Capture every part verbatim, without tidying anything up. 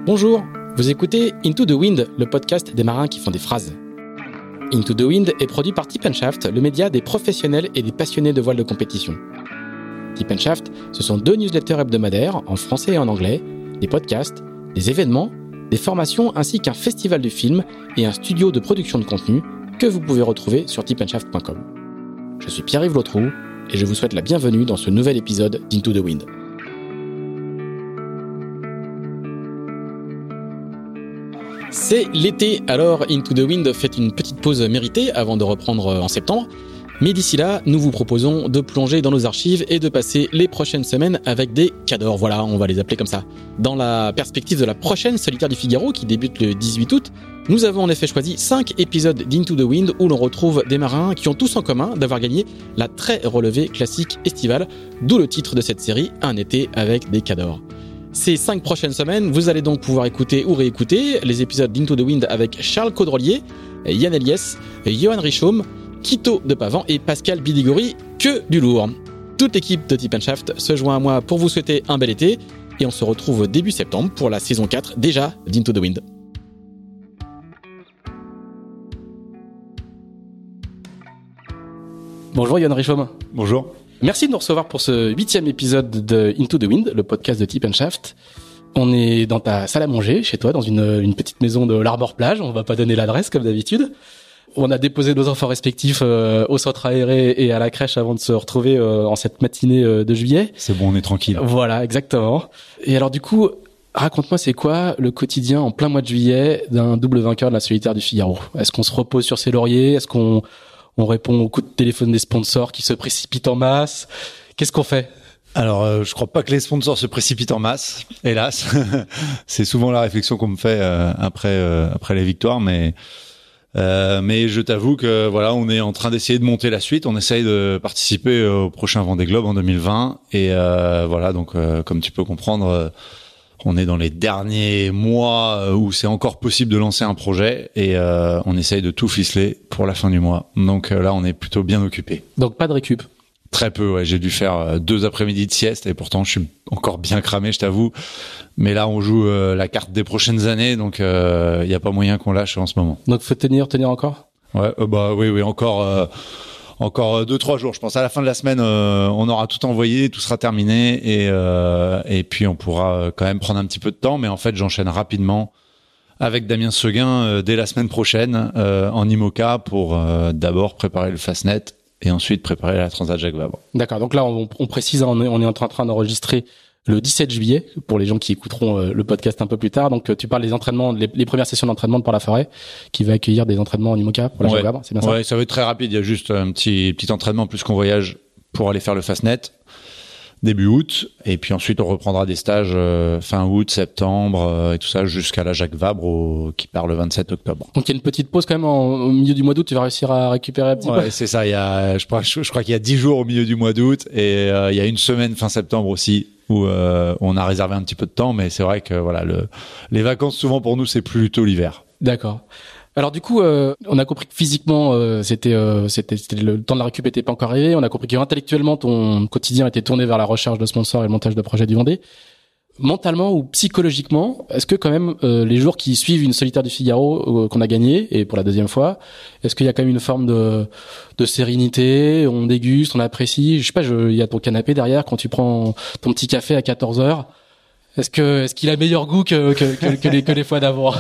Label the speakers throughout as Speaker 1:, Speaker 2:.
Speaker 1: Bonjour, vous écoutez Into the Wind, le podcast des marins qui font des phrases. Into the Wind est produit par Tip and Shaft, le média des professionnels et des passionnés de voile de compétition. Tip and Shaft, ce sont deux newsletters hebdomadaires en français et en anglais, des podcasts, des événements, des formations ainsi qu'un festival de films et un studio de production de contenu que vous pouvez retrouver sur tip and shaft point com. Je suis Pierre-Yves Lautroux et je vous souhaite la bienvenue dans ce nouvel épisode d'Into the Wind. C'est l'été, alors Into the Wind fait une petite pause méritée avant de reprendre en septembre. Mais d'ici là, nous vous proposons de plonger dans nos archives et de passer les prochaines semaines avec des cadors. Voilà, on va les appeler comme ça. Dans la perspective de la prochaine Solitaire du Figaro qui débute le dix-huit août, nous avons en effet choisi cinq épisodes d'Into the Wind où l'on retrouve des marins qui ont tous en commun d'avoir gagné la très relevée classique estivale, d'où le titre de cette série, Un été avec des cadors. Ces cinq prochaines semaines, vous allez donc pouvoir écouter ou réécouter les épisodes d'Into the Wind avec Charles Caudrelier, Yann Eliès, Johan Richaume, Quito de Pavan et Pascal Bidigori, que du lourd. Toute l'équipe de Tip and Shaft se joint à moi pour vous souhaiter un bel été et on se retrouve début septembre pour la saison quatre déjà d'Into the Wind. Bonjour Johan Richaume.
Speaker 2: Bonjour.
Speaker 1: Merci de nous recevoir pour ce huitième épisode de Into the Wind, le podcast de Tip and Shaft. On est dans ta salle à manger, chez toi, dans une, une petite maison de l'Arbor Plage. On va pas donner l'adresse comme d'habitude. On a déposé nos enfants respectifs euh, au centre aéré et à la crèche avant de se retrouver euh, en cette matinée euh, de juillet.
Speaker 2: C'est bon, on est tranquille.
Speaker 1: Voilà, exactement. Et alors du coup, raconte-moi, c'est quoi le quotidien en plein mois de juillet d'un double vainqueur de la Solitaire du Figaro ? Est-ce qu'on se repose sur ses lauriers ? Est-ce qu'on on répond aux coups de téléphone des sponsors qui se précipitent en masse ? Qu'est-ce qu'on fait ?
Speaker 2: Alors, euh, je crois pas que les sponsors se précipitent en masse, hélas. C'est souvent la réflexion qu'on me fait euh, après euh, après les victoires, mais euh, mais je t'avoue que voilà, on est en train d'essayer de monter la suite. On essaye de participer au prochain Vendée Globe en deux mille vingt, et euh, voilà. Donc, euh, comme tu peux comprendre, euh, on est dans les derniers mois où c'est encore possible de lancer un projet, et euh, on essaye de tout ficeler pour la fin du mois. Donc euh, là, on est plutôt bien occupé.
Speaker 1: Donc pas de récup.
Speaker 2: Très peu, ouais. J'ai dû faire deux après-midi de sieste et pourtant je suis encore bien cramé, je t'avoue. Mais là, on joue euh, la carte des prochaines années, donc il euh, y a pas moyen qu'on lâche en ce moment.
Speaker 1: Donc faut tenir, tenir encore.
Speaker 2: Ouais, euh, bah oui, oui, encore, euh, encore deux, trois jours. Je pense à la fin de la semaine, euh, on aura tout envoyé, tout sera terminé et euh, et puis on pourra quand même prendre un petit peu de temps. Mais en fait, j'enchaîne rapidement avec Damien Seguin euh, dès la semaine prochaine euh, en IMOCA pour euh, d'abord préparer le Fastnet et ensuite préparer la Transat Jacques Vabre. D'accord,
Speaker 1: donc là on, on précise, on est, on est en train d'enregistrer le dix-sept juillet, pour les gens qui écouteront euh, le podcast un peu plus tard. Donc tu parles des entraînements, les, les premières sessions d'entraînement de Port-la-Forêt, qui va accueillir des entraînements en IMOCA pour la
Speaker 2: ouais.
Speaker 1: Jacques Vabre, c'est bien ça ?
Speaker 2: Ouais, ça va être très rapide, il y a juste un petit, petit entraînement plus qu'on voyage pour aller faire le Fastnet, début août, et puis ensuite on reprendra des stages euh, fin août, septembre, euh, et tout ça jusqu'à la Jacques Vabre au, qui part le vingt-sept octobre.
Speaker 1: Donc il y a une petite pause quand même en, au milieu du mois d'août, tu vas réussir à récupérer un petit
Speaker 2: ouais,
Speaker 1: peu.
Speaker 2: C'est ça, il y a, je crois, je, je crois qu'il y a dix jours au milieu du mois d'août, et euh, il y a une semaine fin septembre aussi où euh, on a réservé un petit peu de temps, mais c'est vrai que voilà, le, les vacances souvent pour nous c'est plutôt l'hiver.
Speaker 1: D'accord. Alors du coup, euh, on a compris que physiquement, euh, c'était, euh, c'était, c'était le temps de la récup était pas encore arrivé. On a compris que intellectuellement, ton quotidien était tourné vers la recherche de sponsors et le montage de projets du Vendée. Mentalement ou psychologiquement, est-ce que quand même euh, les jours qui suivent une Solitaire du Figaro euh, qu'on a gagné et pour la deuxième fois, est-ce qu'il y a quand même une forme de, de sérénité, on déguste, on apprécie, je sais pas, je, il y a ton canapé derrière quand tu prends ton petit café à quatorze heures. Est-ce que est-ce qu'il a meilleur goût que que, que, que les que les fois d'avant?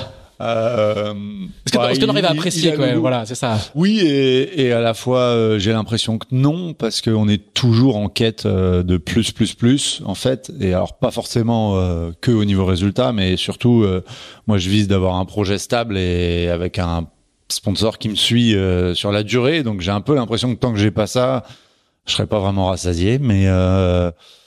Speaker 2: Euh,
Speaker 1: Est-ce que,
Speaker 2: bah,
Speaker 1: est-ce que t'en arrives à apprécier quand même, voilà, c'est ça.
Speaker 2: Oui, et, et à la fois, euh, j'ai l'impression que non, parce qu'on est toujours en quête euh, de plus, plus, plus, en fait. Et alors, pas forcément euh, que au niveau résultat, mais surtout, euh, moi, je vise d'avoir un projet stable et avec un sponsor qui me suit euh, sur la durée. Donc, j'ai un peu l'impression que tant que j'ai pas ça, je serai pas vraiment rassasié, mais... Euh,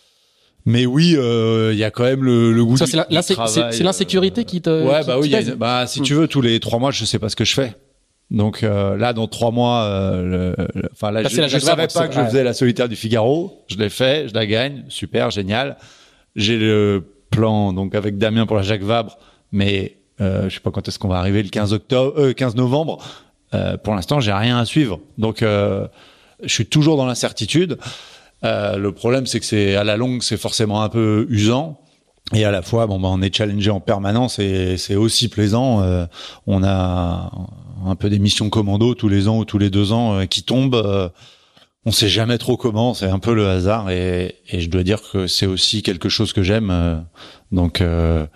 Speaker 2: Mais oui, il euh, y a quand même le, le goût
Speaker 1: ça,
Speaker 2: du,
Speaker 1: c'est,
Speaker 2: du travail.
Speaker 1: C'est, c'est l'insécurité qui te.
Speaker 2: Ouais,
Speaker 1: qui,
Speaker 2: bah
Speaker 1: qui
Speaker 2: oui. Y a une, bah si mmh. tu veux, tous les trois mois, je sais pas ce que je fais. Donc euh, là, dans trois mois, euh, enfin là, là, je, je savais pas que je faisais la Solitaire du Figaro. Je l'ai fait, je la gagne, super, génial. J'ai le plan donc avec Damien pour la Jacques Vabre, mais euh, je sais pas quand est-ce qu'on va arriver, le quinze octobre, euh, quinze novembre. Euh, pour l'instant, j'ai rien à suivre. Donc, euh, je suis toujours dans l'incertitude. Euh, le problème, c'est que c'est à la longue, c'est forcément un peu usant. Et à la fois, bon, bah, on est challengé en permanence et c'est aussi plaisant. Euh, on a un peu des missions commando tous les ans ou tous les deux ans euh, qui tombent. Euh, on sait jamais trop comment, c'est un peu le hasard et, et je dois dire que c'est aussi quelque chose que j'aime. Euh, donc euh,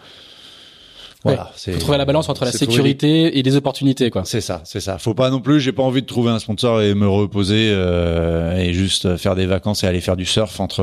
Speaker 2: voilà,
Speaker 1: ouais,
Speaker 2: c'est
Speaker 1: faut trouver la balance entre la sécurité
Speaker 2: les...
Speaker 1: et les opportunités, quoi.
Speaker 2: C'est ça, c'est ça. Faut pas non plus, j'ai pas envie de trouver un sponsor et me reposer euh, et juste faire des vacances et aller faire du surf entre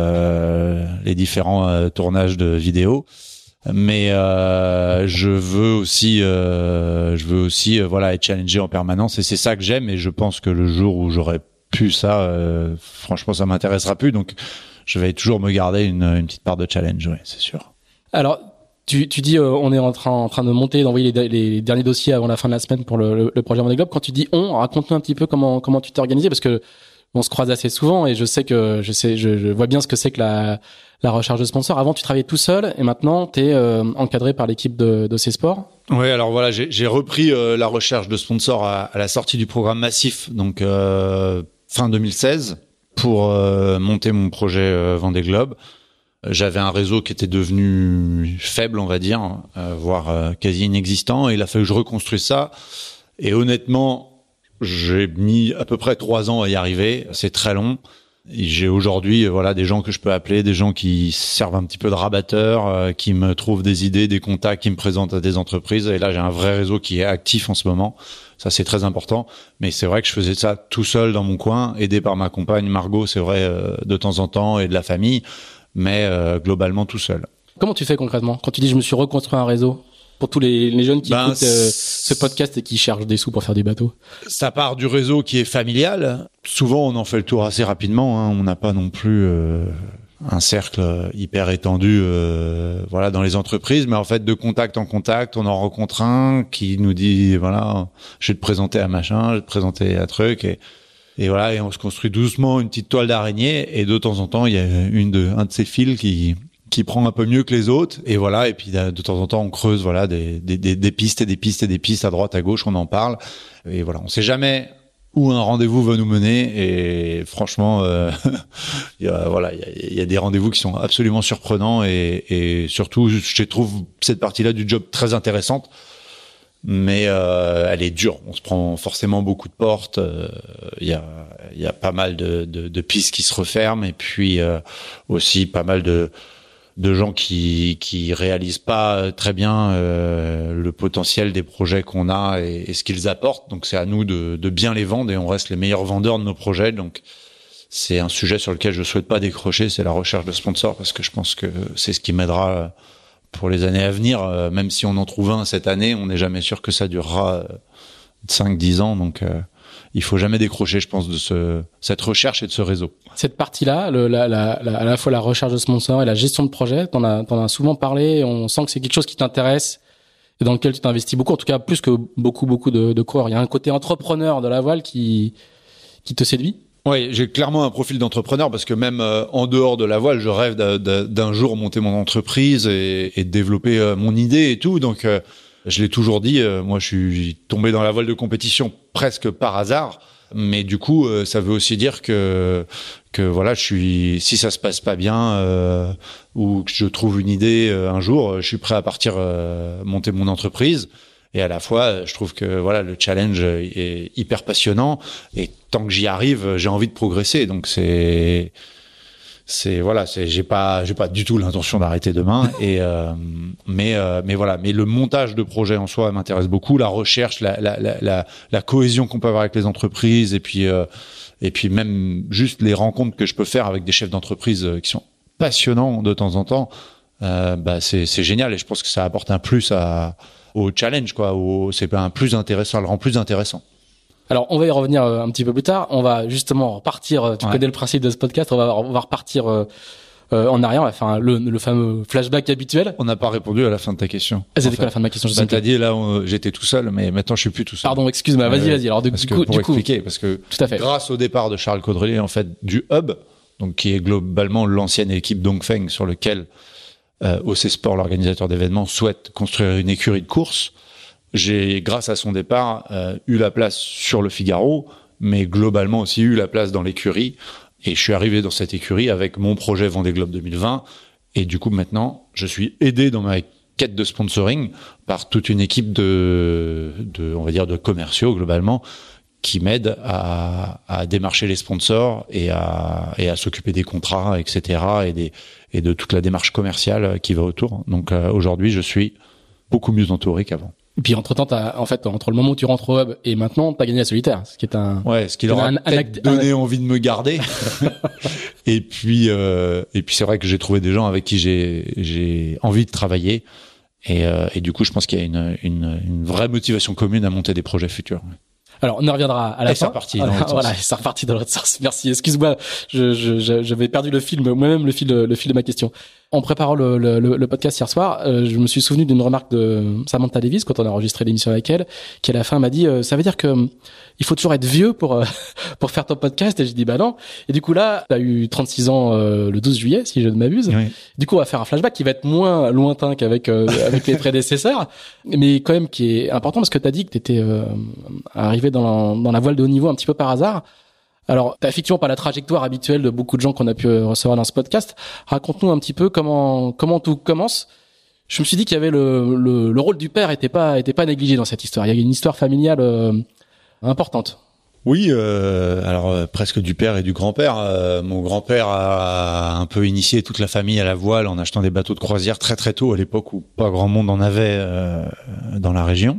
Speaker 2: euh, les différents euh, tournages de vidéos. Mais euh, je veux aussi, euh, je veux aussi, euh, voilà, être challengé en permanence et c'est ça que j'aime. Et je pense que le jour où j'aurai plus ça, euh, franchement, ça m'intéressera plus. Donc, je vais toujours me garder une, une petite part de challenge, ouais, c'est sûr.
Speaker 1: Alors. Tu, tu dis, euh, on est en train, en train de monter, d'envoyer les, les derniers dossiers avant la fin de la semaine pour le, le, le projet Vendée Globe. Quand tu dis on, raconte-nous un petit peu comment, comment tu t'es organisé, parce que on se croise assez souvent et je sais que, je sais, je, je vois bien ce que c'est que la, la recherche de sponsors. Avant, tu travaillais tout seul et maintenant, tu es euh, encadré par l'équipe de, de C-Sport.
Speaker 2: Oui, alors voilà, j'ai, j'ai repris euh, la recherche de sponsors à, à la sortie du programme Massif, donc euh, fin deux mille seize, pour euh, monter mon projet euh, Vendée Globe. J'avais un réseau qui était devenu faible, on va dire, euh, voire euh, quasi inexistant. Et il a fallu que je reconstruise ça. Et honnêtement, j'ai mis à peu près trois ans à y arriver. C'est très long. Et j'ai aujourd'hui, voilà, des gens que je peux appeler, des gens qui servent un petit peu de rabatteurs, euh, qui me trouvent des idées, des contacts, qui me présentent à des entreprises. Et là, j'ai un vrai réseau qui est actif en ce moment. Ça, c'est très important. Mais c'est vrai que je faisais ça tout seul dans mon coin, aidé par ma compagne Margot, c'est vrai, euh, de temps en temps, et de la famille. Mais euh, globalement tout seul.
Speaker 1: Comment tu fais concrètement quand tu dis je me suis reconstruit un réseau pour tous les, les jeunes qui ben, écoutent euh, ce podcast et qui cherchent des sous pour faire des bateaux?
Speaker 2: Ça part du réseau qui est familial. Souvent on en fait le tour assez rapidement. Hein. On n'a pas non plus euh, un cercle hyper étendu, euh, voilà, dans les entreprises. Mais en fait de contact en contact, on en rencontre un qui nous dit voilà, je vais te présenter à machin, je vais te présenter à truc et Et voilà, et on se construit doucement une petite toile d'araignée. Et de temps en temps, il y a une de, un de ces fils qui, qui prend un peu mieux que les autres. Et voilà, et puis de temps en temps, on creuse, voilà, des, des, des, des pistes et des pistes et des pistes à droite, à gauche, on en parle. Et voilà, on sait jamais où un rendez-vous va nous mener. Et franchement, euh, il y a, voilà, il y a, il y a des rendez-vous qui sont absolument surprenants. Et, et surtout, je trouve cette partie-là du job très intéressante. Mais euh, elle est dure. On se prend forcément beaucoup de portes. Il euh, y a, il y a pas mal de, de, de pistes qui se referment, et puis euh, aussi pas mal de, de gens qui qui réalisent pas très bien euh, le potentiel des projets qu'on a et, et ce qu'ils apportent. Donc c'est à nous de, de bien les vendre, et on reste les meilleurs vendeurs de nos projets. Donc c'est un sujet sur lequel je souhaite pas décrocher, c'est la recherche de sponsors, parce que je pense que c'est ce qui m'aidera pour les années à venir. Euh, même si on en trouve un cette année, on n'est jamais sûr que ça durera euh, cinq dix ans. Donc, euh, il faut jamais décrocher, je pense, de ce, cette recherche et de ce réseau. Cette
Speaker 1: partie-là, le, la, la, la, à la fois la recherche de sponsors et la gestion de projet, t'en as, t'en as souvent parlé. On sent que c'est quelque chose qui t'intéresse et dans lequel tu t'investis beaucoup. En tout cas, plus que beaucoup, beaucoup de, de coureurs. Il y a un côté entrepreneur de la voile qui, qui te séduit.
Speaker 2: Oui, j'ai clairement un profil d'entrepreneur, parce que même euh, en dehors de la voile, je rêve d'un, d'un jour monter mon entreprise et, et développer euh, mon idée et tout. Donc, euh, je l'ai toujours dit, euh, moi, je suis tombé dans la voile de compétition presque par hasard. Mais du coup, euh, ça veut aussi dire que que voilà, je suis, si ça se passe pas bien euh, ou que je trouve une idée euh, un jour, je suis prêt à partir euh, monter mon entreprise. Et à la fois, je trouve que voilà, le challenge est hyper passionnant, et tant que j'y arrive, j'ai envie de progresser. Donc c'est c'est voilà, c'est j'ai pas j'ai pas du tout l'intention d'arrêter demain. Et euh, mais euh, mais voilà, mais le montage de projet en soi m'intéresse beaucoup, la recherche, la la la la, la cohésion qu'on peut avoir avec les entreprises, et puis euh, et puis même juste les rencontres que je peux faire avec des chefs d'entreprise qui sont passionnants de temps en temps. Euh, bah c'est c'est génial, et je pense que ça apporte un plus à au challenge, quoi. Au, c'est un plus intéressant, ça le rend plus intéressant.
Speaker 1: Alors, on va y revenir un petit peu plus tard. On va justement repartir. Tu ouais. connais le principe de ce podcast. On va, on va repartir euh, euh, en arrière. On va faire un, le, le fameux flashback habituel.
Speaker 2: On n'a pas répondu à la fin de ta question.
Speaker 1: Ah, c'était quoi la fin de ma question?
Speaker 2: Je bah, t'as dit là, on, j'étais tout seul, mais maintenant je suis plus tout seul.
Speaker 1: Pardon, excuse-moi. Vas-y,
Speaker 2: euh,
Speaker 1: vas-y. Alors, du,
Speaker 2: parce
Speaker 1: du
Speaker 2: que
Speaker 1: coup,
Speaker 2: pour
Speaker 1: du
Speaker 2: expliquer,
Speaker 1: coup,
Speaker 2: parce que
Speaker 1: tout à fait.
Speaker 2: Grâce au départ de Charles Caudrelier, en fait, du Hub, donc qui est globalement l'ancienne équipe Dongfeng, sur lequel euh, O C Sport, l'organisateur d'événements, souhaite construire une écurie de course. J'ai, grâce à son départ, euh, eu la place sur le Figaro, mais globalement aussi eu la place dans l'écurie. Et je suis arrivé dans cette écurie avec mon projet Vendée Globe deux mille vingt. Et du coup, maintenant, je suis aidé dans ma quête de sponsoring par toute une équipe de, de on va dire, de commerciaux globalement, qui m'aident à, à démarcher les sponsors et à, et à s'occuper des contrats, et cetera, et des, et de toute la démarche commerciale qui va autour. Donc euh, aujourd'hui, je suis beaucoup mieux entouré qu'avant.
Speaker 1: Et puis entre temps, t'as, en fait, entre le moment où tu rentres au hub et maintenant, t'as gagné la solitaire, ce qui est un.
Speaker 2: Ouais, ce qui leur a un, peut-être un, donné un... envie de me garder. et puis, euh, et puis c'est vrai que j'ai trouvé des gens avec qui j'ai, j'ai envie de travailler. Et, euh, et du coup, je pense qu'il y a une, une, une vraie motivation commune à monter des projets futurs.
Speaker 1: Alors, on en reviendra à la
Speaker 2: et
Speaker 1: fin.
Speaker 2: C'est reparti dans l'autre
Speaker 1: voilà,
Speaker 2: sens.
Speaker 1: c'est reparti dans l'autre sens. Merci. Excuse-moi, je, je, je, j'avais perdu le film, moi-même le fil, le fil de ma question. En préparant le, le, le podcast hier soir, euh, je me suis souvenu d'une remarque de Samantha Davis quand on a enregistré l'émission avec elle, qui à la fin m'a dit euh, ça veut dire que euh, il faut toujours être vieux pour euh, pour faire ton podcast. Et j'ai dit bah non. Et du coup là, t'as eu trente-six ans euh, le douze juillet, si je ne m'abuse.
Speaker 2: Oui.
Speaker 1: Du coup, on va faire un flashback qui va être moins lointain qu'avec euh, avec les prédécesseurs, mais quand même qui est important parce que t'as dit que t'étais euh, arrivé dans la, dans la voile de haut niveau un petit peu par hasard. Alors, t'as effectivement pas la trajectoire habituelle de beaucoup de gens qu'on a pu recevoir dans ce podcast. Raconte-nous un petit peu comment comment tout commence. Je me suis dit qu'il y avait le le, le rôle du père était pas était pas négligé dans cette histoire. Il y a une histoire familiale euh, importante.
Speaker 2: Oui, euh, alors euh, presque du père et du grand-père. Euh, mon grand-père a un peu initié toute la famille à la voile en achetant des bateaux de croisière très très tôt à l'époque où pas grand monde en avait euh, dans la région.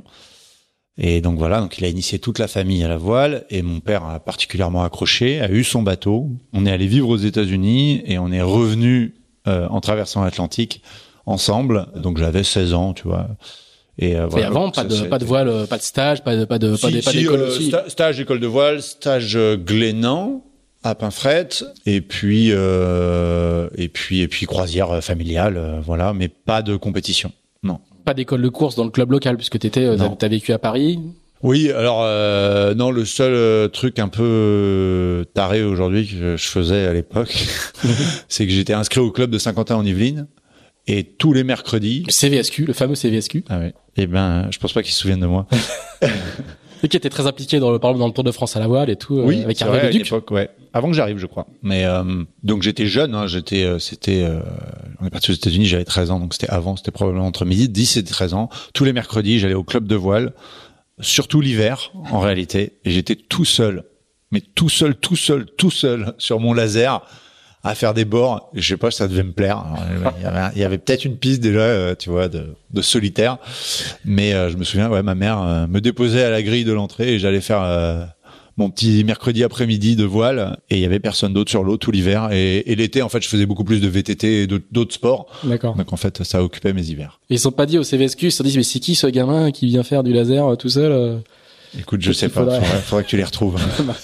Speaker 2: Et donc voilà, donc il a initié toute la famille à la voile et mon père a particulièrement accroché, a eu son bateau. On est allé vivre aux États-Unis et on est revenu euh, en traversant l'Atlantique ensemble. Donc j'avais seize ans, tu vois. Et, euh, voilà,
Speaker 1: et avant, pas de pas de voile, pas de stage, pas de pas de
Speaker 2: si,
Speaker 1: pas, de, pas
Speaker 2: si,
Speaker 1: d'école
Speaker 2: euh,
Speaker 1: aussi.
Speaker 2: Sta- stage école de voile, stage euh, Glénan à Pinfret et puis euh, et puis et puis croisière familiale, euh, voilà, mais pas de compétition. Non.
Speaker 1: Pas d'école de course dans le club local puisque t'étais, euh, t'as, t'as vécu à Paris.
Speaker 2: Oui, alors euh, non, le seul euh, truc un peu euh, taré aujourd'hui que je faisais à l'époque, c'est que j'étais inscrit au club de Saint-Quentin en Yvelines et tous les mercredis.
Speaker 1: Le C V S Q, le fameux C V S Q.
Speaker 2: Ah oui. Eh ben, je pense pas qu'ils se souviennent de moi.
Speaker 1: Et qui était très impliqué dans le par exemple, dans le Tour de France à la voile et tout.
Speaker 2: Oui,
Speaker 1: euh, avec
Speaker 2: c'est
Speaker 1: Hervé
Speaker 2: vrai, à
Speaker 1: Leduc.
Speaker 2: l'époque, ouais. Avant que j'arrive, je crois. Mais euh, donc j'étais jeune, hein, j'étais, euh, c'était, euh, on est parti aux États-Unis, j'avais treize ans, donc c'était avant, c'était probablement entre midi, dix et treize ans. Tous les mercredis, j'allais au club de voile, surtout l'hiver, en réalité, et j'étais tout seul, mais tout seul, tout seul, tout seul sur mon laser à faire des bords. Je sais pas, ça devait me plaire. Alors, il y avait, il y avait peut-être une piste déjà, euh, tu vois, de, de solitaire, mais euh, je me souviens, ouais, ma mère euh, me déposait à la grille de l'entrée et j'allais faire euh, mon petit mercredi après-midi de voile et il y avait personne d'autre sur l'eau tout l'hiver et, et l'été en fait je faisais beaucoup plus de V T T et d'autres, d'autres sports.
Speaker 1: D'accord.
Speaker 2: Donc en fait ça occupait mes hivers.
Speaker 1: Et ils sont pas dit au C V S Q, ils se sont dit mais c'est qui ce gamin qui vient faire du laser euh, tout seul euh...
Speaker 2: Écoute, je sais pas, faudrait... Faudrait, faudrait que tu les retrouves.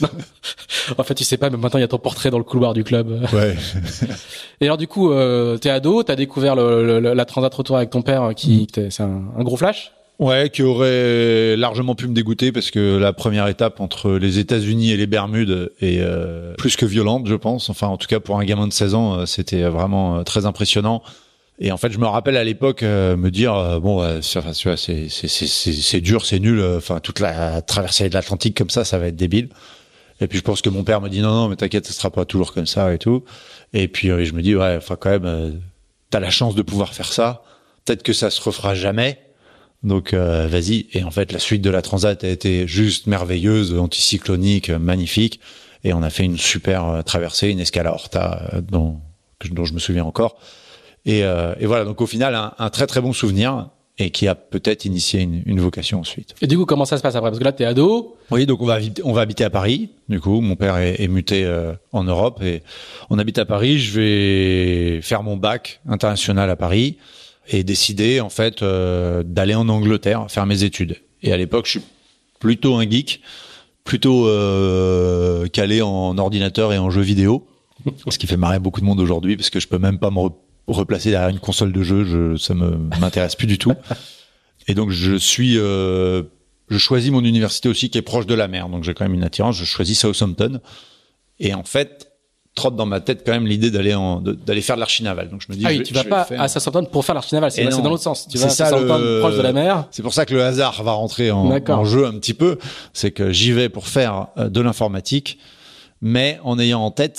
Speaker 1: En fait, tu sais pas, mais maintenant il y a ton portrait dans le couloir du club.
Speaker 2: Ouais.
Speaker 1: Et alors du coup, euh, t'es ado, t'as découvert le, le, la Transat Retour avec ton père, qui, mmh. c'est un, un gros flash.
Speaker 2: Ouais, qui aurait largement pu me dégoûter parce que la première étape entre les États-Unis et les Bermudes est euh, plus que violente, je pense. Enfin, en tout cas pour un gamin de seize ans, c'était vraiment très impressionnant. Et en fait, je me rappelle à l'époque euh, me dire euh, bon, euh, c'est, c'est, c'est, c'est, c'est, c'est dur, c'est nul. Enfin, toute la traversée de l'Atlantique comme ça, ça va être débile. Et puis je pense que mon père me dit non, non, mais t'inquiète, ça sera pas toujours comme ça et tout. Et puis euh, je me dis ouais, enfin quand même, euh, t'as la chance de pouvoir faire ça. Peut-être que ça se refera jamais. Donc euh, vas-y. Et en fait, la suite de la Transat a été juste merveilleuse, anticyclonique, magnifique. Et on a fait une super euh, traversée, une escale à Horta, euh, dont, dont je me souviens encore. Et, euh, et voilà, donc au final, un, un très très bon souvenir et qui a peut-être initié une, une vocation ensuite.
Speaker 1: Et du coup, comment ça se passe après ? Parce que là, t'es ado.
Speaker 2: Oui, donc on va on va habiter à Paris. Du coup, mon père est, est muté euh, en Europe et on habite à Paris. Je vais faire mon bac international à Paris et décider en fait euh, d'aller en Angleterre faire mes études. Et à l'époque, je suis plutôt un geek, plutôt euh, calé en ordinateur et en jeux vidéo, ce qui fait marrer beaucoup de monde aujourd'hui parce que je peux même pas me re- replacer derrière une console de jeu, je, ça me m'intéresse plus du tout. Et donc je suis, euh, je choisis mon université aussi qui est proche de la mer, donc j'ai quand même une attirance. Je choisis Southampton. Et en fait, trotte dans ma tête quand même l'idée d'aller en, de, d'aller faire de l'archi-naval. Donc je me dis,
Speaker 1: ah oui,
Speaker 2: je,
Speaker 1: tu vas
Speaker 2: je
Speaker 1: pas
Speaker 2: faire...
Speaker 1: à Southampton pour faire l'archi-naval, c'est, c'est dans l'autre sens. Tu vas
Speaker 2: c'est
Speaker 1: à
Speaker 2: ça
Speaker 1: Southampton
Speaker 2: le...
Speaker 1: proche de la mer.
Speaker 2: C'est pour ça que le hasard va rentrer en, en jeu un petit peu. C'est que j'y vais pour faire de l'informatique, mais en ayant en tête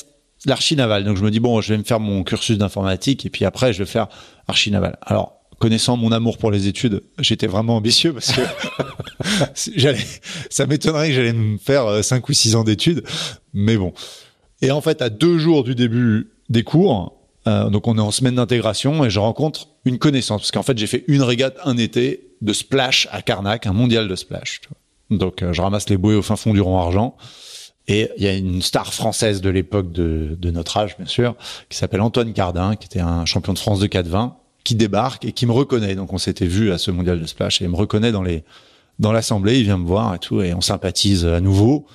Speaker 2: l'archi naval. Donc je me dis bon, je vais me faire mon cursus d'informatique et puis après je vais faire archi naval. Alors connaissant mon amour pour les études, j'étais vraiment ambitieux parce que j'allais, ça m'étonnerait que j'allais me faire cinq ou six ans d'études, mais bon. Et en fait, à deux jours du début des cours, euh, donc on est en semaine d'intégration et je rencontre une connaissance parce qu'en fait j'ai fait une régate un été de splash à Carnac, un mondial de splash. Tu vois. Donc euh, je ramasse les bouées au fin fond du rond argent. Et il y a une star française de l'époque de, de notre âge, bien sûr, qui s'appelle Antoine Cardin, qui était un champion de France de quatre vingt, qui débarque et qui me reconnaît. Donc on s'était vu à ce mondial de splash et il me reconnaît dans les dans l'assemblée, il vient me voir et tout et on sympathise à nouveau.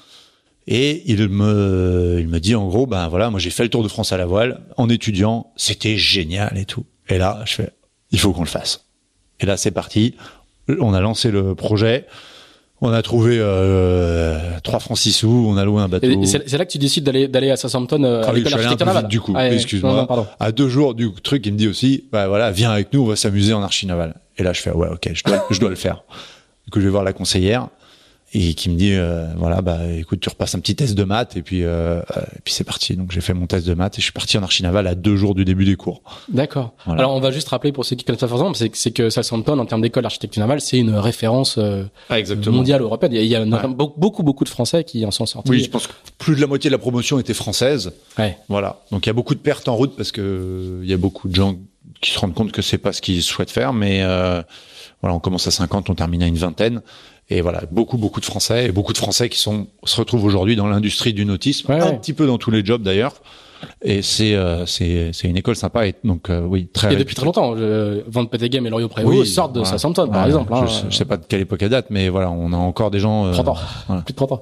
Speaker 2: Et il me il me dit en gros ben voilà, moi j'ai fait le Tour de France à la voile en étudiant, c'était génial et tout. Et là, je fais il faut qu'on le fasse. Et là c'est parti. On a lancé le projet. On a trouvé euh, trois francs six sous, on a loué un bateau.
Speaker 3: Et c'est, c'est là que tu décides d'aller d'aller à Southampton euh,
Speaker 2: ah
Speaker 3: à
Speaker 2: oui,
Speaker 3: l'école
Speaker 2: d'architecture
Speaker 3: navale.
Speaker 2: Du coup,
Speaker 3: ah,
Speaker 2: excuse-moi.
Speaker 3: Non, non, pardon.
Speaker 2: À deux jours du truc, il me dit aussi, bah voilà, viens avec nous, on va s'amuser en archi naval. Et là, je fais ouais, ok, je dois, je dois le faire. Du coup, je vais voir la conseillère et qui me dit euh, voilà, bah écoute, tu repasses un petit test de maths et puis euh, et puis c'est parti. Donc j'ai fait mon test de maths et je suis parti en archi naval à deux jours du début des cours.
Speaker 3: D'accord.
Speaker 2: Voilà.
Speaker 3: Alors on va juste rappeler pour ceux qui connaissent pas forcément, c'est, c'est que Southampton en termes d'école d'architecture navale, c'est une référence euh,
Speaker 2: ah,
Speaker 3: mondiale européenne. Il y a, il y a
Speaker 2: ouais.
Speaker 3: beaucoup beaucoup de Français qui en sont sortis.
Speaker 2: Oui, je pense que plus de la moitié de la promotion était française.
Speaker 3: Ouais.
Speaker 2: Voilà. Donc il y a beaucoup de pertes en route parce que il y a beaucoup de gens qui se rendent compte que c'est pas ce qu'ils souhaitent faire, mais euh, voilà, on commence à cinquante, on termine à une vingtaine. Et voilà, beaucoup, beaucoup de Français et beaucoup de Français qui sont, se retrouvent aujourd'hui dans l'industrie du nautisme,
Speaker 3: ouais,
Speaker 2: un
Speaker 3: ouais.
Speaker 2: petit peu dans tous les jobs d'ailleurs. Et c'est, euh, c'est, c'est une école sympa et donc, euh, oui, très.
Speaker 3: Et depuis très longtemps, euh, Van Peteghem et Loriot-Prévost
Speaker 2: oui,
Speaker 3: sortent de
Speaker 2: voilà.
Speaker 3: Southampton, par
Speaker 2: voilà.
Speaker 3: exemple. Hein,
Speaker 2: je, je sais pas de quelle époque elle date, mais voilà, on a encore des gens. Euh,
Speaker 3: trente ans.
Speaker 2: Voilà.
Speaker 3: Plus de trente ans.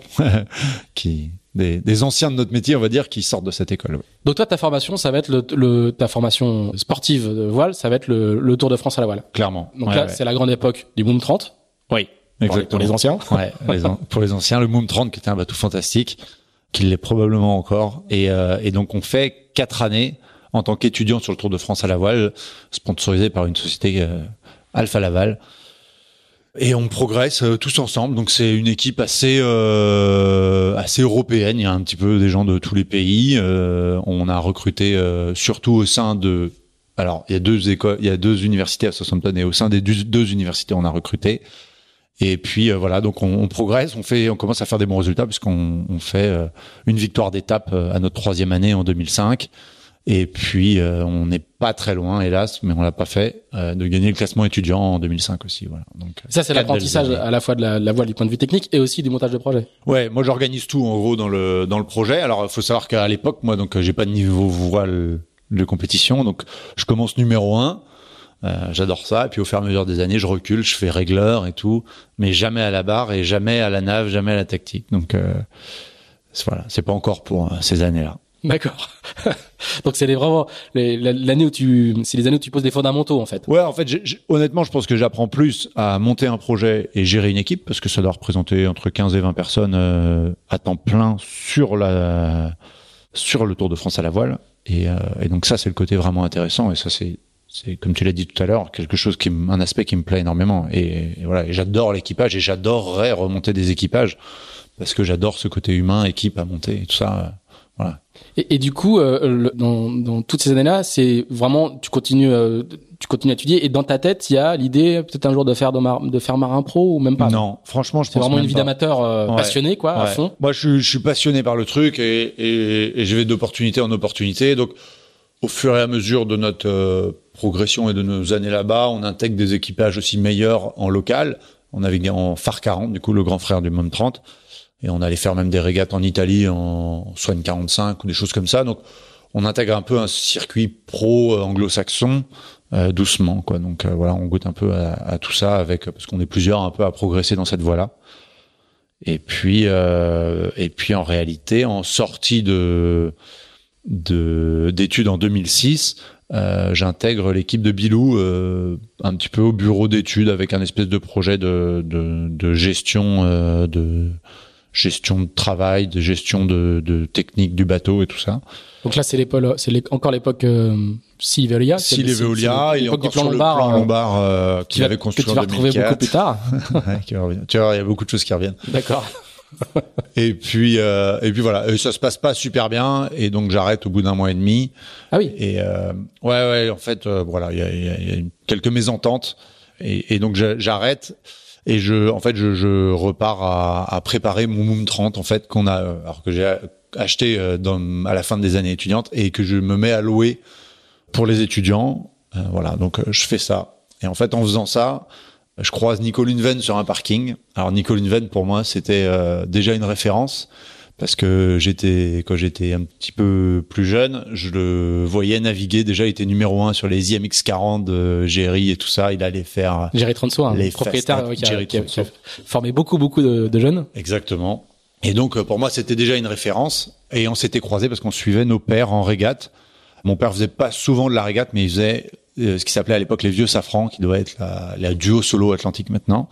Speaker 2: qui, des, des anciens de notre métier, on va dire, qui sortent de cette école. Oui.
Speaker 3: Donc toi, ta formation, ça va être le, le ta formation sportive de voile, ça va être le, le Tour de France à la voile.
Speaker 2: Clairement.
Speaker 3: Donc
Speaker 2: ouais,
Speaker 3: là,
Speaker 2: ouais.
Speaker 3: c'est la grande époque du Moom trente.
Speaker 2: Oui.
Speaker 3: Pour les, pour les anciens.
Speaker 2: Ouais, les an- pour les anciens, le Moom trente qui était un bateau fantastique, qui l'est probablement encore. Et, euh, et donc on fait quatre années en tant qu'étudiant sur le Tour de France à la voile, sponsorisé par une société euh, Alpha Laval. Et on progresse euh, tous ensemble. Donc c'est une équipe assez euh, assez européenne. Il y a un petit peu des gens de tous les pays. Euh, on a recruté euh, surtout au sein de. Alors il y a deux écoles, il y a deux universités à Southampton et au sein des deux, deux universités on a recruté. Et puis euh, voilà, donc on, on progresse, on fait, on commence à faire des bons résultats puisqu'on on fait euh, une victoire d'étape euh, à notre troisième année en deux mille cinq. Et puis euh, on n'est pas très loin, hélas, mais on l'a pas fait, euh, de gagner le classement étudiant en deux mille cinq aussi. Voilà. Donc
Speaker 3: ça c'est l'apprentissage à la fois de la, la voile du point de vue technique et aussi du montage de projet.
Speaker 2: Ouais, moi j'organise tout en gros dans le dans le projet. Alors il faut savoir qu'à l'époque, moi donc j'ai pas de niveau voile de compétition, donc je commence numéro un. Euh, j'adore ça, et puis au fur et à mesure des années je recule, je fais régleur et tout, mais jamais à la barre et jamais à la nave, jamais à la tactique. Donc euh, c'est, voilà, c'est pas encore pour euh, ces années-là.
Speaker 3: D'accord. Donc c'est les, vraiment les, l'année où tu, c'est les années où tu poses des fondamentaux en fait.
Speaker 2: Ouais, en fait, j'ai, j'ai, honnêtement, je pense que j'apprends plus à monter un projet et gérer une équipe parce que ça doit représenter entre quinze et vingt personnes euh, à temps plein sur la sur le Tour de France à la voile. Et, euh, et donc ça, c'est le côté vraiment intéressant. Et ça, c'est c'est comme tu l'as dit tout à l'heure, quelque chose qui, un aspect qui me plaît énormément. Et, et voilà, et j'adore l'équipage et j'adorerais remonter des équipages parce que j'adore ce côté humain, équipe à monter et tout ça. Euh, voilà.
Speaker 3: Et, et du coup, euh, le, dans, dans toutes ces années-là, c'est vraiment tu continues, euh, tu continues à étudier et dans ta tête, il y a l'idée peut-être un jour de faire de, mar- de faire marin pro ou même pas.
Speaker 2: Non, franchement, je
Speaker 3: c'est
Speaker 2: pense
Speaker 3: vraiment
Speaker 2: même
Speaker 3: une vie
Speaker 2: pas.
Speaker 3: d'amateur euh,
Speaker 2: ouais.
Speaker 3: passionné quoi,
Speaker 2: ouais.
Speaker 3: à fond.
Speaker 2: Moi, je suis, je suis passionné par le truc et, et, et je vais d'opportunité en opportunité. Donc, au fur et à mesure de notre euh, progression et de nos années là-bas, on intègre des équipages aussi meilleurs en local. On naviguait en Phare quarante, du coup, le grand frère du Moom trente. Et on allait faire même des régates en Italie, en Swan quarante-cinq ou des choses comme ça. Donc, on intègre un peu un circuit pro anglo-saxon, euh, doucement, quoi. Donc, euh, voilà, on goûte un peu à, à tout ça avec, parce qu'on est plusieurs un peu à progresser dans cette voie-là. Et puis, euh, et puis, en réalité, en sortie de, de, d'études en deux mille six, euh, j'intègre l'équipe de Bilou, euh, un petit peu au bureau d'études avec un espèce de projet de, de, de gestion, euh, de, gestion de travail, de gestion de, de technique du bateau et tout ça.
Speaker 3: Donc là, c'est l'époque, c'est encore l'époque euh, Sile Veolia.
Speaker 2: Sile Veolia, il est encore sur le
Speaker 3: Lombard,
Speaker 2: plan Lombard euh, qu'il avait construit
Speaker 3: que tu vas
Speaker 2: en deux mille quatre.
Speaker 3: Retrouver beaucoup plus tard.
Speaker 2: Ouais, qui va revenir. Tu vois, il y a beaucoup de choses qui reviennent.
Speaker 3: D'accord.
Speaker 2: et puis euh, et puis voilà, et ça se passe pas super bien et donc j'arrête au bout d'un mois et demi.
Speaker 3: Ah oui.
Speaker 2: Et euh, ouais ouais, en fait euh, voilà, il y a, y a, y a quelques mésententes et, et donc j'arrête et je en fait je, je repars à, à préparer mon Moom trente en fait qu'on a alors que j'ai acheté dans à la fin des années étudiantes et que je me mets à louer pour les étudiants. Euh, voilà, donc je fais ça. Et en fait en faisant ça, je croise Nico Lundven sur un parking. Alors Nico Lundven pour moi c'était euh, déjà une référence parce que j'étais quand j'étais un petit peu plus jeune, je le voyais naviguer. Déjà il était numéro un sur les I M X quarante de Géry et tout ça. Il allait faire
Speaker 3: Jerry Transo, un
Speaker 2: les
Speaker 3: propriétaire
Speaker 2: fast,
Speaker 3: qui, a,
Speaker 2: Jerry
Speaker 3: qui, a, qui a formé beaucoup beaucoup de, de jeunes.
Speaker 2: Exactement. Et donc pour moi c'était déjà une référence et on s'était croisés parce qu'on suivait nos pères en régate. Mon père faisait pas souvent de la régate mais il faisait ce qui s'appelait à l'époque les vieux safrans, qui doit être la, la duo solo Atlantique maintenant.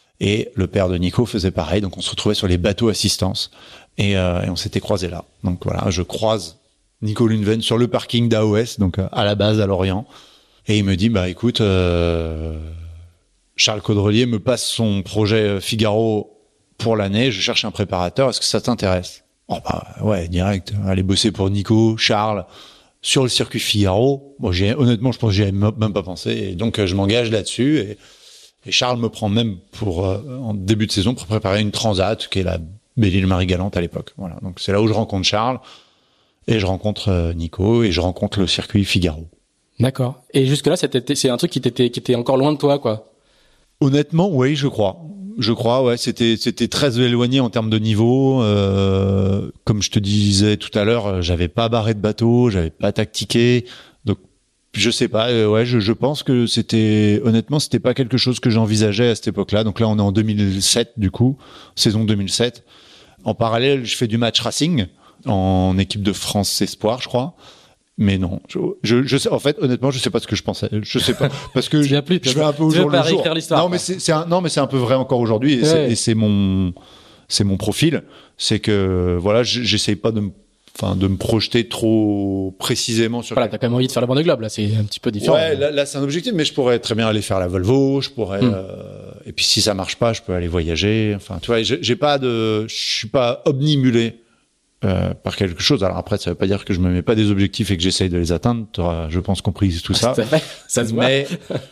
Speaker 2: Et le père de Nico faisait pareil, donc on se retrouvait sur les bateaux assistance et, euh, et on s'était croisés là. Donc voilà, je croise Nico Lundven sur le parking d'A O S, donc à la base à Lorient, et il me dit bah écoute, euh, Charles Caudrelier me passe son projet Figaro pour l'année, je cherche un préparateur, est-ce que ça t'intéresse? Oh bah ouais, direct, aller bosser pour Nico, Charles. Sur le circuit Figaro, bon, j'ai honnêtement, je pense que j'y avais même pas pensé, et donc je m'engage là-dessus. Et, et Charles me prend même pour euh, en début de saison pour préparer une transat, qui est la Belle-Île Marie-Galante à l'époque. Voilà, donc c'est là où je rencontre Charles et je rencontre euh, Nico et je rencontre le circuit Figaro.
Speaker 3: D'accord. Et jusque là, c'était c'est un truc qui était qui était encore loin de toi, quoi.
Speaker 2: Honnêtement, oui, je crois. Je crois, ouais, c'était c'était très éloigné en termes de niveau. Euh, comme je te disais tout à l'heure, j'avais pas barré de bateau, j'avais pas tactiqué, donc je sais pas. Euh, ouais, je, je pense que c'était honnêtement, c'était pas quelque chose que j'envisageais à cette époque-là. Donc là, on est en deux mille sept du coup, saison deux mille sept. En parallèle, je fais du match racing en équipe de France Espoir, je crois. Mais non, je, je, je sais, en fait, honnêtement, je sais pas ce que je pensais. Je sais pas, parce que je,
Speaker 3: plus,
Speaker 2: je fais un peu au jour le jour.
Speaker 3: Non,
Speaker 2: mais c'est, c'est un, non, mais c'est un peu vrai encore aujourd'hui, et, ouais. c'est, et c'est mon, c'est mon profil. C'est que, voilà, j'essaye pas de me, enfin, de me projeter trop précisément sur.
Speaker 3: Voilà, t'as quand même envie de faire le Vendée Globe, là, c'est un petit peu différent.
Speaker 2: Ouais, là, là, c'est un objectif, mais je pourrais très bien aller faire la Volvo, je pourrais, mm. euh, et puis si ça marche pas, je peux aller voyager. Enfin, tu vois, j'ai, j'ai pas de, je suis pas obnimulé. Euh, par quelque chose. Alors après, ça veut pas dire que je me mets pas des objectifs et que j'essaye de les atteindre. Tu auras, je pense, compris tout ça.
Speaker 3: Ça se voit.
Speaker 2: Mais,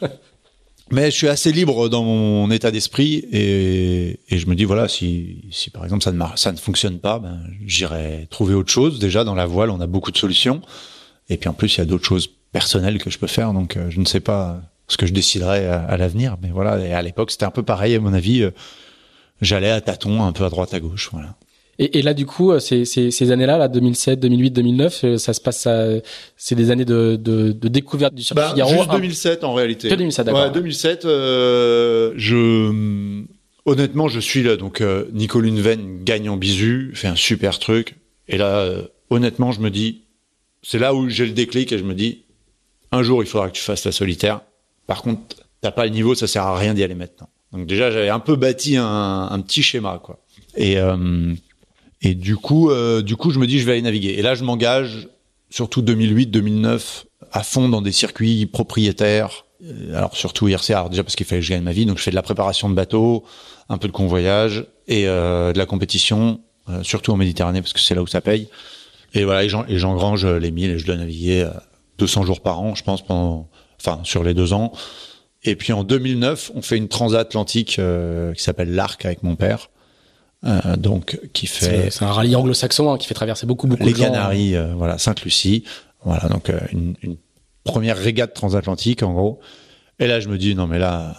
Speaker 2: mais je suis assez libre dans mon état d'esprit et, et je me dis voilà, si, si par exemple ça ne marche, ça ne fonctionne pas, ben j'irai trouver autre chose. Déjà dans la voile, on a beaucoup de solutions. Et puis en plus, il y a d'autres choses personnelles que je peux faire. Donc euh, je ne sais pas ce que je déciderai à, à l'avenir, mais voilà. Et à l'époque, c'était un peu pareil à mon avis. Euh, j'allais à tâtons, un peu à droite à gauche, voilà.
Speaker 3: Et, et là, du coup, ces, ces, ces années-là, là, deux mille sept, deux mille huit, deux mille neuf, ça se passe, à, c'est des années de, de, de découverte du circuit
Speaker 2: bah,
Speaker 3: Figaro.
Speaker 2: Juste deux mille sept en réalité.
Speaker 3: Que deux mille sept, d'accord.
Speaker 2: Ouais, deux mille sept. Euh, je, honnêtement, je suis là. Donc, euh, Nico Lundven gagne en bisu, fait un super truc. Et là, euh, honnêtement, je me dis, c'est là où j'ai le déclic et je me dis, un jour, il faudra que tu fasses la solitaire. Par contre, t'as pas le niveau, ça sert à rien d'y aller maintenant. Donc déjà, j'avais un peu bâti un, un petit schéma, quoi. Et euh, Et du coup, euh, du coup, je me dis, je vais aller naviguer. Et là, je m'engage, surtout deux mille huit, deux mille neuf, à fond dans des circuits propriétaires. Alors surtout I R C A, alors déjà parce qu'il fallait que je gagne ma vie, donc je fais de la préparation de bateaux, un peu de convoyage et euh, de la compétition, euh, surtout en Méditerranée parce que c'est là où ça paye. Et voilà, et, j'en, et j'engrange les milles et je dois naviguer euh, deux cents jours par an, je pense, pendant, enfin sur les deux ans. Et puis en deux mille neuf, on fait une transatlantique euh, qui s'appelle l'Arc avec mon père. Euh, donc qui fait
Speaker 3: c'est, c'est un rallye anglo-saxon hein, qui fait traverser beaucoup beaucoup
Speaker 2: les
Speaker 3: de gens. Les
Speaker 2: Canaries, euh, voilà, Sainte-Lucie, voilà, donc euh, une, une première régate transatlantique en gros. Et là je me dis non mais là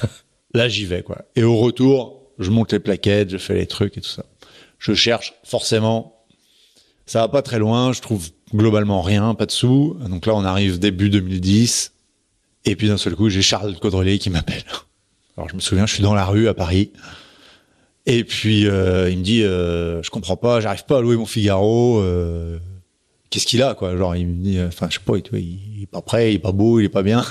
Speaker 2: là j'y vais quoi. Et au retour je monte les plaquettes, je fais les trucs et tout ça. Je cherche forcément, ça va pas très loin, je trouve globalement rien, pas de sous. Donc là on arrive début deux mille dix et puis d'un seul coup j'ai Charles Caudrelier qui m'appelle. Alors je me souviens, je suis dans la rue à Paris. Et puis euh, il me dit, euh, je comprends pas, j'arrive pas à louer mon Figaro. Euh, qu'est-ce qu'il a quoi? Genre il me dit, enfin euh, je sais pas, il, il est pas prêt, il est pas beau, il est pas bien.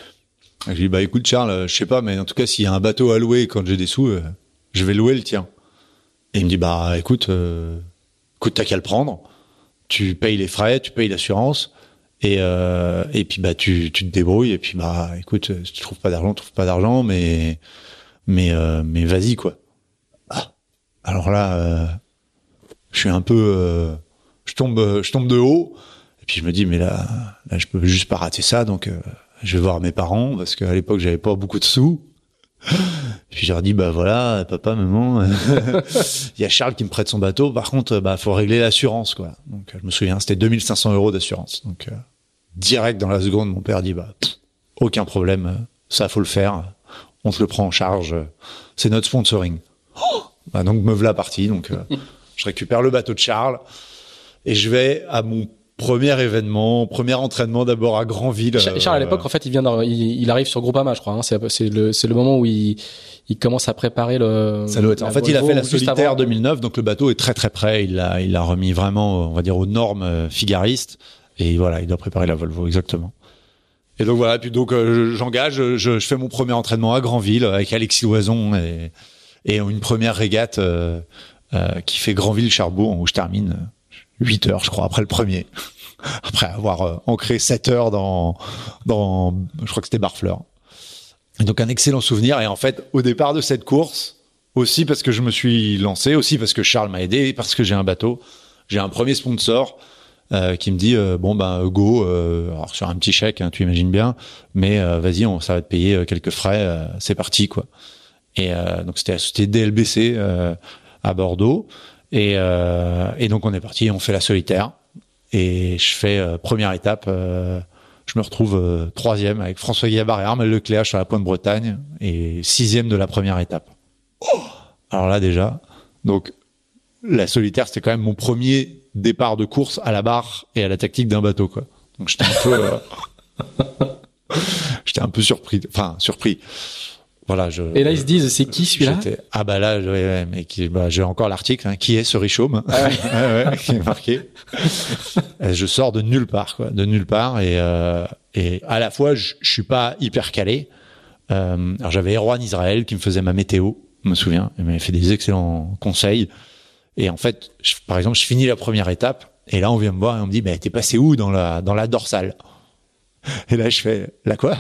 Speaker 2: Je lui dis bah écoute Charles, je sais pas, mais en tout cas s'il y a un bateau à louer quand j'ai des sous, euh, je vais louer le tien. Et il me dit bah écoute, euh, écoute t'as qu'à le prendre, tu payes les frais, tu payes l'assurance et euh, et puis bah tu tu te débrouilles et puis bah écoute si tu trouves pas d'argent, tu trouves pas d'argent, mais mais euh, mais vas-y quoi. Alors là, euh, je suis un peu, euh, je tombe, je tombe de haut. Et puis je me dis, mais là, là, je peux juste pas rater ça. Donc, euh, je vais voir mes parents parce qu'à l'époque, j'avais pas beaucoup de sous. Et puis je leur dis, bah voilà, papa, maman, il y a Charles qui me prête son bateau. Par contre, bah faut régler l'assurance, quoi. Donc, je me souviens, c'était deux mille cinq cents euros d'assurance. Donc, euh, direct dans la seconde, mon père dit, bah pff, aucun problème, ça faut le faire. On te le prend en charge. C'est notre sponsoring. Oh bah donc me voilà parti. Donc euh, je récupère le bateau de Charles et je vais à mon premier événement, premier entraînement d'abord à Granville.
Speaker 3: Charles euh, à l'époque en fait il vient, dans, il, il arrive sur Groupama, je crois. Hein, c'est, c'est le c'est le moment où il il commence à préparer le.
Speaker 2: Ça doit être. En fait, Volvo, il a fait la Solitaire deux mille neuf, donc le bateau est très très prêt. Il l'a il l'a remis vraiment, on va dire, aux normes figaristes. Et voilà, il doit préparer la Volvo exactement. Et donc voilà, puis donc euh, j'engage, je, je fais mon premier entraînement à Granville avec Alexis Loison et, et une première régate euh, euh, qui fait Granville-Cherbourg où je termine huit heures, je crois, après le premier, après avoir euh, ancré sept heures dans dans, je crois que c'était Barfleur. Et donc un excellent souvenir. Et en fait, au départ de cette course, aussi parce que je me suis lancé, aussi parce que Charles m'a aidé, parce que j'ai un bateau, j'ai un premier sponsor. Euh, qui me dit euh, bon ben go euh, alors sur un petit chèque hein, tu imagines bien mais euh, vas-y on ça va te payer euh, quelques frais euh, c'est parti quoi et euh, donc c'était la société D L B C euh, à Bordeaux et euh, et donc on est parti on fait la Solitaire et je fais euh, première étape euh, je me retrouve euh, troisième avec François Guillabard et Armel Lecléa sur la Pointe Bretagne et sixième de la première étape. Oh alors là déjà donc la Solitaire c'était quand même mon premier départ de course à la barre et à la tactique d'un bateau quoi. Donc j'étais un peu euh... j'étais un peu surpris enfin surpris. Voilà, je
Speaker 3: Et là ils se disent c'est qui celui-là
Speaker 2: j'étais... Ah bah là ouais, ouais mais qui bah j'ai encore l'article hein, qui est ce Richaume ah ouais. ouais, ouais, qui est marqué. Et je sors de nulle part quoi, de nulle part et euh... et à la fois je, je suis pas hyper calé. Euh... alors j'avais Erwan Israël qui me faisait ma météo, je me souviens, il m'avait fait des excellents conseils. Et en fait, je, par exemple, je finis la première étape, et là, on vient me voir et on me dit, bah, t'es passé où dans la, dans la dorsale? Et là, je fais, la quoi?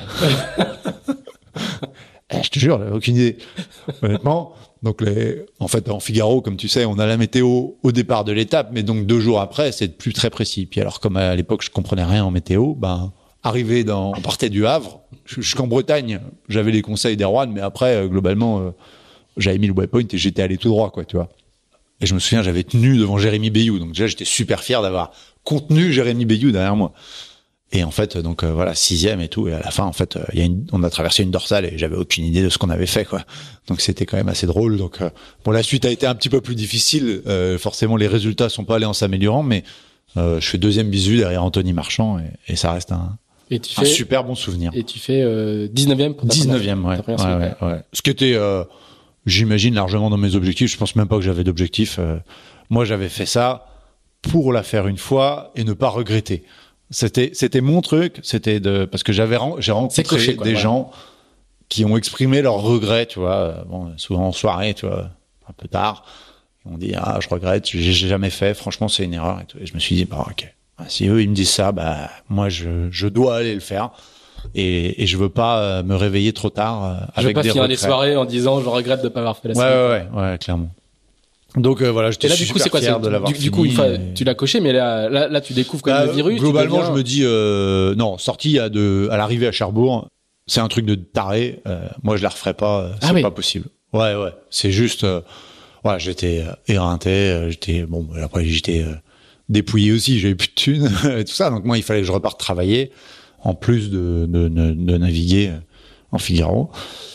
Speaker 2: eh, je te jure, aucune idée. Honnêtement. Donc, les, en fait, en Figaro, comme tu sais, on a la météo au départ de l'étape, mais donc deux jours après, c'est plus très précis. Puis alors, comme à l'époque, je comprenais rien en météo, ben, arrivé dans, on partait du Havre, jusqu'en Bretagne, j'avais les conseils d'Erwan, mais après, euh, globalement, euh, j'avais mis le waypoint et j'étais allé tout droit, quoi, tu vois. Et je me souviens, j'avais tenu devant Jérémy Bayou. Donc déjà, j'étais super fier d'avoir contenu Jérémy Bayou derrière moi. Et en fait, donc euh, voilà, sixième et tout. Et à la fin, en fait, il y a une, on a traversé une dorsale et j'avais aucune idée de ce qu'on avait fait, quoi. Donc c'était quand même assez drôle. Donc euh, bon, la suite a été un petit peu plus difficile. Euh, forcément, les résultats sont pas allés en s'améliorant, mais euh, je fais deuxième bisu derrière Anthony Marchand et, et ça reste un,
Speaker 3: et tu
Speaker 2: un
Speaker 3: fais,
Speaker 2: super bon souvenir.
Speaker 3: Et tu fais euh, dix-neuvième pour ta
Speaker 2: dix-neuvième, ouais, ouais, ouais, ouais. Ce qui était, euh, j'imagine, largement dans mes objectifs. Je pense même pas que j'avais d'objectifs. Euh, moi, j'avais fait ça pour la faire une fois et ne pas regretter. C'était, c'était mon truc. C'était de, parce que j'avais, j'ai rencontré coché, quoi, des ouais. gens qui ont exprimé leurs regrets, tu vois. Bon, souvent en soirée, tu vois, un peu tard. Ils m'ont dit, ah, je regrette, j'ai jamais fait. Franchement, c'est une erreur. Et, tout. Et je me suis dit, bah, ok. Si eux, ils me disent ça, bah, moi, je, je dois aller le faire. Et, et je veux pas euh, me réveiller trop tard euh, avec des regrets. Je veux pas finir
Speaker 3: les soirées en disant, je regrette de pas avoir fait la
Speaker 2: ouais, ouais, ouais, ouais, clairement. Donc euh, voilà, j'étais super
Speaker 3: c'est quoi,
Speaker 2: fier de l'avoir
Speaker 3: du,
Speaker 2: fini.
Speaker 3: Du coup, une fois, et... tu l'as coché, mais là, là, là, tu découvres quand même bah, le virus.
Speaker 2: Globalement,
Speaker 3: deviens...
Speaker 2: je me dis, euh, non, sorti à de, à l'arrivée à Cherbourg, c'est un truc de taré. Euh, moi, je la referai pas. C'est ah, oui. pas possible. Ouais, ouais. C'est juste, euh, voilà, j'étais éreinté. Euh, j'étais bon. Après, j'étais euh, dépouillé aussi. J'avais plus de thunes et tout ça. Donc moi, il fallait que je reparte travailler en plus de, de, de, de naviguer en Figaro.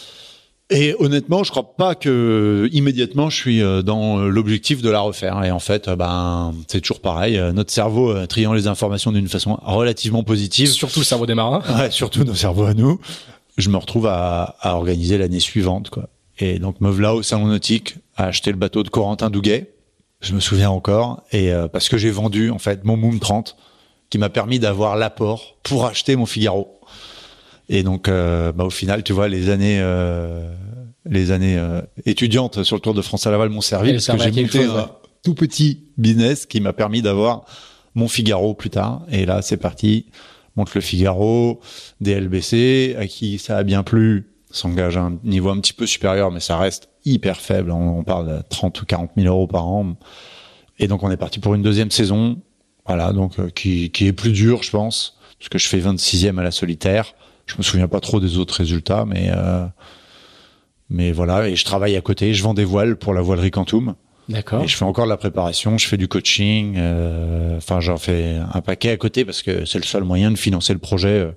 Speaker 2: Et honnêtement, je crois pas que immédiatement je suis dans l'objectif de la refaire. Et en fait, ben c'est toujours pareil. Notre cerveau triant les informations d'une façon relativement positive.
Speaker 3: Surtout le cerveau des marins.
Speaker 2: Ouais, surtout nos cerveaux à nous. Je me retrouve à, à organiser l'année suivante, quoi. Et donc me voilà au salon nautique à acheter le bateau de Corentin Douguet. Je me souviens encore. Et euh, parce que j'ai vendu en fait mon Moom trente, qui m'a permis d'avoir l'apport pour acheter mon Figaro. Et donc, euh, bah, au final, tu vois, les années, euh, les années euh, étudiantes sur le Tour de France à Laval m'ont servi parce que j'ai monté un ouais. tout petit business qui m'a permis d'avoir mon Figaro plus tard. Et là, c'est parti. Monte le Figaro, D L B C, à qui ça a bien plu, s'engage à un niveau un petit peu supérieur, mais ça reste hyper faible. On, on parle de trente ou quarante mille euros par an. Et donc, on est parti pour une deuxième saison. Voilà, donc, euh, qui, qui est plus dure, je pense. Parce que je fais vingt-sixième à la solitaire. Je me souviens pas trop des autres résultats, mais, euh, mais voilà. Et je travaille à côté. Je vends des voiles pour la voilerie Quantum.
Speaker 3: D'accord.
Speaker 2: Et je fais encore de la préparation, je fais du coaching, euh, enfin j'en fais un paquet à côté parce que c'est le seul moyen de financer le projet euh,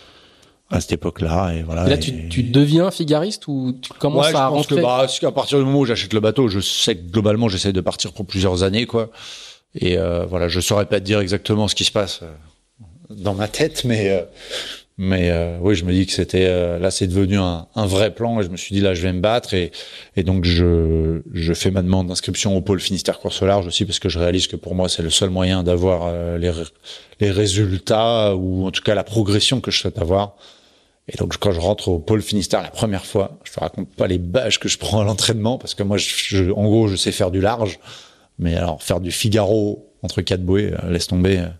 Speaker 2: à cette époque-là. Et voilà.
Speaker 3: Et là,
Speaker 2: et,
Speaker 3: tu, tu deviens figariste ou tu commences
Speaker 2: ouais,
Speaker 3: à
Speaker 2: je pense
Speaker 3: rentrer
Speaker 2: que bah, à partir du moment où j'achète le bateau, je sais que globalement j'essaie de partir pour plusieurs années, quoi. Et euh, voilà, je saurais pas te dire exactement ce qui se passe euh, dans ma tête, mais euh, mais euh, oui, je me dis que c'était euh, là, c'est devenu un, un vrai plan et je me suis dit là, je vais me battre et et donc je je fais ma demande d'inscription au pôle Finistère course au large aussi parce que je réalise que pour moi c'est le seul moyen d'avoir euh, les les résultats ou en tout cas la progression que je souhaite avoir. Et donc quand je rentre au pôle Finistère la première fois, je te raconte pas les bâches que je prends à l'entraînement parce que moi, je, je, en gros, je sais faire du large, mais alors faire du Figaro entre quatre bouées, euh, laisse tomber. Euh,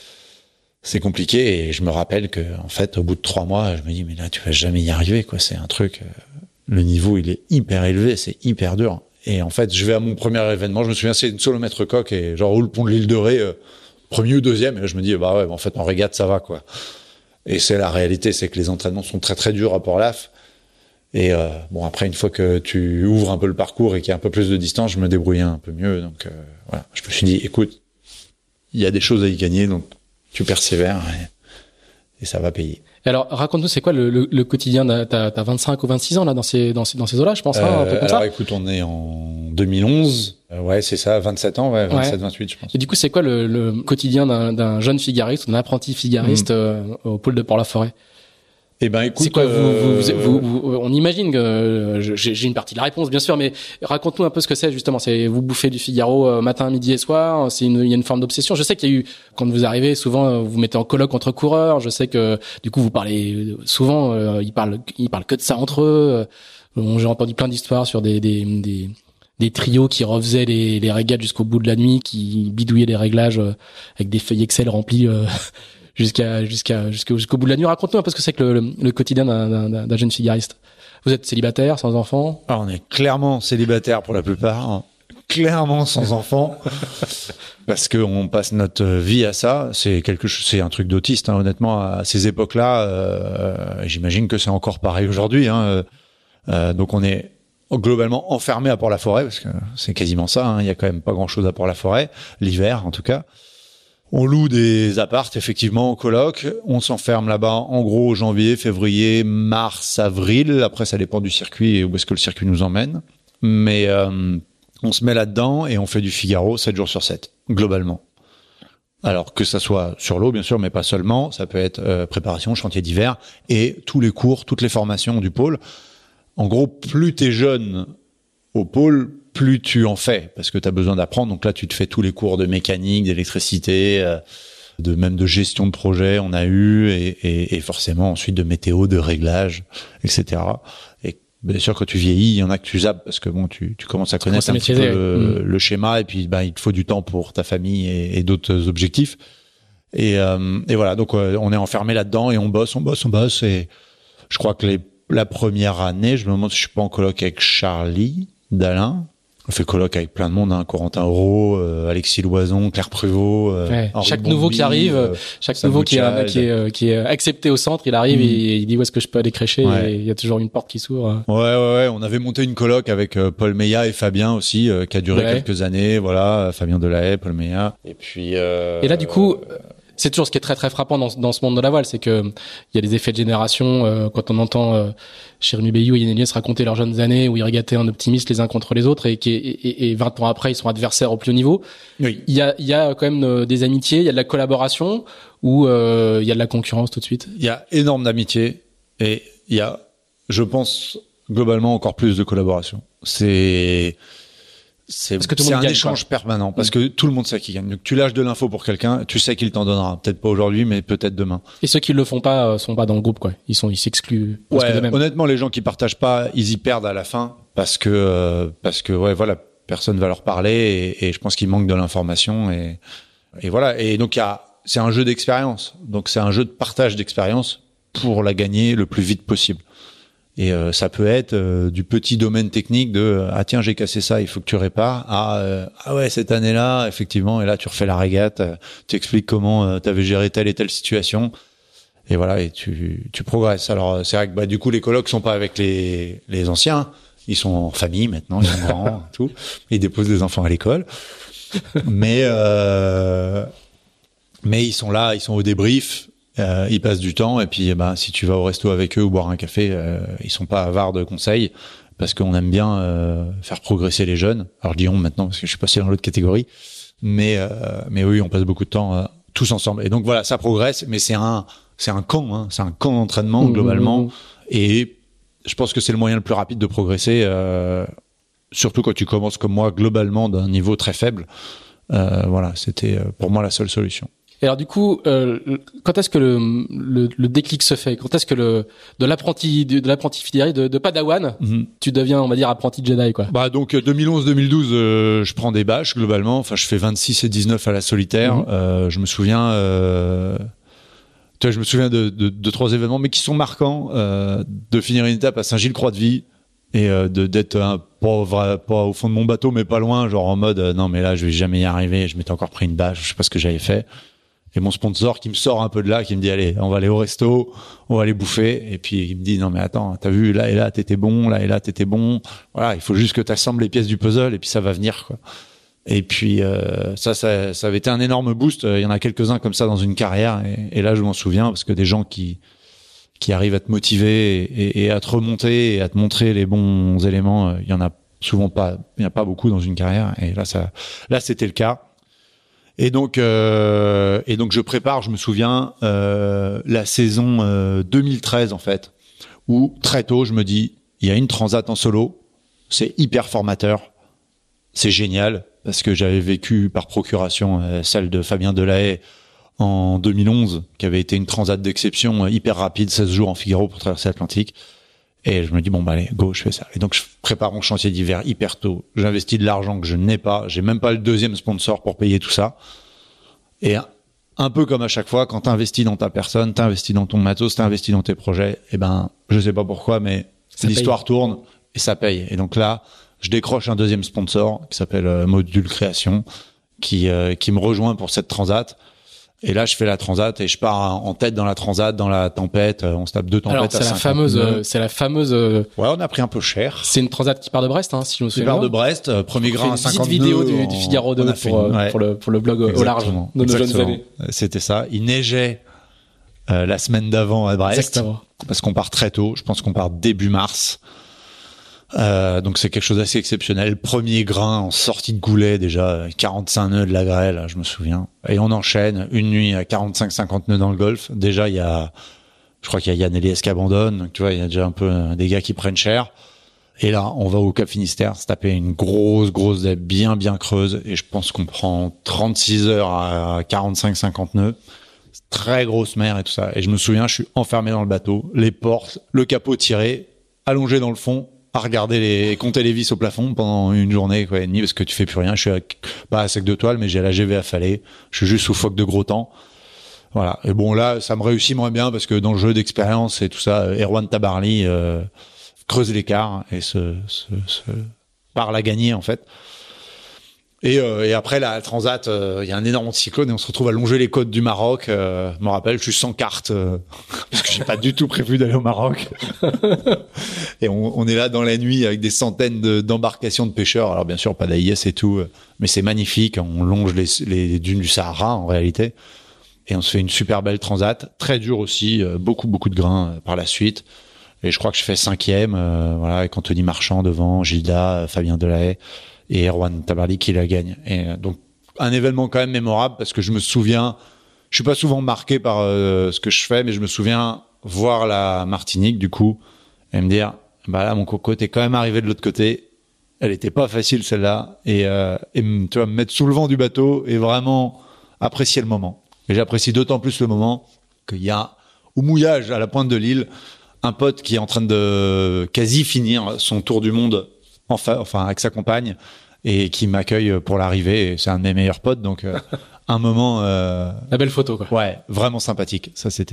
Speaker 2: c'est compliqué et je me rappelle que en fait au bout de trois mois je me dis mais là tu vas jamais y arriver quoi, c'est un truc, euh, le niveau il est hyper élevé, c'est hyper dur et en fait je vais à mon premier événement, je me souviens c'est une solomètre coque et genre roule le pont de l'île de Ré, euh, premier ou deuxième et là, je me dis bah ouais bah, en fait en régate ça va quoi et c'est la réalité, c'est que les entraînements sont très très durs à Port-Laf et euh, bon après une fois que tu ouvres un peu le parcours et qu'il y a un peu plus de distance je me débrouillais un peu mieux donc euh, voilà, je me suis dit écoute il y a des choses à y gagner donc tu persévères et, et ça va payer.
Speaker 3: Et alors, raconte-nous, c'est quoi le, le, le quotidien de, t'as, t'as vingt-cinq ou vingt-six ans, là, dans ces, dans ces, dans ces eaux-là, je pense, hein,
Speaker 2: euh,
Speaker 3: un peu comme
Speaker 2: alors,
Speaker 3: ça.
Speaker 2: écoute, on est en deux mille onze. Euh, ouais, c'est ça, vingt-sept ans, ouais, vingt-sept, vingt-huit, je pense.
Speaker 3: Et du coup, c'est quoi le, le quotidien d'un, d'un jeune figariste, d'un apprenti figariste, mmh. euh, au pôle de Port-la-Forêt?
Speaker 2: Eh ben, écoute,
Speaker 3: c'est quoi,
Speaker 2: euh...
Speaker 3: vous, vous, vous, vous, on imagine que euh, j'ai, j'ai une partie de la réponse, bien sûr, mais raconte-nous un peu ce que c'est justement. C'est vous bouffez du Figaro euh, matin, midi et soir. C'est une, il y a une forme d'obsession. Je sais qu'il y a eu, quand vous arrivez, souvent euh, vous mettez en colloque entre coureurs. Je sais que du coup vous parlez souvent, euh, ils parlent, ils parlent que de ça entre eux. Euh, j'ai entendu plein d'histoires sur des, des, des, des trios qui refaisaient les, les régates jusqu'au bout de la nuit, qui bidouillaient les réglages euh, avec des feuilles Excel remplies. Euh, jusqu'à jusqu'à jusqu'au, jusqu'au bout de la nuit. Raconte-nous un peu ce que c'est que le, le, le quotidien d'un, d'un, d'un jeune figariste. Vous êtes célibataire, sans enfant?
Speaker 2: Ah, on est clairement célibataire pour la plupart, hein. Clairement sans enfant, parce que on passe notre vie à ça. C'est quelque chose, c'est un truc d'autiste, hein, honnêtement. À ces époques-là, euh, j'imagine que c'est encore pareil aujourd'hui. Hein. Euh, donc on est globalement enfermé à Port-la-Forêt, parce que c'est quasiment ça. Hein. Il y a quand même pas grand-chose à Port-la-Forêt, l'hiver en tout cas. On loue des appartes, effectivement, en coloc. On s'enferme là-bas, en gros, janvier, février, mars, avril. Après, ça dépend du circuit et où est-ce que le circuit nous emmène. Mais euh, on se met là-dedans et on fait du Figaro sept jours sur sept, globalement. Alors que ça soit sur l'eau, bien sûr, mais pas seulement. Ça peut être euh, préparation, chantier d'hiver et tous les cours, toutes les formations du pôle. En gros, plus t'es jeune au pôle, plus tu en fais, parce que tu as besoin d'apprendre. Donc là, tu te fais tous les cours de mécanique, d'électricité, euh, de même de gestion de projet, on a eu, et, et, et forcément ensuite de météo, de réglage, et cetera. Et bien sûr, quand tu vieillis, il y en a que tu zappes, parce que bon, tu, tu commences à connaître un petit peu le, mmh. le schéma, et puis ben, il te faut du temps pour ta famille et, et d'autres objectifs. Et, euh, et voilà, donc euh, on est enfermé là-dedans, et on bosse, on bosse, on bosse, et je crois que les, la première année, je me demande si je suis pas en coloc avec Charlie d'Alain. On fait colloque avec plein de monde, hein, Corentin Auro, euh, Alexis Loison, Claire Pruvot. Euh,
Speaker 3: ouais. Chaque Bondy, nouveau qui arrive, euh, chaque nouveau qui est, qui, est, qui est accepté au centre, il arrive mmh. et il dit où est-ce que je peux aller crécher. Ouais. Et il y a toujours une porte qui s'ouvre.
Speaker 2: Ouais, ouais, ouais. On avait monté une colloque avec euh, Paul Meillat et Fabien aussi, euh, qui a duré ouais. quelques années. Voilà, Fabien Delahaye, Paul Meillat. Et puis. Euh,
Speaker 3: et là, du coup. Euh, c'est toujours ce qui est très très frappant dans, dans ce monde de la voile, c'est que il y a des effets de génération. Euh, quand on entend euh, Jérémy Bayou et Yann Eliès raconter leurs jeunes années où ils régataient en optimiste les uns contre les autres et qui et, et, et vingt ans après ils sont adversaires au plus haut niveau.
Speaker 2: Oui.
Speaker 3: Il y a il y a quand même euh, des amitiés, il y a de la collaboration ou euh, il y a de la concurrence tout de suite.
Speaker 2: Il y a énorme d'amitié et il y a, je pense, globalement encore plus de collaboration. C'est C'est, c'est un gagne, échange quoi. permanent parce mmh. que tout le monde sait qu'il gagne. Donc tu lâches de l'info pour quelqu'un, tu sais qu'il t'en donnera. Peut-être pas aujourd'hui, mais peut-être demain.
Speaker 3: Et ceux qui le font pas euh, sont pas dans le groupe, quoi. Ils sont, ils s'excluent.
Speaker 2: Ouais. Honnêtement, les gens qui partagent pas, ils y perdent à la fin parce que euh, parce que ouais, voilà, personne va leur parler et, et je pense qu'ils manquent de l'information et et voilà. Et donc il y a, c'est un jeu d'expérience. Donc c'est un jeu de partage d'expérience pour la gagner le plus vite possible. Et euh, ça peut être euh, du petit domaine technique de euh, ah tiens j'ai cassé ça, il faut que tu répares. Ah euh, ah ouais cette année-là effectivement, et là tu refais la régate, euh, tu expliques comment euh, tu avais géré telle et telle situation. Et voilà, et tu tu progresses. Alors c'est vrai que bah du coup les colocs sont pas avec les les anciens, ils sont en famille maintenant, ils sont grands, tout. Ils déposent des enfants à l'école. Mais euh, mais ils sont là, ils sont au débrief. Euh, ils passent du temps et puis eh ben si tu vas au resto avec eux ou boire un café, euh, ils sont pas avares de conseils parce qu'on aime bien euh, faire progresser les jeunes. Alors je dis on maintenant parce que je suis passé dans l'autre catégorie, mais euh, mais oui, on passe beaucoup de temps euh, tous ensemble. Et donc voilà, ça progresse, mais c'est un c'est un camp, hein, c'est un camp d'entraînement mmh, globalement. Mmh. Et je pense que c'est le moyen le plus rapide de progresser, euh, surtout quand tu commences comme moi globalement d'un niveau très faible. Euh, voilà, c'était pour moi la seule solution.
Speaker 3: Et alors du coup, euh, quand est-ce que le, le, le déclic se fait? Quand est-ce que le de l'apprenti de, de l'apprenti fidèle de, de Padawan, mm-hmm. tu deviens, on va dire, apprenti Jedi quoi?
Speaker 2: Bah donc deux mille onze deux mille douze, euh, je prends des bâches globalement. Enfin, je fais vingt-six et dix-neuf à la solitaire. Mm-hmm. Euh, je me souviens, euh, tu vois, je me souviens de, de, de trois événements, mais qui sont marquants. Euh, de finir une étape à Saint-Gilles-Croix-de-Vie et euh, de d'être un, pas, vrai, pas au fond de mon bateau, mais pas loin, genre en mode euh, non mais là je vais jamais y arriver. Je m'étais encore pris une bâche, je sais pas ce que j'avais fait. Et mon sponsor qui me sort un peu de là, qui me dit allez, on va aller au resto, on va aller bouffer. Et puis il me dit non mais attends, t'as vu là et là t'étais bon, là et là t'étais bon. Voilà, il faut juste que t'assembles les pièces du puzzle et puis ça va venir quoi. Et puis euh, ça, ça, ça avait été un énorme boost. Il y en a quelques-uns comme ça dans une carrière. Et, et là je m'en souviens parce que des gens qui qui arrivent à te motiver et, et, et à te remonter et à te montrer les bons éléments, il y en a souvent pas, il y en a pas beaucoup dans une carrière. Et là ça, là c'était le cas. Et donc, euh, et donc je prépare, je me souviens, euh, la saison euh, deux mille treize en fait, où très tôt je me dis, il y a une transat en solo, c'est hyper formateur, c'est génial parce que j'avais vécu par procuration euh, celle de Fabien Delahaye en deux mille onze, qui avait été une transat d'exception euh, hyper rapide, seize jours en Figaro pour traverser l'Atlantique. Et je me dis bon bah allez go, je fais ça. Et donc je prépare mon chantier d'hiver hyper tôt. J'investis de l'argent que je n'ai pas. J'ai même pas le deuxième sponsor pour payer tout ça. Et un peu comme à chaque fois, quand t'investis dans ta personne, t'investis dans ton matos, t'investis dans tes projets. Et ben je sais pas pourquoi, mais ça l'histoire paye. Tourne et ça paye. Et donc là, je décroche un deuxième sponsor qui s'appelle euh, Module Création, qui euh, qui me rejoint pour cette transat. Et là, je fais la transat et je pars en tête dans la transat, dans la tempête. On se tape deux tempêtes.
Speaker 3: Alors, c'est
Speaker 2: à
Speaker 3: la fameuse, euh, c'est la fameuse. Euh...
Speaker 2: Ouais, on a pris un peu cher.
Speaker 3: C'est une transat qui part de Brest, hein, si je me souviens.
Speaker 2: Qui part de Brest, euh, premier grain à cinquante nœuds.
Speaker 3: Une petite vidéo du, du Figaro deux pour, une, ouais. pour le pour le blog Exactement. Au large de nos jeunes années.
Speaker 2: C'était ça. Il neigeait euh, la semaine d'avant à Brest.
Speaker 3: Exactement.
Speaker 2: Parce qu'on part très tôt. Je pense qu'on part début mars. Euh, donc c'est quelque chose d'assez exceptionnel. Premier grain en sortie de goulet déjà, quarante-cinq nœuds de la grêle, je me souviens. Et on enchaîne une nuit à quarante-cinq cinquante nœuds dans le Golfe. Déjà il y a, je crois qu'il y a Yann Eliès qui abandonne. Donc tu vois, il y a déjà un peu des gars qui prennent cher. Et là, on va au Cap Finistère, se taper une grosse grosse dette bien bien creuse. Et je pense qu'on prend trente-six heures à quarante-cinq cinquante nœuds. Très grosse mer et tout ça. Et je me souviens, je suis enfermé dans le bateau, les portes, le capot tiré, allongé dans le fond, à regarder les, compter les vis au plafond pendant une journée, quoi, et demie, parce que tu fais plus rien. Je suis avec, pas à sec de toile, mais j'ai la G V affalée. Je suis juste sous phoque de gros temps. Voilà. Et bon, là, ça me réussit moins bien parce que dans le jeu d'expérience et tout ça, Erwan Tabarly, euh, creuse l'écart et se, se, se parle à gagner, en fait. Et, euh, et après la transat, il euh, y a un énorme cyclone et on se retrouve à longer les côtes du Maroc. Euh, je me rappelle, je suis sans carte euh, parce que j'ai pas du tout prévu d'aller au Maroc. Et on, on est là dans la nuit avec des centaines de, d'embarcations de pêcheurs. Alors bien sûr, pas d'A I S et tout, mais c'est magnifique. On longe les, les dunes du Sahara en réalité. Et on se fait une super belle transat, très dure aussi, euh, beaucoup beaucoup de grains euh, par la suite. Et je crois que je fais cinquième, euh, voilà, avec Anthony Marchand devant, Gilda, Fabien Delahaye et Erwan Tabarly qui la gagne. Et donc un événement quand même mémorable parce que je me souviens, je suis pas souvent marqué par euh, ce que je fais, mais je me souviens voir la Martinique du coup et me dire bah là mon coco t'es quand même arrivé de l'autre côté, elle était pas facile celle-là et, euh, et tu vois me mettre sous le vent du bateau et vraiment apprécier le moment. Et j'apprécie d'autant plus le moment qu'il y a au mouillage à la pointe de l'île un pote qui est en train de quasi finir son tour du monde enfin, enfin avec sa compagne et qui m'accueille pour l'arrivée. C'est un de mes meilleurs potes, donc euh, un moment... Euh...
Speaker 3: La belle photo, quoi.
Speaker 2: Ouais, vraiment sympathique. Ça, c'était top.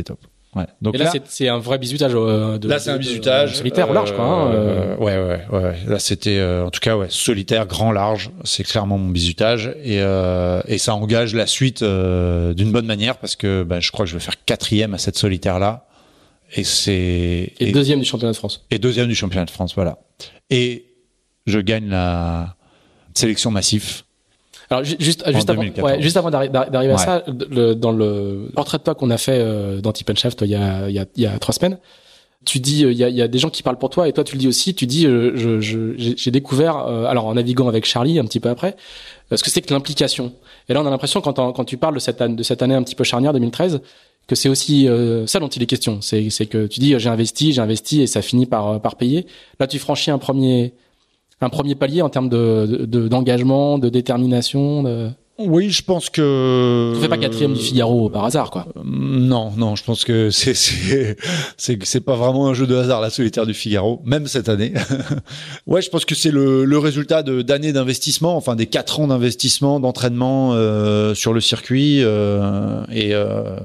Speaker 2: Ouais. Donc
Speaker 3: et là,
Speaker 2: là
Speaker 3: c'est, c'est un vrai bizutage. Euh, de,
Speaker 2: là, c'est
Speaker 3: de,
Speaker 2: un bizutage
Speaker 3: de, solitaire au large, quoi. Hein,
Speaker 2: euh, ouais, ouais, ouais. Là, c'était, euh, en tout cas, ouais, solitaire, grand, large. C'est clairement mon bizutage, et euh, et ça engage la suite euh, d'une bonne manière parce que, ben, je crois que je vais faire quatrième à cette solitaire-là, et c'est
Speaker 3: et, et deuxième du championnat de France.
Speaker 2: Et deuxième du championnat de France, voilà. Et je gagne la sélection massif.
Speaker 3: Alors juste juste avant, ouais, juste avant d'arri- d'arriver à ouais. ça, le, dans le portrait de toi qu'on a fait euh, dans Tip and Shaft il y a il y a il y a trois semaines, tu dis il y a il y a des gens qui parlent pour toi et toi tu le dis aussi, tu dis euh, je, je j'ai, j'ai découvert euh, alors en naviguant avec Charlie un petit peu après euh, ce que c'est que l'implication. Et là on a l'impression quand quand tu parles de cette année, de cette année un petit peu charnière deux mille treize que c'est aussi euh, ça dont il est question, c'est c'est que tu dis j'ai investi, j'ai investi et ça finit par par payer. Là tu franchis un premier un premier palier en termes de, de d'engagement, de détermination. De...
Speaker 2: Oui, je pense que.
Speaker 3: Tu fais pas quatrième du Figaro par hasard, quoi.
Speaker 2: Euh, non, non, je pense que c'est c'est c'est c'est pas vraiment un jeu de hasard la solitaire du Figaro, même cette année. Ouais, je pense que c'est le le résultat de d'années d'investissement, enfin des quatre ans d'investissement, d'entraînement euh, sur le circuit euh, et. Euh,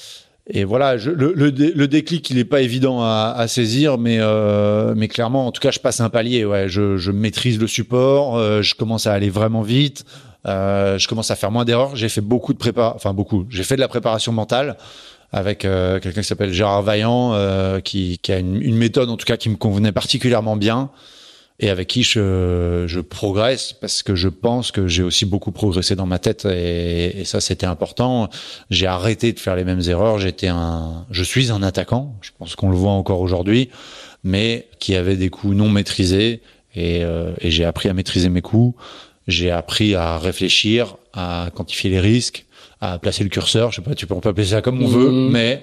Speaker 2: Et voilà, je, le, le, le déclic, il est pas évident à, à saisir, mais euh, mais clairement, en tout cas, je passe un palier. Ouais, je, je maîtrise le support, euh, je commence à aller vraiment vite, euh, je commence à faire moins d'erreurs. J'ai fait beaucoup de prépa, enfin beaucoup. J'ai fait de la préparation mentale avec euh, quelqu'un qui s'appelle Gérard Vaillant, euh, qui, qui a une, une méthode, en tout cas, qui me convenait particulièrement bien. Et avec qui je, je progresse parce que je pense que j'ai aussi beaucoup progressé dans ma tête et, et ça c'était important. J'ai arrêté de faire les mêmes erreurs. J'étais un, je suis un attaquant. Je pense qu'on le voit encore aujourd'hui, mais qui avait des coups non maîtrisés et, euh, et j'ai appris à maîtriser mes coups. J'ai appris à réfléchir, à quantifier les risques, à placer le curseur. Je sais pas, tu peux on peut appeler ça comme on mmh. veut, mais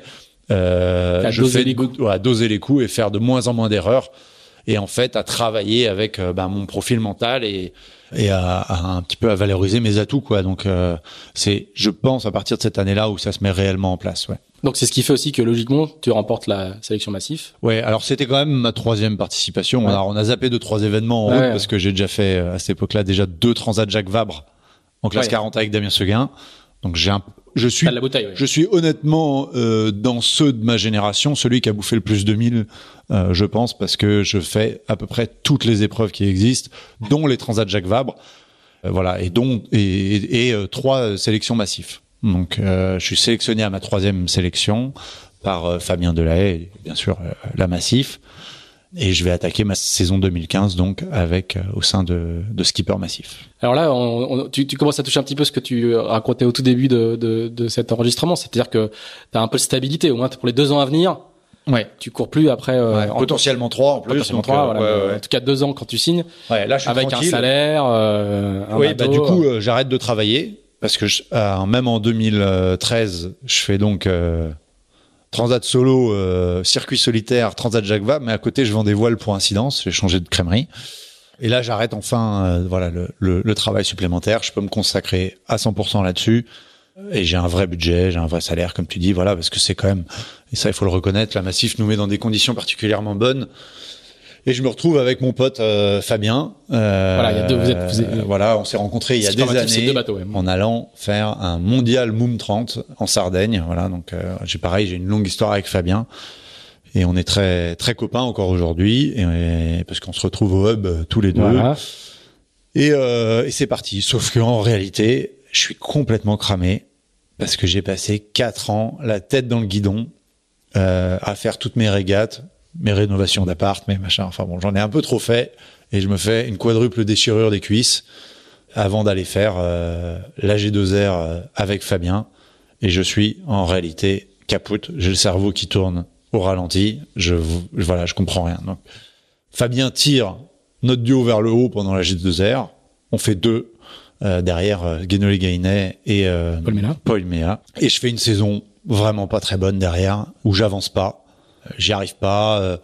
Speaker 2: euh, je
Speaker 3: doser
Speaker 2: fais
Speaker 3: les coups.
Speaker 2: Ouais, doser les coups et faire de moins en moins d'erreurs. Et en fait à travailler avec euh, ben, mon profil mental et et à, à un petit peu à valoriser mes atouts quoi. Donc euh, c'est je pense à partir de cette année-là où ça se met réellement en place, ouais.
Speaker 3: Donc c'est ce qui fait aussi que logiquement tu remportes la sélection massif.
Speaker 2: Ouais, alors c'était quand même ma troisième participation. Ouais. Alors on a zappé deux trois événements en
Speaker 3: ouais,
Speaker 2: route
Speaker 3: ouais.
Speaker 2: parce que j'ai déjà fait à cette époque-là déjà deux Transat Jacques Vabre en classe ouais. quarante avec Damien Seguin. Donc j'ai un Je suis,
Speaker 3: la bouteille, ouais.
Speaker 2: je suis honnêtement euh, dans ceux de ma génération, celui qui a bouffé le plus de mille, euh, je pense, parce que je fais à peu près toutes les épreuves qui existent, dont les Transat Jacques Vabre, euh, voilà, et dont et, et, et euh, trois sélections massives. Donc, euh, je suis sélectionné à ma troisième sélection par euh, Fabien Delahaye, bien sûr euh, la Massif, et je vais attaquer ma saison deux mille quinze donc avec euh, au sein de, de Skipper Massif.
Speaker 3: Alors là, on, on, tu, tu commences à toucher un petit peu ce que tu racontais au tout début de, de, de cet enregistrement, c'est-à-dire que tu as un peu de stabilité, au moins pour les deux ans à venir.
Speaker 2: Ouais.
Speaker 3: Tu cours plus après. Euh,
Speaker 2: ouais,
Speaker 3: en,
Speaker 2: potentiellement trois en plus.
Speaker 3: Potentiellement trois.
Speaker 2: Euh,
Speaker 3: voilà,
Speaker 2: ouais, ouais.
Speaker 3: En tout cas deux ans quand tu signes.
Speaker 2: Ouais, là je suis
Speaker 3: avec
Speaker 2: tranquille.
Speaker 3: Un salaire. Euh, un
Speaker 2: oui,
Speaker 3: bateau,
Speaker 2: bah du coup euh, j'arrête de travailler parce que je, euh, même en deux mille treize, je fais donc. Euh, Transat solo, euh, circuit solitaire, Transat Jacques Vabre, mais à côté je vends des voiles pour incidence, j'ai changé de crèmerie. Et là j'arrête enfin euh, voilà le, le, le travail supplémentaire, je peux me consacrer à cent pour cent là-dessus. Et j'ai un vrai budget, j'ai un vrai salaire comme tu dis, voilà, parce que c'est quand même, et ça il faut le reconnaître, la Massif nous met dans des conditions particulièrement bonnes. Et je me retrouve avec mon pote euh, Fabien. Euh,
Speaker 3: voilà, il y a deux, vous êtes, vous êtes,
Speaker 2: euh, voilà, on s'est rencontrés il y a des années
Speaker 3: deux bateaux, ouais.
Speaker 2: en allant faire un mondial Moom trente en Sardaigne. Voilà, donc euh, j'ai pareil, j'ai une longue histoire avec Fabien et on est très très copains encore aujourd'hui, et, et, parce qu'on se retrouve au hub euh, tous les deux.
Speaker 3: Voilà.
Speaker 2: Et, euh, et c'est parti. Sauf que en réalité, je suis complètement cramé parce que j'ai passé quatre ans la tête dans le guidon euh, à faire toutes mes régates. Mes rénovations d'appart, mes machins, enfin bon, j'en ai un peu trop fait et je me fais une quadruple déchirure des cuisses avant d'aller faire euh, l'A G deux R euh, avec Fabien et je suis en réalité capoute, j'ai le cerveau qui tourne au ralenti, je voilà, je comprends rien. Donc Fabien tire notre duo vers le haut pendant l'A G deux R, on fait deux euh, derrière euh, Guénolé Gainet et euh,
Speaker 3: Paul Méa.
Speaker 2: Paul Méa et je fais une saison vraiment pas très bonne derrière où j'avance pas. J'y arrive pas, euh,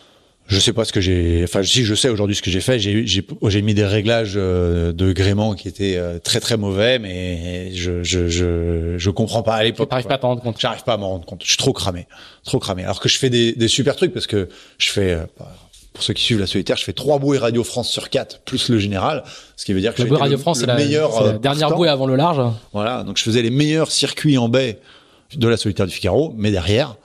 Speaker 2: je sais pas ce que j'ai, enfin si je sais aujourd'hui ce que j'ai fait, j'ai j'ai j'ai mis des réglages euh, de gréement qui étaient euh, très très mauvais, mais je je je je comprends pas à l'époque.
Speaker 3: T'arrives pas à t'en rendre compte.
Speaker 2: J'arrive pas à m'en rendre compte. Je suis trop cramé, trop cramé. Alors que je fais des des super trucs parce que je fais euh, pour ceux qui suivent la solitaire, je fais trois bouées Radio France sur quatre plus le général, ce qui veut dire que
Speaker 3: la bouée Radio France c'est la,
Speaker 2: meilleur,
Speaker 3: c'est la dernière bouée avant le large.
Speaker 2: Voilà, donc je faisais les meilleurs circuits en baie de la solitaire du Figaro, mais derrière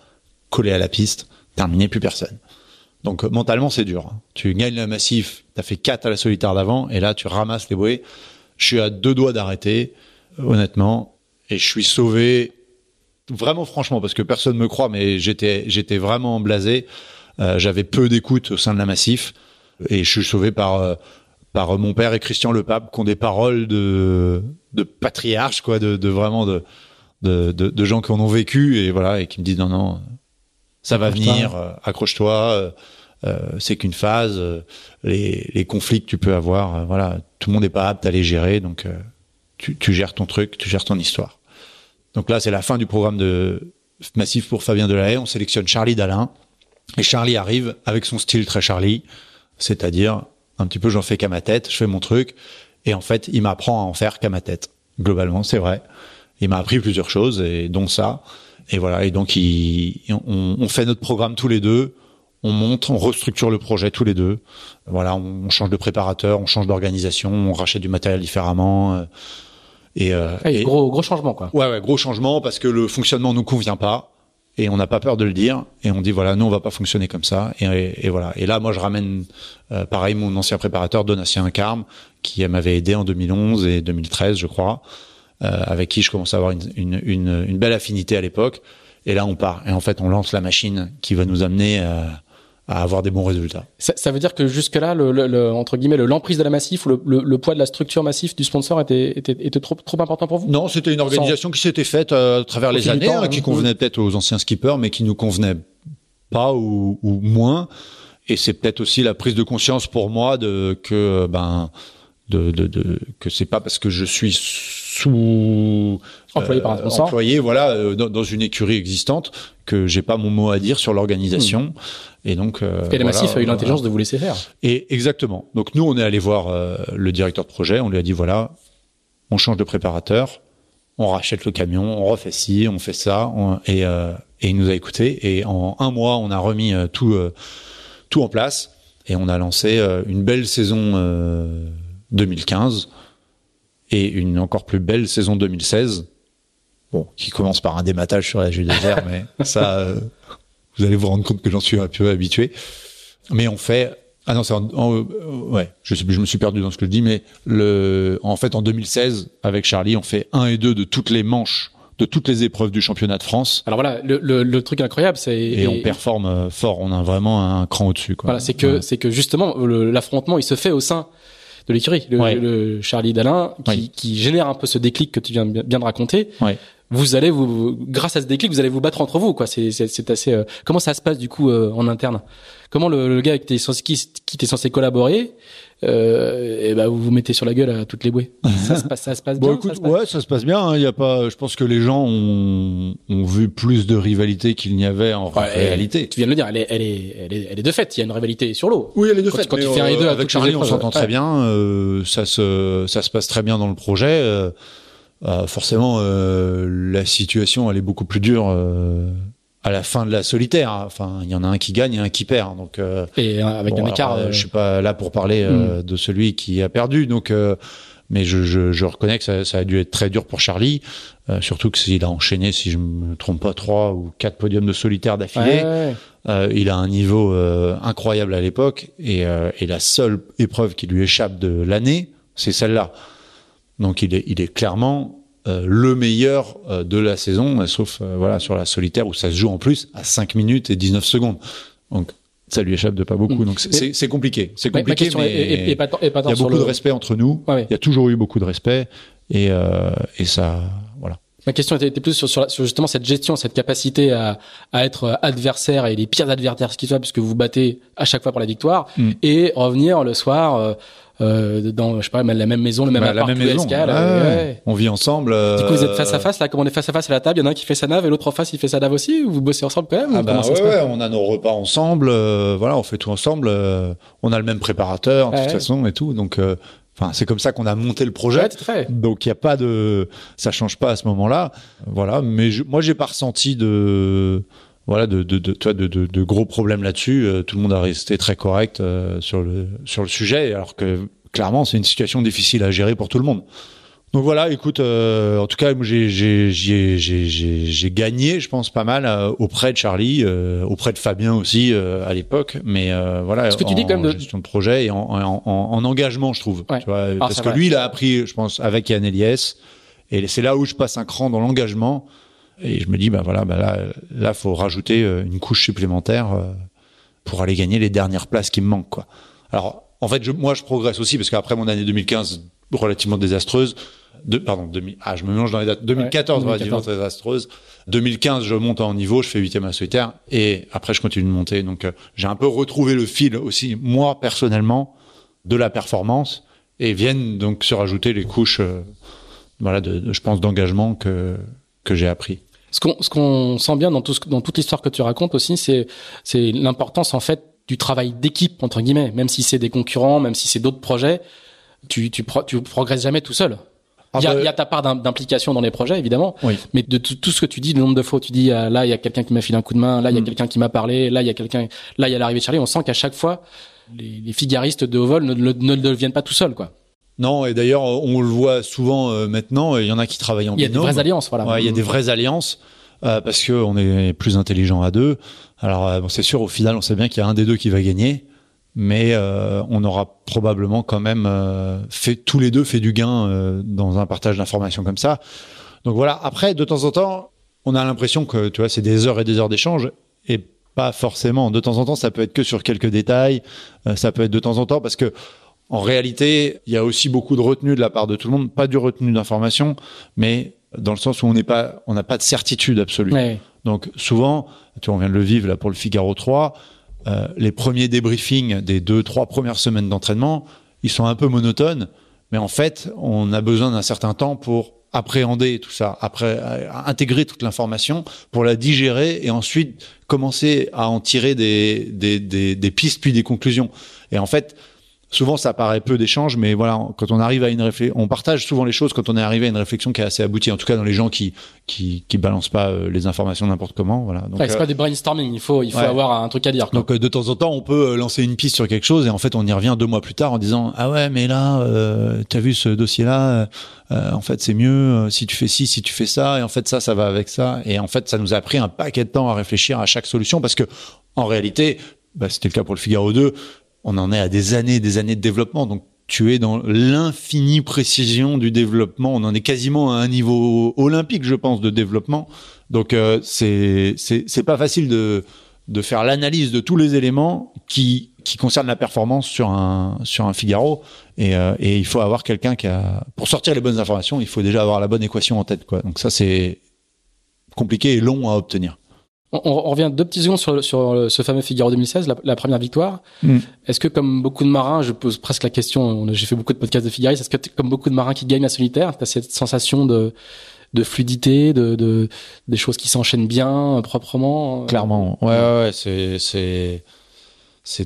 Speaker 2: collé à la piste, terminé, plus personne. Donc, mentalement, c'est dur. Tu gagnes le massif, t'as fait quatre à la solitaire d'avant, et là, tu ramasses les bouées. Je suis à deux doigts d'arrêter, honnêtement, et je suis sauvé, vraiment franchement, parce que personne me croit, mais j'étais, j'étais vraiment blasé. Euh, j'avais peu d'écoute au sein de la massif, et je suis sauvé par, euh, par mon père et Christian Lepape, qui ont des paroles de, de patriarches, quoi, de, de vraiment de, de, de, de gens qui en ont vécu, et voilà, et qui me disent non, non, ça va venir, euh, accroche-toi, euh, euh, c'est qu'une phase, euh, les, les conflits que tu peux avoir, euh, voilà, tout le monde n'est pas apte à les gérer, donc euh, tu, tu gères ton truc, tu gères ton histoire. Donc là, c'est la fin du programme de massif pour Fabien Delahaye. On sélectionne Charlie Dalin. Et Charlie arrive avec son style très Charlie. C'est-à-dire, un petit peu, j'en fais qu'à ma tête, je fais mon truc. Et en fait, il m'apprend à en faire qu'à ma tête. Globalement, c'est vrai. Il m'a appris plusieurs choses, et dont ça. Et voilà. Et donc, il, on, on fait notre programme tous les deux. On monte, on restructure le projet tous les deux. Voilà. On change de préparateur, on change d'organisation, on rachète du matériel différemment. Et, euh,
Speaker 3: ah, et gros gros changement quoi.
Speaker 2: Ouais ouais gros changement parce que le fonctionnement nous convient pas et on n'a pas peur de le dire et on dit voilà nous on va pas fonctionner comme ça et, et, et voilà et là moi je ramène euh, pareil mon ancien préparateur Donatien Carme qui m'avait aidé en deux mille onze et deux mille treize je crois euh, avec qui je commence à avoir une, une, une, une belle affinité à l'époque et là on part et en fait on lance la machine qui va nous amener euh, à avoir des bons résultats.
Speaker 3: Ça, ça veut dire que jusque-là, le, le, le, entre guillemets, le, l'emprise de la massif ou le, le, le poids de la structure massif du sponsor était, était, était trop, trop important pour vous?
Speaker 2: Non, c'était une organisation Sans... qui s'était faite euh, à travers les années, temps, hein, qui convenait
Speaker 3: mmh.
Speaker 2: peut-être aux anciens skippers, mais qui nous convenait pas ou, ou moins. Et c'est peut-être aussi la prise de conscience pour moi de que ben de, de, de que c'est pas parce que je suis sous
Speaker 3: employé euh, par un sponsor,
Speaker 2: employé voilà euh, dans, dans une écurie existante que j'ai pas mon mot à dire sur l'organisation. Mmh. Et donc, euh,
Speaker 3: et le
Speaker 2: voilà,
Speaker 3: massif a eu l'intelligence
Speaker 2: voilà.
Speaker 3: de vous laisser faire.
Speaker 2: Et exactement. Donc nous, on est allé voir euh, le directeur de projet. On lui a dit voilà, on change de préparateur, on rachète le camion, on refait ci, on fait ça, on, et, euh, et il nous a écoutés. Et en un mois, on a remis euh, tout euh, tout en place et on a lancé euh, une belle saison euh, deux mille quinze et une encore plus belle saison deux mille seize. Bon, qui commence par un dématage sur la Jules Désert, mais ça. Euh, Vous allez vous rendre compte que j'en suis un peu habitué. Mais on fait... Ah non, c'est en... en euh, ouais, je sais plus, je me suis perdu dans ce que je dis, mais le, en fait, en deux mille seize, avec Charlie, on fait un et deux de toutes les manches, de toutes les épreuves du championnat de France.
Speaker 3: Alors voilà, le, le, le truc incroyable, c'est...
Speaker 2: Et, et on performe fort, on a vraiment un cran au-dessus, quoi.
Speaker 3: Voilà, c'est que, ouais. c'est que justement, le, l'affrontement, il se fait au sein de l'écurie. Le, ouais. le Charlie Dalin, qui, ouais. qui génère un peu ce déclic que tu viens bien de raconter. Ouais. Vous allez vous, grâce à ce déclic, vous allez vous battre entre vous, quoi. C'est, c'est, c'est assez. Euh... Comment ça se passe du coup euh, en interne? Comment le, le gars avec qui, qui, qui était censé collaborer, euh, et ben vous vous mettez sur la gueule à toutes les bouées. Ça se passe, ça se passe bien.
Speaker 2: Bon, écoute,
Speaker 3: ça se passe...
Speaker 2: ouais, ça se passe bien. Il hein, y a pas. Je pense que les gens ont, ont vu plus de rivalité qu'il n'y avait en ouais, réalité.
Speaker 3: Tu viens de le dire. Elle est, elle est, elle est, elle est de fait. Il y a une rivalité sur l'eau.
Speaker 2: Oui, elle est de fait.
Speaker 3: Quand tu fais un et deux
Speaker 2: avec Charlie, on s'entend ouais. très bien. Euh, ça se, ça se passe très bien dans le projet. Euh, Euh, forcément, euh, la situation elle est beaucoup plus dure euh, à la fin de la solitaire. Enfin, il y en a un qui gagne et un qui perd. Donc, euh,
Speaker 3: et avec bon, un écart.
Speaker 2: Alors, euh, je suis pas là pour parler euh, mm. de celui qui a perdu. Donc, euh, mais je, je, je reconnais que ça, ça a dû être très dur pour Charlie, euh, surtout que s'il a enchaîné, si je me trompe pas, trois ou quatre podiums de solitaire d'affilée. Ouais, ouais. Euh, il a un niveau euh, incroyable à l'époque et, euh, et la seule épreuve qui lui échappe de l'année, c'est celle-là. Donc il est, il est clairement euh, le meilleur euh, de la saison, sauf euh, voilà sur la solitaire où ça se joue en plus à cinq minutes et dix-neuf secondes. Donc ça lui échappe de pas beaucoup. Donc c'est, c'est, c'est compliqué. C'est compliqué, mais
Speaker 3: est, est, est pas, est pas
Speaker 2: il y a beaucoup
Speaker 3: le...
Speaker 2: de respect entre nous. Ouais, ouais. Il y a toujours eu beaucoup de respect et, euh, et ça, voilà.
Speaker 3: Ma question était, était plus sur, sur, sur justement cette gestion, cette capacité à, à être adversaire et les pires adversaires qui soient, puisque vous vous battez à chaque fois pour la victoire, mm. et revenir le soir euh, euh, dans, je sais pas, la même maison, le même
Speaker 2: bah,
Speaker 3: appart,
Speaker 2: la même maison.
Speaker 3: Escale,
Speaker 2: ouais,
Speaker 3: euh,
Speaker 2: ouais.
Speaker 3: Ouais.
Speaker 2: On vit ensemble. Euh...
Speaker 3: Du coup, vous êtes face à face là, comme on est face à face à la table, il y en a un qui fait sa nave et l'autre en face il fait sa nave aussi. Ou vous bossez ensemble quand même?
Speaker 2: Ah bah ouais, ouais, on a nos repas ensemble. Euh, voilà, on fait tout ensemble. Euh, on a le même préparateur de ouais, toute ouais. façon et tout. Donc euh, Enfin, c'est comme ça qu'on a monté le projet.
Speaker 3: Ouais, tout à fait.
Speaker 2: Donc il y a pas de, ça change pas à ce moment-là. Voilà, mais je, moi j'ai pas ressenti de, voilà, de, de, de, de, de, de gros problèmes là-dessus. Euh, tout le monde a resté très correct euh, sur le sur le sujet, alors que clairement c'est une situation difficile à gérer pour tout le monde. Donc voilà, écoute, euh, en tout cas, j'ai, j'ai, j'ai, j'ai, j'ai, j'ai gagné, je pense, pas mal euh, auprès de Charlie, euh, auprès de Fabien aussi euh, à l'époque. Mais euh, voilà,
Speaker 3: Ce que tu
Speaker 2: en
Speaker 3: dis quand même de...
Speaker 2: gestion de projet et en, en, en, en engagement, je trouve.
Speaker 3: Ouais.
Speaker 2: Tu vois,
Speaker 3: Alors,
Speaker 2: parce que
Speaker 3: vrai.
Speaker 2: lui, il a appris, je pense, avec Yann Eliès. Et c'est là où je passe un cran dans l'engagement. Et je me dis, bah voilà, bah là, là, faut rajouter une couche supplémentaire euh, pour aller gagner les dernières places qui me manquent, quoi. Alors, en fait, je, moi, je progresse aussi parce qu'après mon année deux mille quinze relativement désastreuse. De, pardon, deux mille, ah, je me mélange dans les dates. deux mille quatorze, ouais, relativement désastreuse. deux mille quinze, je monte en niveau, je fais huitième à solitaire, et après, je continue de monter. Donc, euh, j'ai un peu retrouvé le fil aussi, moi, personnellement, de la performance, et viennent donc se rajouter les couches, euh, voilà, de, de, je pense, d'engagement que, que j'ai appris.
Speaker 3: Ce qu'on, ce qu'on sent bien dans tout ce, dans toute l'histoire que tu racontes aussi, c'est, c'est l'importance, en fait, du travail d'équipe, entre guillemets. Même si c'est des concurrents, même si c'est d'autres projets, tu, tu, pro, tu progresses jamais tout seul. Il y a, il y a ta part d'implication dans les projets, évidemment.
Speaker 2: Oui.
Speaker 3: Mais de tout, tout ce que tu dis, le nombre de fois où tu dis, euh, là, il y a quelqu'un qui m'a filé un coup de main, là, il y a
Speaker 2: mm. quelqu'un
Speaker 3: qui m'a parlé, là, il y a quelqu'un, là, il y a l'arrivée de Charlie. On sent qu'à chaque fois, les, les figaristes de haut vol ne, ne, ne deviennent pas tout seuls, quoi.
Speaker 2: Non, et d'ailleurs, on le voit souvent euh, maintenant, il y en a qui travaillent en binôme.
Speaker 3: Il y a des vraies alliances, voilà.
Speaker 2: Ouais, il y a des vraies alliances, euh, parce que on est plus intelligent à deux. Alors, euh, bon, c'est sûr, au final, on sait bien qu'il y a un des deux qui va gagner. Mais euh, on aura probablement quand même euh, fait tous les deux fait du gain euh, dans un partage d'informations comme ça. Donc voilà. Après, de temps en temps, on a l'impression que tu vois, c'est des heures et des heures d'échange, et pas forcément. De temps en temps, ça peut être que sur quelques détails. Euh, ça peut être de temps en temps parce que en réalité, il y a aussi beaucoup de retenue de la part de tout le monde. Pas du retenue d'informations, mais dans le sens où on n'est pas, on n'a pas de certitude absolue.
Speaker 3: Ouais.
Speaker 2: Donc souvent, tu vois, on vient de le vivre là pour le Figaro trois. Euh, les premiers débriefings des deux, trois premières semaines d'entraînement, ils sont un peu monotones, mais en fait, on a besoin d'un certain temps pour appréhender tout ça, après intégrer toute l'information, pour la digérer et ensuite commencer à en tirer des, des, des, des pistes puis des conclusions. Et en fait, souvent, ça paraît peu d'échanges, mais voilà, quand on arrive à une réflexion, on partage souvent les choses quand on est arrivé à une réflexion qui est assez aboutie. En tout cas, dans les gens qui qui qui balancent pas euh, les informations n'importe comment, voilà. Donc,
Speaker 3: ouais, c'est
Speaker 2: euh,
Speaker 3: pas des brainstorming. Il faut il faut
Speaker 2: ouais.
Speaker 3: avoir un truc à dire, quoi.
Speaker 2: Donc, euh, de temps en temps, on peut lancer une piste sur quelque chose et en fait, on y revient deux mois plus tard en disant ah ouais, mais là, euh, t'as vu ce dossier-là, euh, en fait, c'est mieux euh, si tu fais ci, si tu fais ça, et en fait, ça, ça va avec ça. Et en fait, ça nous a pris un paquet de temps à réfléchir à chaque solution parce que en réalité, bah, c'était le cas pour le Figaro deux. On en est à des années et des années de développement. Donc, tu es dans l'infinie précision du développement. On en est quasiment à un niveau olympique, je pense, de développement. Donc, euh, c'est, c'est, c'est pas facile de, de faire l'analyse de tous les éléments qui, qui concernent la performance sur un, sur un Figaro. Et, euh, et il faut avoir quelqu'un qui a, pour sortir les bonnes informations, il faut déjà avoir la bonne équation en tête, quoi. Donc, ça, c'est compliqué et long à obtenir.
Speaker 3: On, on revient deux petits secondes sur, sur ce fameux Figaro deux mille seize, la, la première victoire. Mm. Est-ce que, comme beaucoup de marins, je pose presque la question, j'ai fait beaucoup de podcasts de figaristes, est-ce que, comme beaucoup de marins qui gagnent la solitaire, tu as cette sensation de, de fluidité, de, de, des choses qui s'enchaînent bien, proprement?
Speaker 2: Clairement. Ouais, ouais, ouais, c'est, c'est, c'est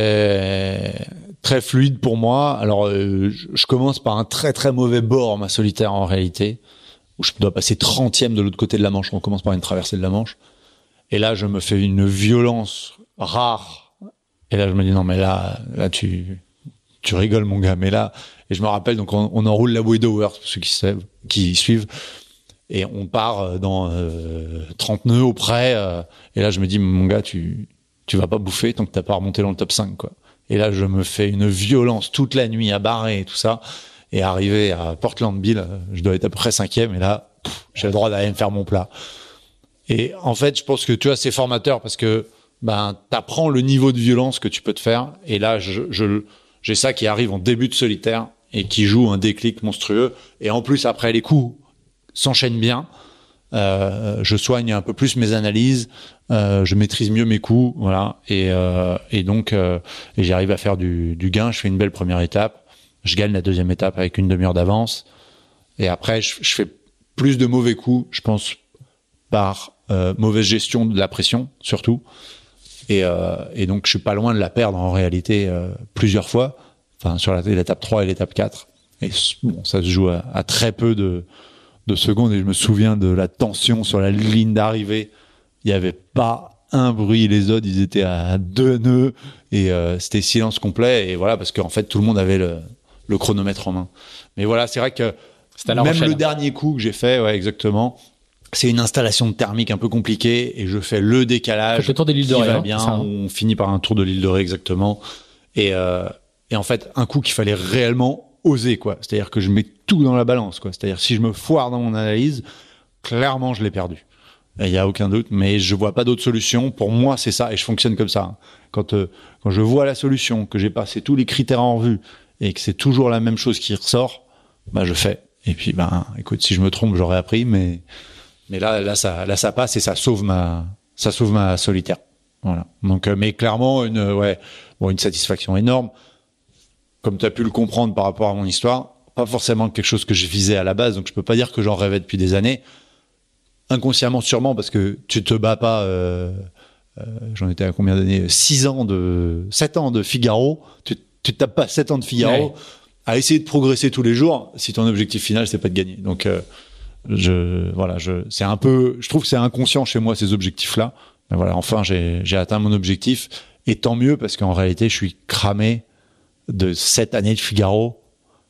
Speaker 2: très, très fluide pour moi. Alors, euh, je commence par un très, très mauvais bord, ma solitaire, en réalité, où je dois passer trentième de l'autre côté de la Manche. On commence par une traversée de la Manche. Et là, je me fais une violence rare. Et là, je me dis, non, mais là, là, tu, tu rigoles, mon gars. Mais là, et je me rappelle, donc, on, on enroule la bouée d'Ower, pour ceux qui savent, qui suivent. Et on part dans, euh, trente nœuds auprès. Euh, et là, je me dis, mon gars, tu, tu vas pas bouffer tant que t'as pas remonté dans le top cinq, quoi. Et là, je me fais une violence toute la nuit à barrer et tout ça. Et arrivé à Portland Bill, je dois être à peu près cinquième. Et là, pff, j'ai le droit d'aller me faire mon plat. Et en fait, je pense que tu vois, c'est formateur parce que ben t'apprends le niveau de violence que tu peux te faire. Et là, je, je j'ai ça qui arrive en début de solitaire et qui joue un déclic monstrueux. Et en plus, après, les coups s'enchaînent bien. Euh, je soigne un peu plus mes analyses. Euh, je maîtrise mieux mes coups, voilà. Et euh, et donc euh, et j'arrive à faire du, du gain. Je fais une belle première étape. Je gagne la deuxième étape avec une demi-heure d'avance. Et après, je, je fais plus de mauvais coups, je pense, par Euh, mauvaise gestion de la pression surtout et, euh, et donc je suis pas loin de la perdre en réalité euh, plusieurs fois, enfin sur la, l'étape trois et l'étape quatre, et bon, ça se joue à, à très peu de, de secondes. Et je me souviens de la tension sur la ligne d'arrivée, il y avait pas un bruit, les autres ils étaient à deux nœuds et euh, c'était silence complet, et voilà, parce qu'en fait tout le monde avait le, le chronomètre en main. Mais voilà, c'est vrai que
Speaker 3: C'était à La
Speaker 2: même
Speaker 3: Rochelle.
Speaker 2: le dernier coup que j'ai fait, ouais, exactement. C'est une installation thermique un peu compliquée et je fais le décalage.
Speaker 3: Faites le tour de l'île de
Speaker 2: qui
Speaker 3: Ré,
Speaker 2: va
Speaker 3: hein,
Speaker 2: bien.
Speaker 3: c'est ça, hein.
Speaker 2: On finit par un tour de l'île de Ré exactement. Et, euh, et en fait, un coup qu'il fallait réellement oser, quoi. C'est-à-dire que je mets tout dans la balance, quoi. C'est-à-dire si je me foire dans mon analyse, clairement je l'ai perdu. Il y a aucun doute, mais je vois pas d'autre solution. Pour moi, c'est ça et je fonctionne comme ça. Quand euh, quand je vois la solution, que j'ai passé tous les critères en revue et que c'est toujours la même chose qui ressort, bah je fais. Et puis ben, écoute, si je me trompe, j'aurais appris, mais mais là là ça là ça passe et ça sauve ma ça sauve ma solitaire. Voilà. Donc, euh, mais clairement une ouais bon une satisfaction énorme. Comme tu as pu le comprendre par rapport à mon histoire, pas forcément quelque chose que je visais à la base, donc je peux pas dire que j'en rêvais depuis des années. Inconsciemment sûrement, parce que tu te bats pas. Euh, euh, j'en étais à combien d'années ? Six ans de, sept ans de Figaro. Tu, tu te tapes pas sept ans de Figaro
Speaker 3: Ouais.
Speaker 2: à essayer de progresser tous les jours si ton objectif final c'est pas de gagner. Donc, euh, je voilà, je c'est un peu, je trouve que c'est inconscient chez moi ces objectifs-là. Mais voilà, enfin j'ai j'ai atteint mon objectif et tant mieux parce qu'en réalité je suis cramé de sept années de Figaro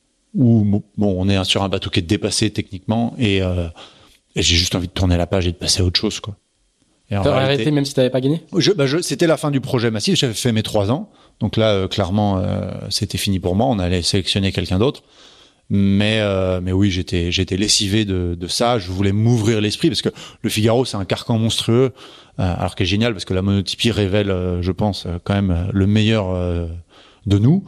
Speaker 2: où bon on est sur un bateau qui est dépassé techniquement et, euh, et j'ai juste envie de tourner la page et de passer à autre chose quoi. Et en
Speaker 3: T'aurais
Speaker 2: réalité,
Speaker 3: arrêté même si t'avais pas gagné?
Speaker 2: je, bah je, c'était la fin du projet Massif. J'avais fait mes trois ans, donc là euh, clairement euh, c'était fini pour moi. On allait sélectionner quelqu'un d'autre, mais euh, mais oui j'étais j'étais lessivé de de ça. Je voulais m'ouvrir l'esprit parce que le Figaro c'est un carcan monstrueux, euh, alors qu'il est génial parce que la monotypie révèle, euh, je pense, euh, quand même euh, le meilleur euh, de nous.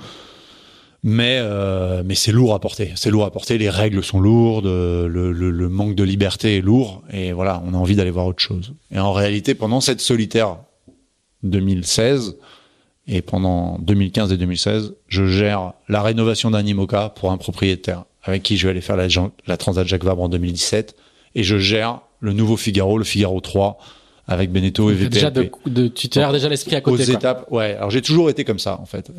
Speaker 2: Mais euh, mais c'est lourd à porter, c'est lourd à porter. Les règles sont lourdes, le, le, le manque de liberté est lourd, et voilà, on a envie d'aller voir autre chose. Et en réalité, pendant cette solitaire deux mille seize et pendant deux mille quinze et deux mille seize, je gère la rénovation d'un IMOCA pour un propriétaire avec qui je vais aller faire la, la Transat Jacques Vabre en deux mille dix-sept, et je gère le nouveau Figaro, le Figaro trois, avec Beneteau et V P L P.
Speaker 3: Déjà de, de, tu t'as déjà l'esprit à côté.
Speaker 2: Aux
Speaker 3: quoi.
Speaker 2: étapes, ouais. Alors j'ai toujours été comme ça en fait.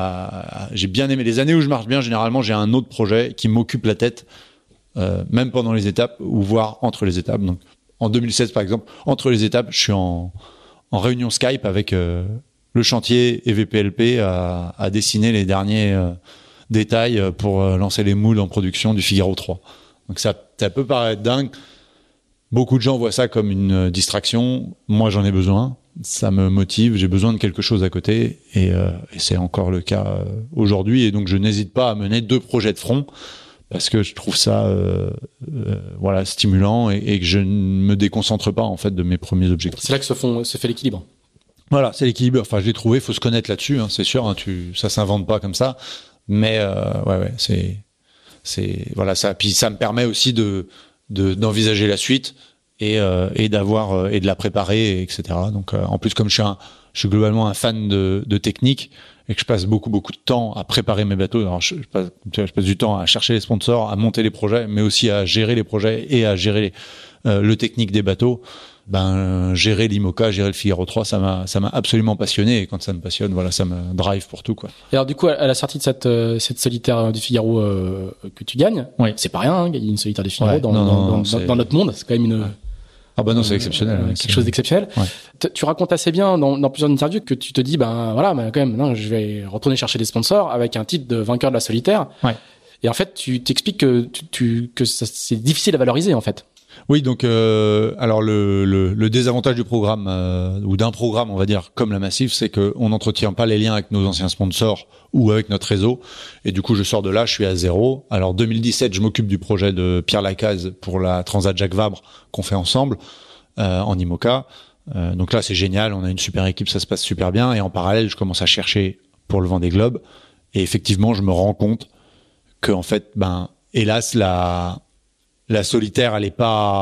Speaker 2: Là, j'ai bien aimé les années où je marche bien. Généralement, j'ai un autre projet qui m'occupe la tête, euh, même pendant les étapes ou voire entre les étapes. Donc en deux mille seize par exemple, entre les étapes, je suis en, en réunion Skype avec euh, le chantier et V P L P à, à dessiner les derniers euh, détails pour euh, lancer les moules en production du Figaro trois. Donc ça, ça peut paraître dingue. Beaucoup de gens voient ça comme une distraction. Moi, j'en ai besoin. Ça me motive. J'ai besoin de quelque chose à côté. Et, euh, et c'est encore le cas euh, aujourd'hui. Et donc, je n'hésite pas à mener deux projets de front parce que je trouve ça euh, euh, voilà, stimulant et, et que je ne me déconcentre pas en fait de mes premiers objectifs.
Speaker 3: C'est là que se, font, se fait l'équilibre.
Speaker 2: Voilà, c'est l'équilibre. Enfin, je l'ai trouvé. Il faut se connaître là-dessus. Hein, c'est sûr. Hein, tu, ça s'invente pas comme ça. Mais euh, ouais, ouais, c'est, c'est voilà ça. Puis ça me permet aussi de De, d'envisager la suite et euh, et d'avoir euh, et de la préparer, et cetera. Donc euh, en plus comme je suis un je suis globalement un fan de de technique et que je passe beaucoup beaucoup de temps à préparer mes bateaux. Alors je, je passe tu vois, je passe du temps à chercher les sponsors, à monter les projets, mais aussi à gérer les projets et à gérer les, euh, le technique des bateaux. Ben euh, gérer l'IMOCA, gérer le Figaro trois, ça m'a ça m'a absolument passionné et quand ça me passionne, voilà, ça me drive pour tout quoi.
Speaker 3: Et alors du coup, à la sortie de cette euh, cette solitaire du Figaro euh, que tu gagnes,
Speaker 2: Oui.
Speaker 3: c'est pas rien, hein, gagner une solitaire du Figaro
Speaker 2: Ouais,
Speaker 3: dans,
Speaker 2: non,
Speaker 3: dans,
Speaker 2: non,
Speaker 3: dans,
Speaker 2: non,
Speaker 3: dans,
Speaker 2: c'est-
Speaker 3: dans notre monde, c'est quand même une
Speaker 2: Ah bah non, c'est exceptionnel.
Speaker 3: euh,
Speaker 2: ouais,
Speaker 3: quelque
Speaker 2: c'est-
Speaker 3: chose d'exceptionnel.
Speaker 2: Ouais.
Speaker 3: T- Tu racontes assez bien dans, dans plusieurs interviews que tu te dis, ben voilà, ben, quand même, non, je vais retourner chercher des sponsors avec un titre de vainqueur de la solitaire.
Speaker 2: Ouais.
Speaker 3: Et en fait, tu t'expliques que tu, tu que ça, c'est difficile à valoriser en fait.
Speaker 2: Oui, donc euh, alors le, le, le désavantage du programme euh, ou d'un programme, on va dire comme la Massif, c'est que on n'entretient pas les liens avec nos anciens sponsors ou avec notre réseau. Et du coup, je sors de là, je suis à zéro. Alors deux mille dix-sept, je m'occupe du projet de Pierre Lacaze pour la Transat Jacques Vabre qu'on fait ensemble euh, en IMOCA. Euh, donc là, c'est génial, on a une super équipe, ça se passe super bien. Et en parallèle, je commence à chercher pour le Vendée Globe. Et effectivement, je me rends compte que en fait, ben hélas, la La solitaire, elle est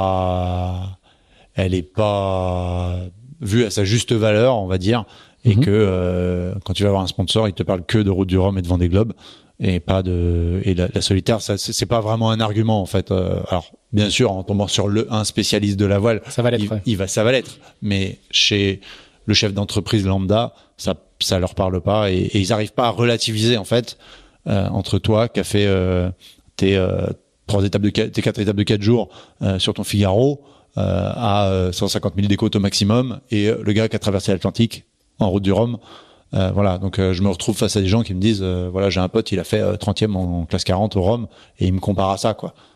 Speaker 2: pas, elle est pas vue à sa juste valeur, on va dire, et
Speaker 3: Mhm.
Speaker 2: que euh, quand tu vas avoir un sponsor, il te parle que de Route du Rhum et de Vendée Globe, et pas de et la, la solitaire, ça c'est c'est pas vraiment un argument en fait. Euh, alors bien sûr, en tombant sur le un spécialiste de la voile,
Speaker 3: Ça va l'être.
Speaker 2: il,
Speaker 3: ouais.
Speaker 2: il va, ça va l'être, mais chez le chef d'entreprise lambda, ça ça leur parle pas et, et ils arrivent pas à relativiser en fait euh, entre toi qui a fait euh, tes euh, trois étapes de quatre, tes quatre étapes de quatre jours euh, sur ton Figaro euh, à euh, cent cinquante mille décotes au maximum et euh, le gars qui a traversé l'Atlantique en route du Rhum. Euh, voilà, donc euh, je me retrouve face à des gens qui me disent euh, voilà, j'ai un pote, il a fait euh, trentième en, en classe quarante au Rhum et il me compare à ça quoi.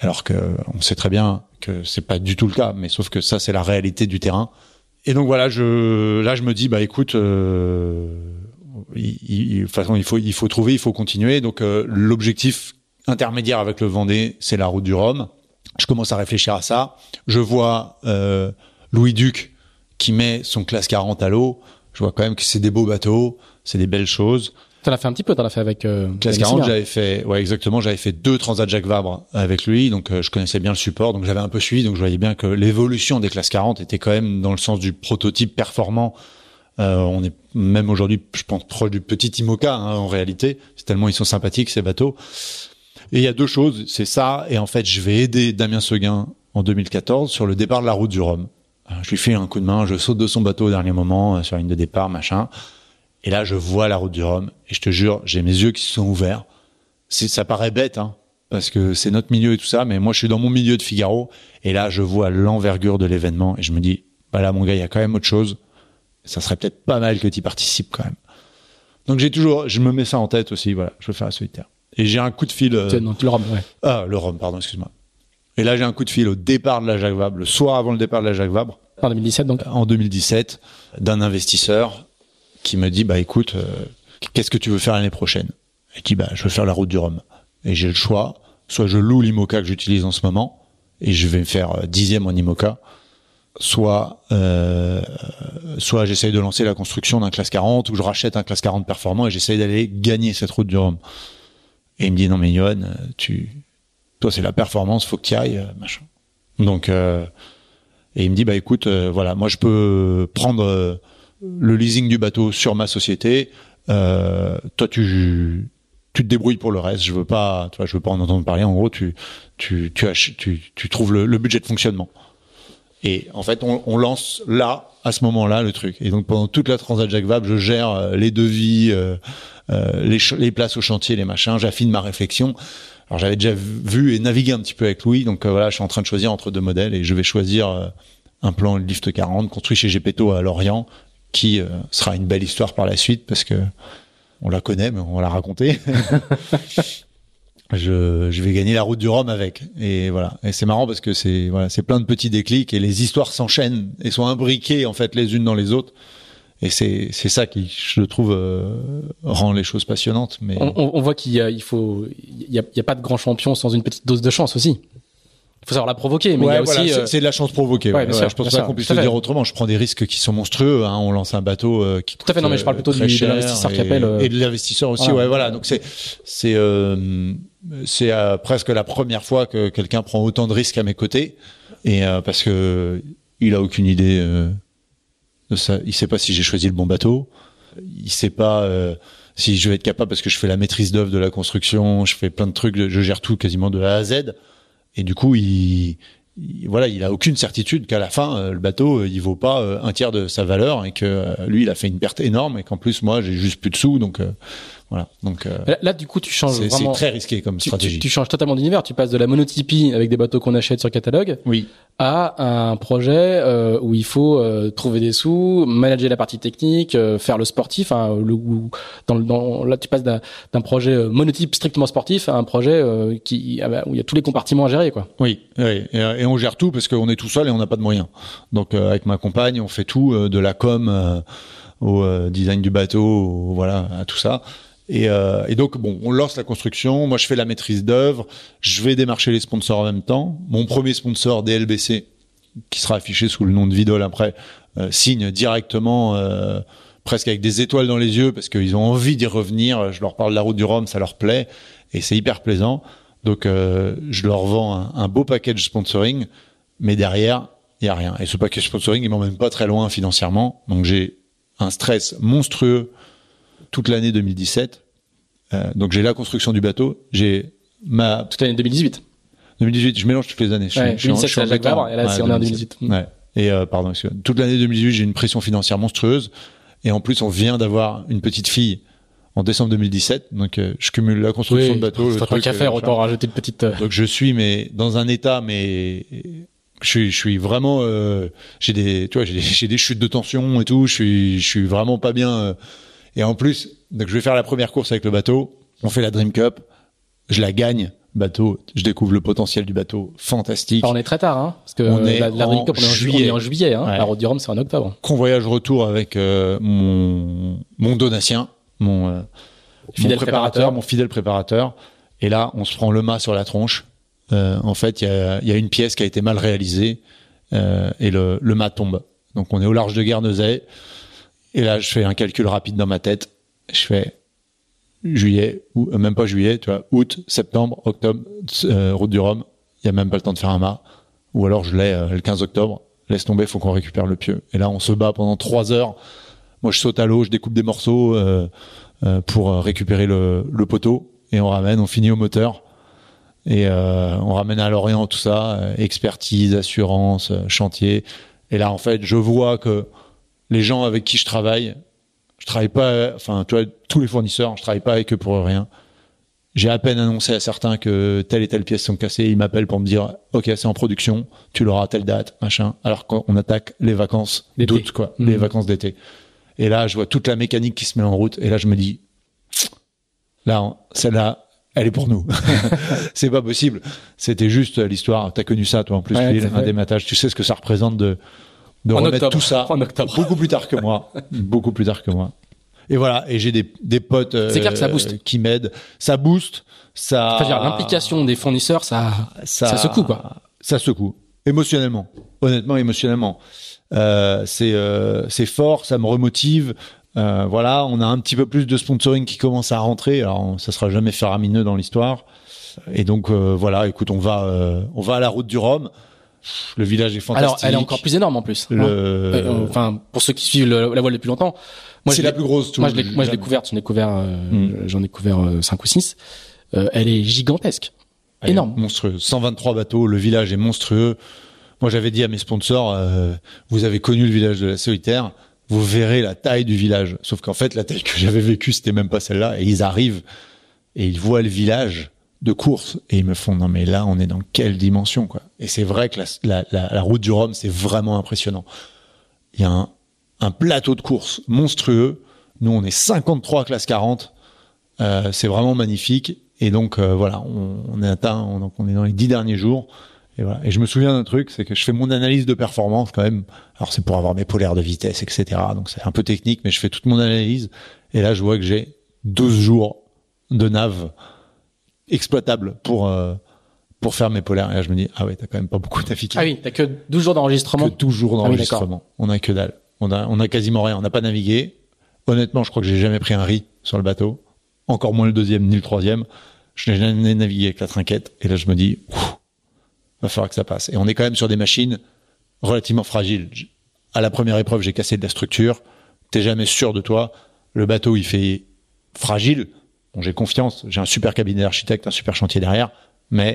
Speaker 2: Alors que on sait très bien que c'est pas du tout le cas, mais sauf que ça c'est la réalité du terrain. Et donc voilà, je là je me dis bah écoute, euh, il, il, de toute façon il faut il faut trouver, il faut continuer. Donc euh, l'objectif intermédiaire avec le Vendée, c'est la route du Rhum. Je commence à réfléchir à ça. Je vois euh, Louis Duc qui met son classe quarante à l'eau. Je vois quand même que c'est des beaux bateaux, c'est des belles choses.
Speaker 3: T'en as fait un petit peu, t'en as fait avec euh,
Speaker 2: classe
Speaker 3: avec
Speaker 2: quarante,
Speaker 3: Signa.
Speaker 2: j'avais fait, ouais, exactement, j'avais fait deux Transat Jacques Vabre avec lui, donc euh, je connaissais bien le support, donc j'avais un peu suivi, donc je voyais bien que l'évolution des classes quarante était quand même dans le sens du prototype performant. Euh, on est même aujourd'hui, je pense, proche du petit IMOCA, hein, en réalité. C'est tellement ils sont sympathiques, ces bateaux. Et il y a deux choses, c'est ça, et en fait, je vais aider Damien Seguin en deux mille quatorze sur le départ de la route du Rhum. Je lui fais un coup de main, je saute de son bateau au dernier moment, euh, sur la ligne de départ, machin. Et là, je vois la route du Rhum, et je te jure, j'ai mes yeux qui se sont ouverts. C'est, ça paraît bête, hein, parce que c'est notre milieu et tout ça, mais moi, je suis dans mon milieu de Figaro, et là, je vois l'envergure de l'événement, et je me dis, bah là, mon gars, il y a quand même autre chose. Ça serait peut-être pas mal que tu y participes quand même. Donc j'ai toujours, je me mets ça en tête aussi, voilà, je veux faire la solitaire. Et j'ai un coup de fil. Euh...
Speaker 3: Non, le Rhum, ouais.
Speaker 2: Ah, le Rhum, pardon, excuse-moi. Et là, j'ai un coup de fil au départ de la Jacques Vabre, le soir avant le départ de la Jacques Vabre.
Speaker 3: En deux mille dix-sept, donc.
Speaker 2: En deux mille dix-sept, d'un investisseur qui me dit, bah écoute, euh, qu'est-ce que tu veux faire l'année prochaine? Et qui, bah, je veux faire la route du Rhum. Et j'ai le choix, soit je loue l'IMOCA que j'utilise en ce moment, et je vais me faire euh, dixième en IMOCA, soit, euh, soit j'essaye de lancer la construction d'un classe quarante, ou je rachète un classe quarante performant, et j'essaye d'aller gagner cette route du Rhum. Et il me dit, non mais Johan, tu, toi c'est la performance, faut que tu y ailles, machin. Donc, euh, et il me dit, bah écoute, euh, voilà, moi je peux prendre euh, le leasing du bateau sur ma société, euh, toi tu, tu te débrouilles pour le reste, je veux pas, tu vois, je veux pas en entendre parler, en gros, tu, tu, tu, ach- tu, tu trouves le, le budget de fonctionnement. Et en fait, on, on lance là, à ce moment-là, le truc. Et donc pendant toute la Transat Jacques Vabre, je gère euh, les devis, euh, euh, les, ch- les places au chantier, les machins, j'affine ma réflexion. Alors j'avais déjà vu et navigué un petit peu avec Louis, donc euh, voilà, je suis en train de choisir entre deux modèles et je vais choisir euh, un plan Lift quarante construit chez Gepetto à Lorient, qui euh, sera une belle histoire par la suite parce que on la connaît, mais on l'a raconté. je, je vais gagner la route du Rhum avec, et voilà. Et c'est marrant parce que c'est voilà, c'est plein de petits déclics et les histoires s'enchaînent et sont imbriquées en fait les unes dans les autres. Et c'est c'est ça qui, je trouve, euh, rend les choses passionnantes. Mais
Speaker 3: On, on, on voit qu'il y a, il faut, il y a, il y a pas de grand champion sans une petite dose de chance aussi. Il faut savoir la provoquer, mais
Speaker 2: ouais,
Speaker 3: il y a
Speaker 2: voilà,
Speaker 3: aussi.
Speaker 2: c'est,
Speaker 3: euh...
Speaker 2: c'est de la chance provoquée.
Speaker 3: Ouais,
Speaker 2: Ouais,
Speaker 3: bien
Speaker 2: ouais,
Speaker 3: sûr,
Speaker 2: je pense
Speaker 3: bien
Speaker 2: pas
Speaker 3: sûr,
Speaker 2: qu'on puisse
Speaker 3: tout à
Speaker 2: le
Speaker 3: fait.
Speaker 2: dire autrement. Je prends des risques qui sont monstrueux. Hein. On lance un bateau euh, qui
Speaker 3: Tout à fait. Non, mais je parle plutôt
Speaker 2: très
Speaker 3: du, de
Speaker 2: cher
Speaker 3: l'investisseur
Speaker 2: et,
Speaker 3: qui appelle. Euh...
Speaker 2: et de l'investisseur aussi.
Speaker 3: Voilà.
Speaker 2: Ouais, voilà. Donc c'est c'est euh, c'est euh, presque la première fois que quelqu'un prend autant de risques à mes côtés, et euh, parce que il a aucune idée euh, de ça. Il sait pas si j'ai choisi le bon bateau. Il sait pas euh, si je vais être capable, parce que je fais la maîtrise d'œuvre de la construction, je fais plein de trucs, je gère tout quasiment de A à Z. Et du coup, il, il voilà, il a aucune certitude qu'à la fin, euh, le bateau, euh, il vaut pas euh, un tiers de sa valeur, et que euh, lui, il a fait une perte énorme, et qu'en plus, moi, j'ai juste plus de sous, donc euh, voilà. Donc euh,
Speaker 3: Là, là, du coup, tu changes
Speaker 2: c'est,
Speaker 3: vraiment.
Speaker 2: c'est très risqué comme
Speaker 3: Tu,
Speaker 2: stratégie.
Speaker 3: tu, tu changes totalement d'univers. Tu passes de la monotypie avec des bateaux qu'on achète sur catalogue
Speaker 2: Oui.
Speaker 3: à un projet euh, où il faut euh, trouver des sous, manager la partie technique, euh, faire le sportif. Hein, le, où, dans, le- dans, là, tu passes d'un, d'un projet euh, monotype strictement sportif à un projet euh, qui ah bah, où il y a tous les compartiments à gérer, quoi.
Speaker 2: Oui, oui. Et, et on gère tout parce qu'on est tout seul et on n'a pas de moyens. Donc euh, avec ma compagne, on fait tout, euh, de la com euh, au euh, design du bateau, au- voilà, à tout ça. Et, euh, et donc bon, on lance la construction. Moi, je fais la maîtrise d'œuvre. Je vais démarcher les sponsors en même temps. Mon premier sponsor, D L B C, qui sera affiché sous le nom de Vidol après, euh, signe directement, euh, presque avec des étoiles dans les yeux, parce qu'ils ont envie d'y revenir. Je leur parle de la route du Rhum, ça leur plaît, et c'est hyper plaisant. Donc, euh, je leur vends un, un beau package sponsoring, mais derrière, il y a rien. Et ce package sponsoring, il m'emmène pas très loin financièrement. Donc, j'ai un stress monstrueux toute l'année deux mille dix-sept. Euh, donc, j'ai la construction du bateau, j'ai ma
Speaker 3: Toute l'année deux mille dix-huit.
Speaker 2: deux mille dix-huit. Je mélange toutes les années. Je suis-
Speaker 3: Ouais,
Speaker 2: je suis en-
Speaker 3: deux mille dix-sept,
Speaker 2: je suis en
Speaker 3: c'est la Jacques
Speaker 2: décor.
Speaker 3: Vabre, et là, c'est- on est en deux mille dix-huit.
Speaker 2: Ouais. Et euh, pardon, excuse-moi. Toute l'année deux mille dix-huit, j'ai une pression financière monstrueuse. Et en plus, on vient d'avoir une petite fille en décembre deux mille dix-sept. Donc, euh, je cumule la construction
Speaker 3: Oui,
Speaker 2: de bateau, le
Speaker 3: t'as pas
Speaker 2: truc,
Speaker 3: qu'à
Speaker 2: euh,
Speaker 3: faire,
Speaker 2: machin.
Speaker 3: autant rajouter une petite. euh,
Speaker 2: Donc je suis mais dans un état, mais je suis je suis vraiment euh, j'ai des tu vois j'ai des, j'ai des chutes de tension et tout, je suis je suis vraiment pas bien, euh. Et en plus, donc je vais faire la première course avec le bateau, on fait la Dream Cup, je la gagne bateau, je découvre le potentiel du bateau, fantastique.
Speaker 3: Alors, on est très tard, hein, parce que
Speaker 2: on est
Speaker 3: la, la
Speaker 2: en
Speaker 3: Cup, on est en juillet, on est en juillet, hein. Ouais. La Route du Rhum, c'est en octobre.
Speaker 2: Convoyage retour avec euh, mon mon donatien, mon, euh,
Speaker 3: fidèle
Speaker 2: mon préparateur,
Speaker 3: préparateur,
Speaker 2: mon fidèle préparateur. Et là, on se prend le mât sur la tronche. Euh, en fait, il y a il y a une pièce qui a été mal réalisée euh, et le le mât tombe. Donc, on est au large de Guernesey. Et là, je fais un calcul rapide dans ma tête. Je fais juillet, ou euh, même pas juillet, tu vois, août, septembre, octobre, euh, Route du Rhum, il y a même pas le temps de faire un mât. Ou alors je l'ai euh, le quinze octobre, laisse tomber, faut qu'on récupère le pieu. Et là, on se bat pendant trois heures. Moi, je saute à l'eau, je découpe des morceaux euh, euh, pour récupérer le, le poteau et on ramène, on finit au moteur et euh, on ramène à Lorient tout ça, euh, expertise, assurance, euh, chantier. Et là, en fait, je vois que les gens avec qui je travaille, je travaille pas, enfin, tu vois, tous les fournisseurs, je travaille pas avec eux pour rien. J'ai à peine annoncé à certains que telle et telle pièce sont cassées, ils m'appellent pour me dire, OK, c'est en production, tu l'auras à telle date, machin. Alors qu'on attaque les vacances d'août, quoi, mmh. les vacances d'été. Et là, je vois toute la mécanique qui se met en route, et là, je me dis, là, celle-là, elle est pour nous. C'est pas possible. C'était juste l'histoire. T'as connu ça, toi, en plus,
Speaker 3: ouais,
Speaker 2: Phil, un dématage. Tu sais ce que ça représente de, de
Speaker 3: en
Speaker 2: remettre
Speaker 3: octobre.
Speaker 2: tout ça
Speaker 3: en octobre.
Speaker 2: beaucoup plus tard que moi, beaucoup plus tard que moi. Et voilà, et j'ai des des potes euh,
Speaker 3: c'est clair que ça booste.
Speaker 2: qui m'aident, ça booste, ça
Speaker 3: enfin, dire, l'implication des fournisseurs, ça, ça ça secoue quoi.
Speaker 2: Ça secoue émotionnellement. Honnêtement, émotionnellement. Euh c'est euh, c'est fort, ça me remotive. Euh, voilà, on a un petit peu plus de sponsoring qui commence à rentrer. Alors ça sera jamais faramineux dans l'histoire. Et donc euh, voilà, écoute, on va euh, on va à la Route du Rhum. Le village est fantastique.
Speaker 3: Alors, elle est encore plus énorme en plus.
Speaker 2: Le...
Speaker 3: Hein. Euh, enfin, pour ceux qui suivent le, la voile depuis longtemps, moi
Speaker 2: c'est
Speaker 3: je
Speaker 2: la plus grosse.
Speaker 3: Moi, je l'ai, moi, je l'ai couverte. J'en ai couvert, euh, mm. j'en ai couvert euh, cinq ou six. Euh, elle est gigantesque, elle énorme,
Speaker 2: est monstrueux. cent vingt-trois bateaux. Le village est monstrueux. Moi, j'avais dit à mes sponsors, euh, vous avez connu le village de la Solitaire, vous verrez la taille du village. Sauf qu'en fait, la taille que j'avais vécue, c'était même pas celle-là. Et ils arrivent et ils voient le village de course et ils me font non mais là on est dans quelle dimension quoi. Et c'est vrai que la, la, la, la Route du Rhum c'est vraiment impressionnant. Il y a un, un plateau de course monstrueux. Nous on est cinquante-trois classe quarante. Euh, c'est vraiment magnifique et donc euh, voilà on, on est atteint on, donc on est dans les dix derniers jours et voilà. Et je me souviens d'un truc, c'est que je fais mon analyse de performance quand même. Alors c'est pour avoir mes polaires de vitesse etc. Donc c'est un peu technique mais je fais toute mon analyse et là je vois que j'ai douze jours de nav exploitable pour euh, pour faire mes polaires. Et là, je me dis, ah ouais, t'as quand même pas beaucoup navigué.
Speaker 3: Ah oui, t'as que douze jours d'enregistrement.
Speaker 2: Que douze jours d'enregistrement. Ah oui, on a que dalle. On a, on a quasiment rien. On n'a pas navigué. Honnêtement, je crois que j'ai jamais pris un riz sur le bateau. Encore moins le deuxième, ni le troisième. Je n'ai jamais navigué avec la trinquette. Et là, je me dis, ouf, va falloir que ça passe. Et on est quand même sur des machines relativement fragiles. À la première épreuve, j'ai cassé de la structure. T'es jamais sûr de toi. Le bateau, il fait fragile. Bon, j'ai confiance, j'ai un super cabinet d'architecte, un super chantier derrière, mais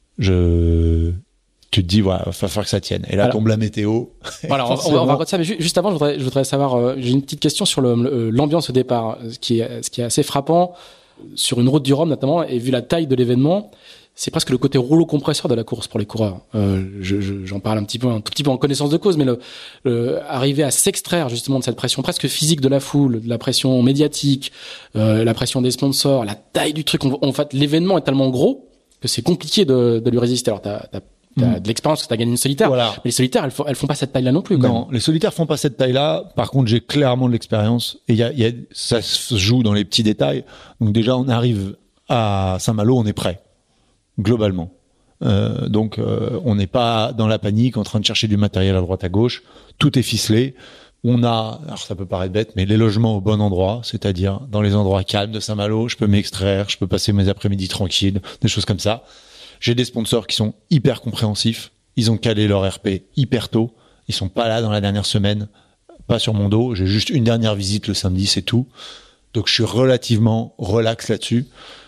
Speaker 2: je, tu te dis, voilà, va falloir que ça tienne. Et là, alors, tombe la météo.
Speaker 3: Voilà, on, on va regarder ça, mais juste avant, je voudrais, je voudrais savoir, euh, j'ai une petite question sur le, le, l'ambiance au départ, ce qui est, ce qui est assez frappant sur une Route du Rhum notamment, et vu la taille de l'événement, c'est presque le côté rouleau compresseur de la course pour les coureurs. Euh, je, je, j'en parle un petit peu, un tout petit peu en connaissance de cause, mais le, le arriver à s'extraire justement de cette pression presque physique de la foule, de la pression médiatique, euh, la pression des sponsors, la taille du truc. En fait, l'événement est tellement gros que c'est compliqué de, de lui résister. Alors, t'as, t'as, t'as mmh. de l'expérience, t'as gagné une solitaire,
Speaker 2: voilà.
Speaker 3: Mais les solitaires, elles font, elles font pas cette taille-là non plus. Quand
Speaker 2: non,
Speaker 3: même.
Speaker 2: Les solitaires font pas cette taille-là. Par contre, j'ai clairement de l'expérience. Et il y a, y a, ça se joue dans les petits détails. Donc déjà, on arrive à Saint-Malo, on est prêt globalement. Euh, donc euh, on n'est pas dans la panique en train de chercher du matériel à droite à gauche, tout est ficelé. On a, alors ça peut paraître bête, mais les logements au bon endroit, c'est-à-dire dans les endroits calmes de Saint-Malo, je peux m'extraire, je peux passer mes après-midi tranquilles, des choses comme ça. J'ai des sponsors qui sont hyper compréhensifs, ils ont calé leur R P hyper tôt, ils sont pas là dans la dernière semaine, pas sur mon dos, j'ai juste une dernière visite le samedi, c'est tout. Donc je suis relativement relax là-dessus.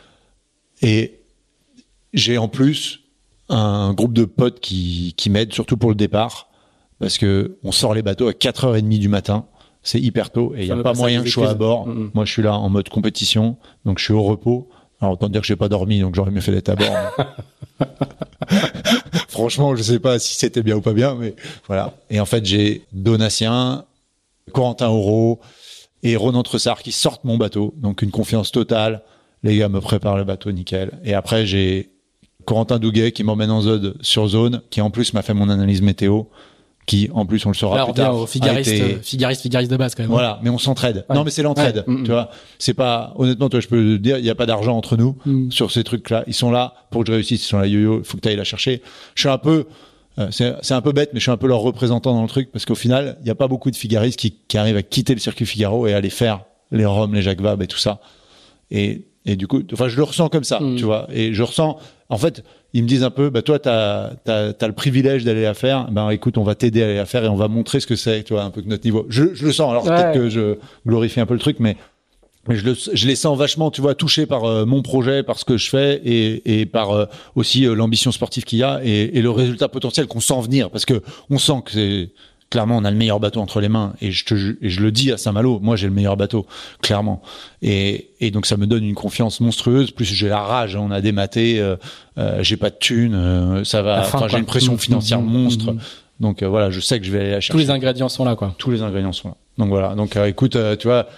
Speaker 2: Et j'ai en plus un groupe de potes qui, qui m'aident, surtout pour le départ, parce que on sort les bateaux à quatre heures trente du matin, c'est hyper tôt, et il n'y a pas moyen que je sois à bord. Mmh. Moi, je suis là en mode compétition, donc je suis au repos. Alors, autant dire que j'ai pas dormi, donc j'aurais mieux fait d'être à bord. Franchement, je sais pas si c'était bien ou pas bien, mais voilà. Et en fait, j'ai Donatien, Corentin Auro et Ronan Tressard qui sortent mon bateau, donc une confiance totale. Les gars me préparent le bateau, nickel. Et après, j'ai Corentin Douguet qui m'emmène en zone sur zone, qui en plus m'a fait mon analyse météo, qui en plus on le saura
Speaker 3: Là,
Speaker 2: plus tard.
Speaker 3: Au figariste,
Speaker 2: été...
Speaker 3: figariste, figariste de base quand même.
Speaker 2: Voilà, mais on s'entraide. Ouais. Non, mais c'est l'entraide. Ouais. Tu vois, c'est pas honnêtement, toi, je peux te dire, il y a pas d'argent entre nous mm. sur ces trucs-là. Ils sont là pour que je réussisse. Ils sont là, yo-yo. Il faut que tu ailles la chercher. Je suis un peu, euh, c'est, c'est un peu bête, mais je suis un peu leur représentant dans le truc parce qu'au final, il y a pas beaucoup de figaristes qui, qui arrivent à quitter le circuit Figaro et aller faire les Roms, les Jacques Vabre et tout ça. Et Et du coup, enfin, je le ressens comme ça, mmh. tu vois. Et je ressens, en fait, ils me disent un peu, bah toi, t'as, t'as, t'as le privilège d'aller la faire. Ben, écoute, on va t'aider à aller la faire et on va montrer ce que c'est, tu vois, un peu que notre niveau. Je, je le sens. Alors ouais. peut-être que je glorifie un peu le truc, mais, mais je le, je les sens vachement, tu vois, touchés par euh, mon projet, par ce que je fais et, et par euh, aussi euh, l'ambition sportive qu'il y a et, et le résultat potentiel qu'on sent venir, parce que on sent que c'est clairement, on a le meilleur bateau entre les mains et je te, et je le dis à Saint-Malo, moi j'ai le meilleur bateau, clairement. Et, et donc ça me donne une confiance monstrueuse. Plus j'ai la rage, on a dématé, euh, euh, j'ai pas de thunes, euh, ça va. Enfin, j'ai une pression financière mmh, monstre. Mmh. Donc euh, voilà, je sais que je vais aller la chercher.
Speaker 3: Tous les ingrédients sont là, quoi.
Speaker 2: Tous les ingrédients sont là. Donc voilà. Donc euh, écoute, euh, tu vois,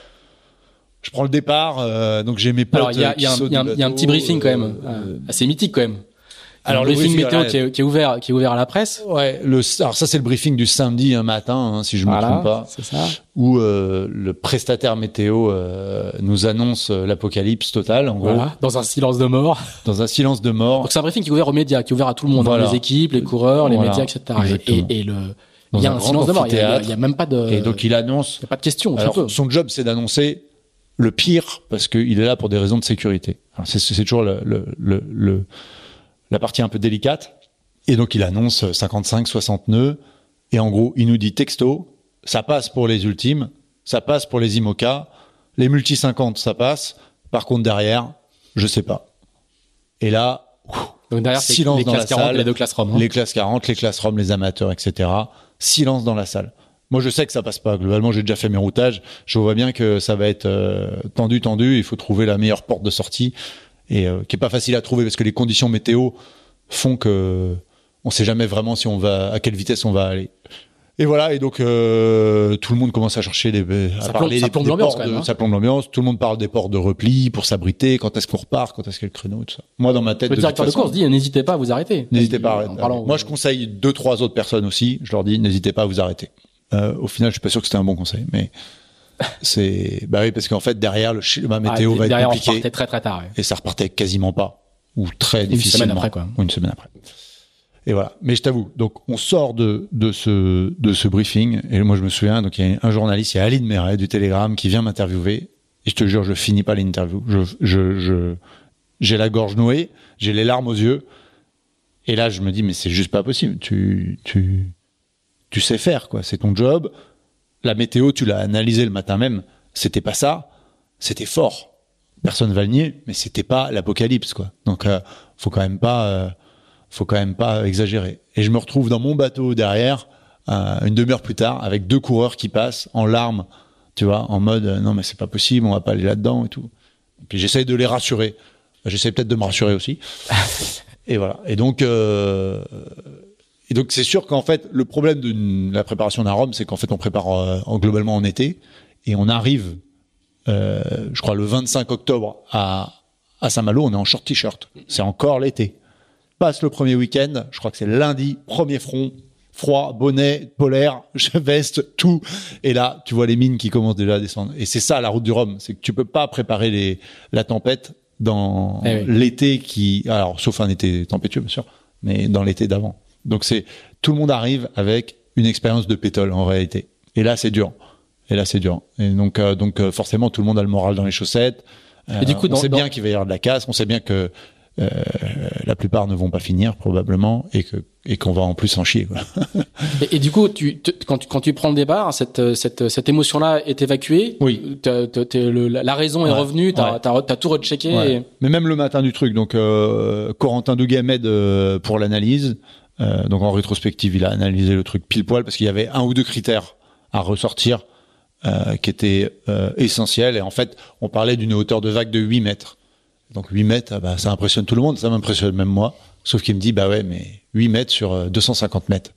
Speaker 2: je prends le départ. Euh, donc j'ai mes potes.
Speaker 3: Alors il y a, y a, y a, y a un petit briefing quand même, euh, assez mythique quand même. Alors le briefing météo qui est, qui est ouvert, qui est ouvert à la presse.
Speaker 2: Ouais. Le, alors ça c'est le briefing du samedi un matin, hein, si je me
Speaker 3: voilà,
Speaker 2: trompe pas.
Speaker 3: C'est ça.
Speaker 2: Où euh, le prestataire météo euh, nous annonce euh, l'apocalypse totale, en
Speaker 3: voilà,
Speaker 2: gros.
Speaker 3: Dans un silence de mort.
Speaker 2: Dans un silence de mort.
Speaker 3: Donc c'est un briefing qui est ouvert aux médias, qui est ouvert à tout le monde, voilà. hein, les équipes, les coureurs, les voilà. médias, et cetera. Et, et le, il y a un, un silence de mort. Il y a, il y a même pas de.
Speaker 2: Et donc il annonce.
Speaker 3: Il y a pas de question.
Speaker 2: Alors son job c'est d'annoncer le pire parce qu'il est là pour des raisons de sécurité. Alors, c'est, c'est toujours le, le, le, le la partie un peu délicate. Et donc, il annonce cinquante-cinq, soixante nœuds. Et en gros, il nous dit texto, ça passe pour les ultimes, ça passe pour les IMOCA, les multi cinquante, ça passe. Par contre, derrière, je sais pas. Et là,
Speaker 3: donc derrière,
Speaker 2: silence
Speaker 3: les
Speaker 2: dans
Speaker 3: classes
Speaker 2: la
Speaker 3: quarante,
Speaker 2: salle.
Speaker 3: Les deux classes Roms. Hein.
Speaker 2: Les classes quarante, les classes Roms, les amateurs, et cetera. Silence dans la salle. Moi, je sais que ça passe pas. Globalement, j'ai déjà fait mes routages. Je vois bien que ça va être euh, tendu, tendu. Il faut trouver la meilleure porte de sortie. Et euh, qui est pas facile à trouver parce que les conditions météo font que on sait jamais vraiment si on va à quelle vitesse on va aller. Et voilà, et donc euh, tout le monde commence à chercher les à
Speaker 3: ça
Speaker 2: parler
Speaker 3: plombe, ça
Speaker 2: des,
Speaker 3: plombe
Speaker 2: des
Speaker 3: l'ambiance
Speaker 2: ports
Speaker 3: quand même,
Speaker 2: de,
Speaker 3: hein.
Speaker 2: ça plombe l'ambiance, tout le monde parle des ports de repli pour s'abriter, quand est-ce qu'on repart, quand est-ce qu'il y a le créneau et tout ça. Moi dans ma tête
Speaker 3: le
Speaker 2: de
Speaker 3: directeur de course dit n'hésitez pas à vous arrêter.
Speaker 2: N'hésitez pas à arrêter.
Speaker 3: Parlant,
Speaker 2: Moi je conseille deux trois autres personnes aussi, je leur dis n'hésitez pas à vous arrêter. Euh, au final, je suis pas sûr que c'était un bon conseil, mais c'est bah oui parce qu'en fait derrière le schéma météo
Speaker 3: ah,
Speaker 2: va
Speaker 3: derrière,
Speaker 2: être compliqué.
Speaker 3: On repartait très très tard. Ouais.
Speaker 2: Et ça repartait quasiment pas ou très
Speaker 3: une
Speaker 2: difficilement.
Speaker 3: Une semaine après quoi.
Speaker 2: Ou une semaine après. Et voilà. Mais je t'avoue, donc on sort de de ce de ce briefing et moi je me souviens donc il y a un journaliste, il y a Aline Méret du Télégramme qui vient m'interviewer et je te jure je finis pas l'interview. Je je je j'ai la gorge nouée, j'ai les larmes aux yeux et là je me dis mais c'est juste pas possible. Tu tu tu sais faire quoi, c'est ton job. La météo, tu l'as analysé le matin même, c'était pas ça, c'était fort. Personne va le nier, mais c'était pas l'apocalypse quoi. Donc euh, faut quand même pas euh, faut quand même pas exagérer. Et je me retrouve dans mon bateau derrière euh, une demi-heure plus tard avec deux coureurs qui passent en larmes, tu vois, en mode euh, non mais c'est pas possible, on va pas aller là-dedans et tout. Et puis j'essaye de les rassurer. J'essaye peut-être de me rassurer aussi. Et voilà. Et donc euh, Et donc c'est sûr qu'en fait le problème de la préparation d'un Rome, c'est qu'en fait on prépare euh, en, globalement en été et on arrive, euh, je crois le vingt-cinq octobre à à Saint-Malo, on est en short t-shirt. C'est encore l'été. Passe le premier week-end, je crois que c'est lundi, premier front, froid, bonnet, polaire, veste, tout. Et là, tu vois les mines qui commencent déjà à descendre. Et c'est ça la route du Rhum, c'est que tu peux pas préparer les la tempête dans eh oui. l'été qui, alors sauf un été tempétueux bien sûr, mais dans l'été d'avant. Donc c'est tout le monde arrive avec une expérience de pétole en réalité. Et là c'est dur. Et là c'est dur. Et donc euh, donc euh, forcément tout le monde a le moral dans les chaussettes. Euh, et du coup, on dans, sait dans... bien qu'il va y avoir de la casse. On sait bien que euh, la plupart ne vont pas finir probablement et que et qu'on va en plus en chier. Quoi.
Speaker 3: et, et du coup, tu te, quand tu quand tu prends le départ, cette cette cette émotion-là est évacuée.
Speaker 2: Oui.
Speaker 3: T'as, t'as, t'as, le, la raison est ouais. revenue. T'as, ouais. t'as t'as tout rechecké.
Speaker 2: Ouais.
Speaker 3: Et...
Speaker 2: Mais même le matin du truc. Donc euh, Corentin Douguet m'aide euh, pour l'analyse. Euh, donc en rétrospective, il a analysé le truc pile poil parce qu'il y avait un ou deux critères à ressortir euh, qui étaient euh, essentiels. Et en fait, on parlait d'une hauteur de vague de huit mètres. Donc huit mètres, bah, ça impressionne tout le monde, ça m'impressionne même moi. Sauf qu'il me dit, bah ouais, mais huit mètres sur euh, deux cent cinquante mètres.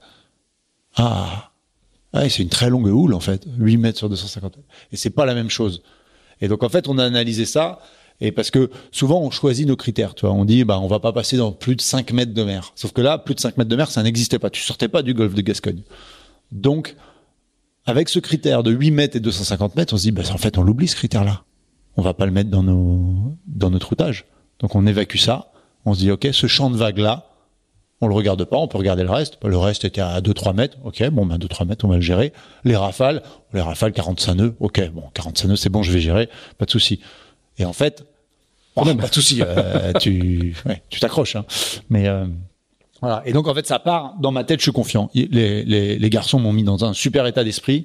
Speaker 2: Ah, ah c'est une très longue houle en fait, huit mètres sur deux cent cinquante mètres. Et c'est pas la même chose. Et donc en fait, on a analysé ça. Et parce que souvent, on choisit nos critères, tu vois. On dit, bah, on va pas passer dans plus de cinq mètres de mer. Sauf que là, plus de cinq mètres de mer, ça n'existait pas. Tu sortais pas du golfe de Gascogne. Donc, avec ce critère de huit mètres et deux cent cinquante mètres, on se dit, bah, en fait, on l'oublie, ce critère-là. On va pas le mettre dans nos, dans notre routage. Donc, on évacue ça. On se dit, OK, ce champ de vague-là, on le regarde pas, on peut regarder le reste. Le reste était à deux trois mètres. OK, bon, ben, deux trois mètres, on va le gérer. Les rafales, les rafales, quarante-cinq nœuds. OK, bon, quarante-cinq nœuds, c'est bon, je vais gérer. Pas de souci. Et en fait, oh, pas de souci, euh, tu, ouais, tu t'accroches, hein. Mais, euh, voilà. Et donc, en fait, ça part. Dans ma tête, je suis confiant. Les, les, les garçons m'ont mis dans un super état d'esprit.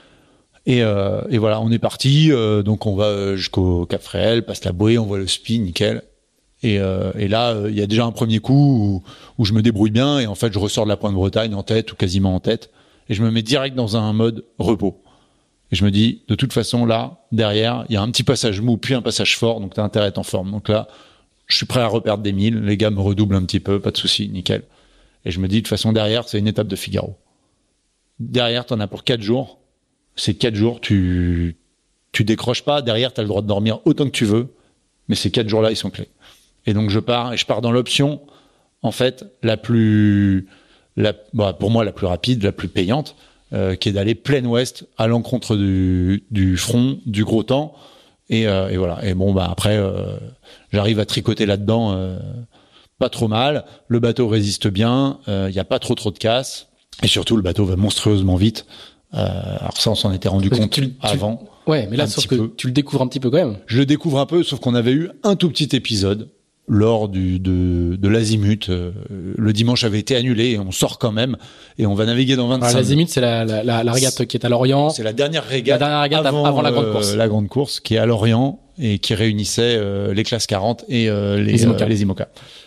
Speaker 2: Et, euh, et voilà, on est parti. Euh, donc, on va jusqu'au Cap Fréhel, passe la bouée, on voit le spi, nickel. Et, euh, et là, il euh, y a déjà un premier coup où, où je me débrouille bien et en fait, je ressors de la Pointe Bretagne en tête ou quasiment en tête et je me mets direct dans un mode repos. Et je me dis, de toute façon, là, derrière, il y a un petit passage mou puis un passage fort, donc t'as intérêt à être en forme. Donc là, je suis prêt à reperdre des milles, les gars me redoublent un petit peu, pas de souci, nickel. Et je me dis, de toute façon, derrière, c'est une étape de Figaro. Derrière, t'en as pour quatre jours. Ces quatre jours, tu tu décroches pas. Derrière, t'as le droit de dormir autant que tu veux, mais ces quatre jours-là, ils sont clés. Et donc je pars et je pars dans l'option en fait la plus la bah, pour moi la plus rapide, la plus payante euh, qui est d'aller plein ouest à l'encontre du du front du gros temps et, euh, et voilà. Et bon bah après euh, j'arrive à tricoter là-dedans euh, pas trop mal, le bateau résiste bien, il euh, y a pas trop trop de casse et surtout le bateau va monstrueusement vite. Euh, alors ça on s'en était rendu
Speaker 3: Parce
Speaker 2: compte
Speaker 3: tu,
Speaker 2: avant.
Speaker 3: Tu, ouais, mais là sauf que peu. tu le découvres un petit peu quand même.
Speaker 2: Je le découvre un peu sauf qu'on avait eu un tout petit épisode lors du de de l'Azimut, euh, le dimanche avait été annulé et on sort quand même et on va naviguer dans vingt-cinq.
Speaker 3: Alors, l'Azimut, c'est la, la la la régate qui est à Lorient.
Speaker 2: C'est la dernière régate,
Speaker 3: la dernière régate avant, avant la grande course.
Speaker 2: Euh, la grande course qui est à Lorient et qui réunissait euh, les classes quarante et euh, les les IMOCA. Euh, les IMOCA.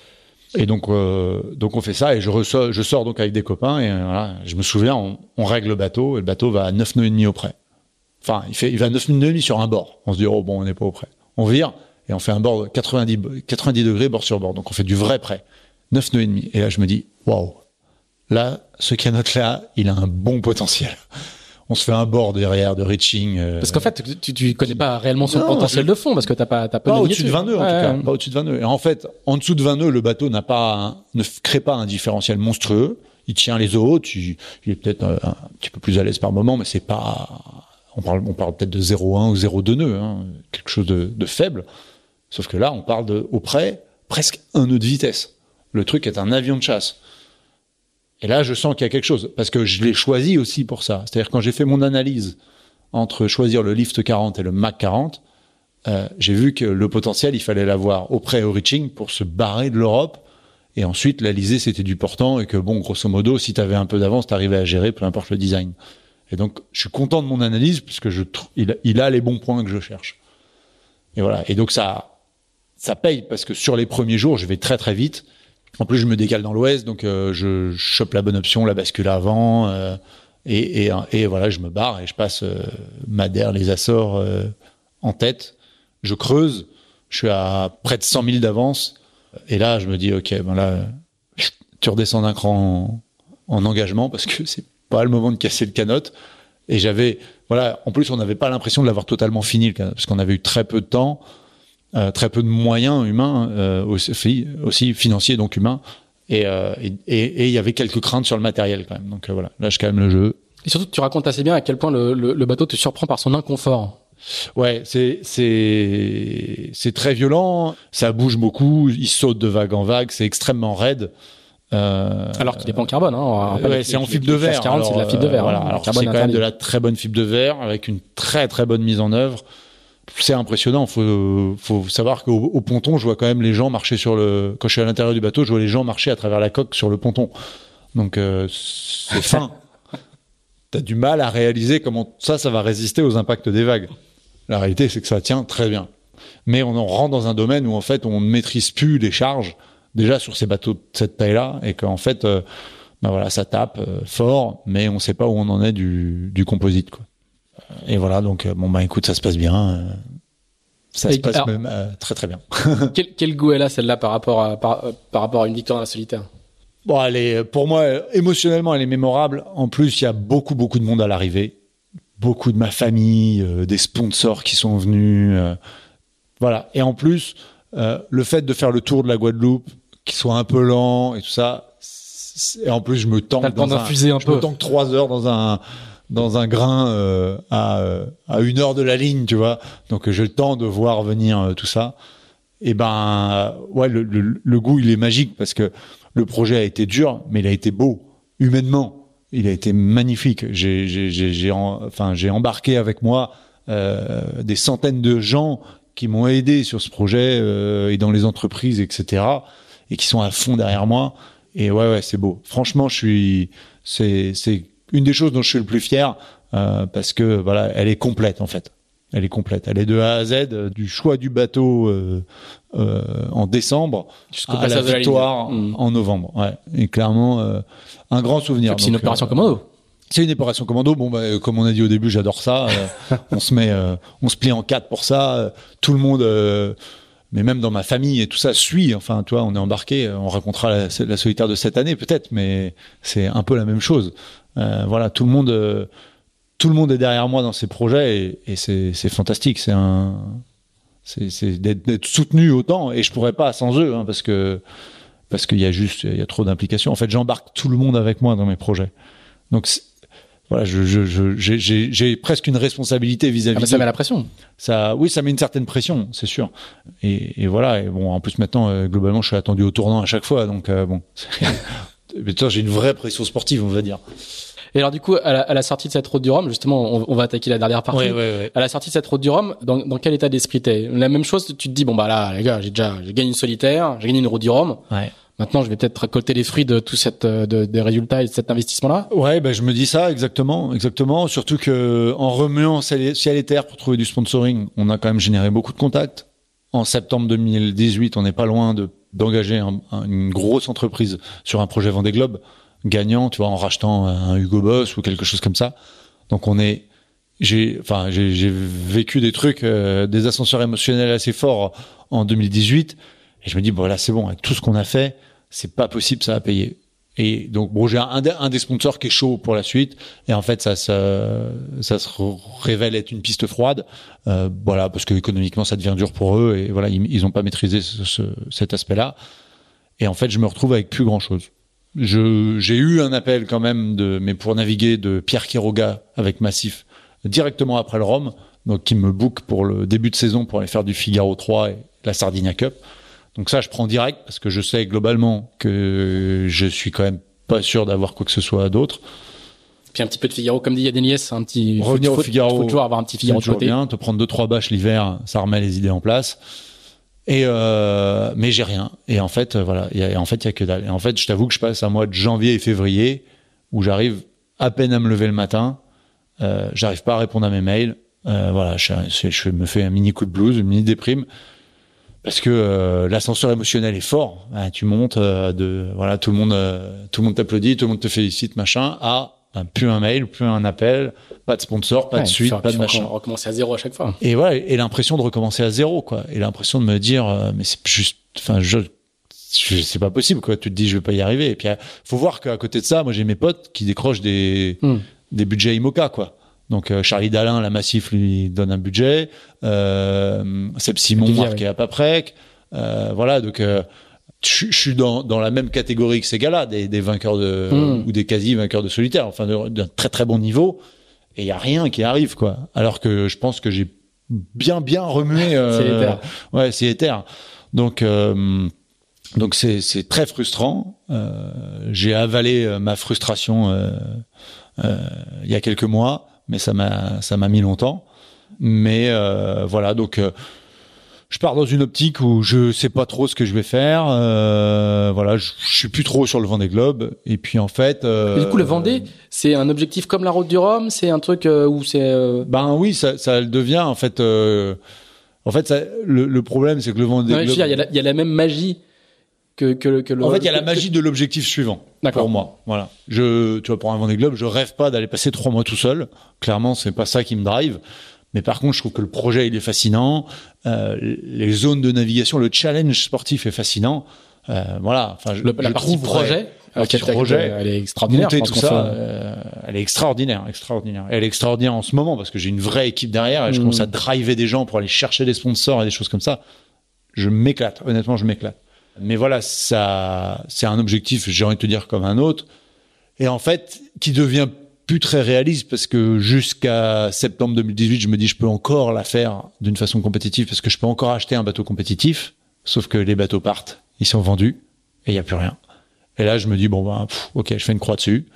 Speaker 2: Et donc euh, donc on fait ça et je ressors je sors donc avec des copains et euh, voilà, je me souviens on, on règle le bateau et le bateau va à neuf nœuds et demi au près. Enfin, il fait il va à neuf nœuds et demi sur un bord. On se dit oh bon, on n'est pas au près. On vire et on fait un bord de quatre-vingt-dix, quatre-vingt-dix degrés bord sur bord. Donc on fait du vrai près. neuf nœuds et demi. Et là je me dis, waouh, là, ce canot là, il a un bon potentiel. On se fait un bord derrière de reaching. Euh...
Speaker 3: Parce qu'en fait, tu, tu connais pas réellement son non, potentiel je... de fond parce que t'as pas, t'as pas,
Speaker 2: pas au-dessus de vingt nœuds, en
Speaker 3: ouais,
Speaker 2: tout cas.
Speaker 3: Ouais.
Speaker 2: Pas au-dessus de vingt nœuds. Et en fait, en dessous de vingt nœuds, le bateau n'a pas, un, ne crée pas un différentiel monstrueux. Il tient les eaux hautes. Il, il est peut-être un, un petit peu plus à l'aise par moment, mais c'est pas, on parle, on parle peut-être de zéro virgule un ou zéro virgule deux nœuds, hein, quelque chose de, de faible. Sauf que là, on parle de, au près, presque un nœud de vitesse. Le truc est un avion de chasse. Et là, je sens qu'il y a quelque chose. Parce que je l'ai choisi aussi pour ça. C'est-à-dire, quand j'ai fait mon analyse entre choisir le Lift quarante et le Mach quarante, euh, j'ai vu que le potentiel, il fallait l'avoir au près et au reaching pour se barrer de l'Europe. Et ensuite, l'Alizé, c'était du portant. Et que bon, grosso modo, si t'avais un peu d'avance, t'arrivais à gérer, peu importe le design. Et donc, je suis content de mon analyse, puisque je, il, a, il a les bons points que je cherche. Et voilà. Et donc, ça, ça paye parce que sur les premiers jours, je vais très très vite. En plus, je me décale dans l'ouest, donc euh, je, je chope la bonne option, la bascule avant, euh, et, et, et voilà, je me barre et je passe euh, Madère, les Açores euh, en tête. Je creuse, je suis à près de cent milles d'avance, et là, je me dis, ok, ben là, tu redescends d'un cran en, en engagement parce que c'est pas le moment de casser le canot. Et j'avais, voilà, en plus, on n'avait pas l'impression de l'avoir totalement fini, le canot, parce qu'on avait eu très peu de temps. Euh, très peu de moyens humains euh, aussi, aussi financiers donc humains et euh, et et il y avait quelques craintes sur le matériel quand même donc euh, voilà là je calme le jeu
Speaker 3: et surtout tu racontes assez bien à quel point le, le, le bateau te surprend par son inconfort.
Speaker 2: Ouais, c'est c'est c'est très violent, ça bouge beaucoup, il saute de vague en vague, c'est extrêmement raide.
Speaker 3: Euh, alors qu'il n'est pas en carbone, hein.
Speaker 2: Ouais, c'est en fibre de verre.
Speaker 3: quarante, c'est de la fibre de verre.
Speaker 2: Voilà,
Speaker 3: hein,
Speaker 2: alors c'est quand même de la très bonne fibre de verre avec une très très bonne mise en œuvre. C'est impressionnant. Faut, faut savoir qu'au au ponton, je vois quand même les gens marcher sur le. Quand je suis à l'intérieur du bateau, je vois les gens marcher à travers la coque sur le ponton. Donc euh, c'est fin. T'as du mal à réaliser comment ça, ça va résister aux impacts des vagues. La réalité, c'est que ça tient très bien. Mais on en rentre dans un domaine où en fait, on ne maîtrise plus les charges déjà sur ces bateaux de cette taille-là, et qu'en fait, euh, ben voilà, ça tape euh, fort, mais on ne sait pas où on en est du, du composite, quoi. Et voilà, donc bon bah écoute, ça se passe bien, euh, ça et se passe alors, même euh, très très bien.
Speaker 3: quel, quel goût elle a celle-là par rapport à par, par rapport à une victoire dans la solitaire?
Speaker 2: Bon, elle est, pour moi, émotionnellement, elle est mémorable. En plus, il y a beaucoup beaucoup de monde à l'arrivée, beaucoup de ma famille, euh, des sponsors qui sont venus. Euh, Voilà. Et en plus, euh, le fait de faire le tour de la Guadeloupe, qui soit un peu lent et tout ça, et en plus je me tanque
Speaker 3: dans un, un
Speaker 2: je
Speaker 3: peu.
Speaker 2: me tanque trois heures dans un dans un grain euh, à à une heure de la ligne, tu vois. Donc j'ai le temps de voir venir euh, tout ça. Et ben ouais, le, le, le goût il est magique parce que le projet a été dur, mais il a été beau humainement. Il a été magnifique. J'ai j'ai j'ai, j'ai en, enfin j'ai embarqué avec moi euh, des centaines de gens qui m'ont aidé sur ce projet euh, et dans les entreprises, et cetera. Et qui sont à fond derrière moi. Et ouais, ouais, c'est beau. Franchement, je suis, c'est, c'est une des choses dont je suis le plus fier euh, parce que voilà, elle est complète en fait. Elle est complète. Elle est de A à Z, euh, du choix du bateau euh, euh, en décembre
Speaker 3: jusqu'au
Speaker 2: à la victoire
Speaker 3: la
Speaker 2: en novembre. Ouais. Et clairement, euh, un grand souvenir.
Speaker 3: C'est une opération euh, commando.
Speaker 2: C'est une opération commando. Bon, bah, comme on a dit au début, j'adore ça. Euh, on se met, euh, on se plie en quatre pour ça. Euh, tout le monde. Euh, mais même dans ma famille et tout ça suit. Enfin, toi, on est embarqué. On racontera la, la solitaire de cette année peut-être, mais c'est un peu la même chose. Euh, voilà, tout le monde, euh, tout le monde est derrière moi dans ces projets et, et c'est, c'est fantastique. C'est un, c'est, c'est d'être, d'être soutenu autant. Et je pourrais pas sans eux, hein, parce que parce qu'il y a juste, il y a trop d'implications. En fait, j'embarque tout le monde avec moi dans mes projets. Donc voilà, je, je, je, j'ai, j'ai, j'ai presque une responsabilité vis-à-vis.
Speaker 3: Ah bah ça met la pression.
Speaker 2: Ça, oui, ça met une certaine pression, c'est sûr. Et, et voilà. Et bon, en plus maintenant, euh, globalement, je suis attendu au tournant à chaque fois, donc euh, bon. Mais toi, j'ai une vraie pression sportive, on va dire.
Speaker 3: Et alors du coup, à la, à la sortie de cette route du Rhum, justement, on, on va attaquer la dernière partie.
Speaker 2: Ouais, ouais, ouais.
Speaker 3: À la sortie de cette route du Rhum, dans, dans quel état d'esprit t'es? La même chose, tu te dis bon bah là, les gars, j'ai déjà, j'ai gagné une solitaire, j'ai gagné une route du Rhum.
Speaker 2: Ouais.
Speaker 3: Maintenant, je vais peut-être récolter les fruits de tout cette, de, des résultats et de cet investissement-là.
Speaker 2: Ouais, ben je me dis ça exactement, exactement. Surtout que en remuant ciel et terre pour trouver du sponsoring, on a quand même généré beaucoup de contacts. En septembre deux mille dix-huit, on n'est pas loin de d'engager un, un, une grosse entreprise sur un projet Vendée Globe gagnant, tu vois, en rachetant un Hugo Boss ou quelque chose comme ça. Donc on est, j'ai, enfin, j'ai, j'ai vécu des trucs, euh, des ascenseurs émotionnels assez forts en deux mille dix-huit. Et je me dis, bon, là, c'est bon, avec tout ce qu'on a fait, c'est pas possible, ça va payer. Et donc, bon, j'ai un, un des sponsors qui est chaud pour la suite. Et en fait, ça, ça, ça se révèle être une piste froide. Euh, voilà, parce que économiquement, ça devient dur pour eux. Et voilà, ils, ils ont pas maîtrisé ce, ce, cet aspect-là. Et en fait, je me retrouve avec plus grand-chose. Je, j'ai eu un appel quand même de, mais pour naviguer, de Pierre Quiroga avec Massif, directement après le Rhum. Donc, qui me book pour le début de saison pour aller faire du Figaro trois et la Sardinia Cup. Donc ça, je prends direct parce que je sais globalement que je suis quand même pas sûr d'avoir quoi que ce soit d'autre.
Speaker 3: Puis un petit peu de Figaro, comme dit Yadenies, un petit
Speaker 2: revenir
Speaker 3: faut,
Speaker 2: au Figaro,
Speaker 3: faut toujours avoir un petit Figaro de côté.
Speaker 2: Bien, te prendre deux trois bâches l'hiver, ça remet les idées en place. Et euh, mais j'ai rien. Et en fait, voilà, et, et en fait, il y a que dalle. Et en fait, je t'avoue que je passe un mois de janvier et février où j'arrive à peine à me lever le matin. Euh, j'arrive pas à répondre à mes mails. Euh, voilà, je, je, je me fais un mini coup de blues, une mini déprime. Parce que euh, l'ascenseur émotionnel est fort. Hein, tu montes euh, de voilà, tout le monde, euh, tout le monde t'applaudit, tout le monde te félicite, machin. À ben, plus un mail, plus un appel, pas de sponsor, pas ouais, de suite, faire, pas de machin.
Speaker 3: Recommencer à zéro à chaque fois.
Speaker 2: Et voilà, et l'impression de recommencer à zéro, quoi. Et l'impression de me dire, euh, mais c'est juste, enfin, je, je c'est pas possible, quoi. Tu te dis, je vais pas y arriver. Et puis, faut voir qu'à côté de ça, moi, j'ai mes potes qui décrochent des mm. des budgets IMOCA, quoi. Donc euh, Charlie Dalin, la Massif, lui donne un budget. Euh, Seb Simon, marqué à Paprec. Euh, voilà, donc euh, je suis dans dans la même catégorie que ces gars-là, des, des vainqueurs de mmh. ou des quasi vainqueurs de solitaire, enfin de, d'un très très bon niveau. Et il y a rien qui arrive, quoi. Alors que je pense que j'ai bien bien remué. Euh,
Speaker 3: c'est éther.
Speaker 2: Ouais, c'est éther. Donc euh, donc c'est c'est très frustrant. Euh, j'ai avalé ma frustration euh, euh, il y a quelques mois. Mais ça m'a ça m'a mis longtemps. Mais euh, voilà, donc euh, je pars dans une optique où je sais pas trop ce que je vais faire. Euh, voilà, je, je suis plus trop sur le Vendée Globe. Et puis en fait, euh,
Speaker 3: et du coup, le Vendée, c'est un objectif comme la Route du Rhum. C'est un truc euh, où c'est. Euh...
Speaker 2: Ben oui, ça ça le devient en fait. Euh, en fait, ça, le, le problème, c'est que le Vendée
Speaker 3: non,
Speaker 2: Globe.
Speaker 3: Il y, y a la même magie. Que, que, que le,
Speaker 2: en fait, il y a
Speaker 3: que,
Speaker 2: la magie
Speaker 3: que...
Speaker 2: de l'objectif suivant.
Speaker 3: D'accord.
Speaker 2: Pour moi. Voilà. Je, tu vois, pour un Vendée Globe, je rêve pas d'aller passer trois mois tout seul. Clairement, c'est pas ça qui me drive. Mais par contre, je trouve que le projet, il est fascinant. Euh, les zones de navigation, le challenge sportif est fascinant. Euh, voilà. Enfin, je,
Speaker 3: le, la
Speaker 2: je
Speaker 3: partie projet.
Speaker 2: partie projet,
Speaker 3: elle est extraordinaire.
Speaker 2: monter
Speaker 3: Je pense
Speaker 2: tout
Speaker 3: qu'on
Speaker 2: ça,
Speaker 3: fait-
Speaker 2: euh, elle est extraordinaire, extraordinaire. Elle est extraordinaire en ce moment parce que j'ai une vraie équipe derrière et je
Speaker 3: Mmh.
Speaker 2: commence à driver des gens pour aller chercher des sponsors et des choses comme ça. Je m'éclate, honnêtement, je m'éclate. Mais voilà, ça, c'est un objectif, j'ai envie de te dire, comme un autre. Et en fait, qui devient plus très réaliste parce que jusqu'à septembre deux mille dix-huit, je me dis, je peux encore la faire d'une façon compétitive parce que je peux encore acheter un bateau compétitif. Sauf que les bateaux partent, ils sont vendus et il y a plus rien. Et là, je me dis, bon, bah, pff, ok, je fais une croix dessus.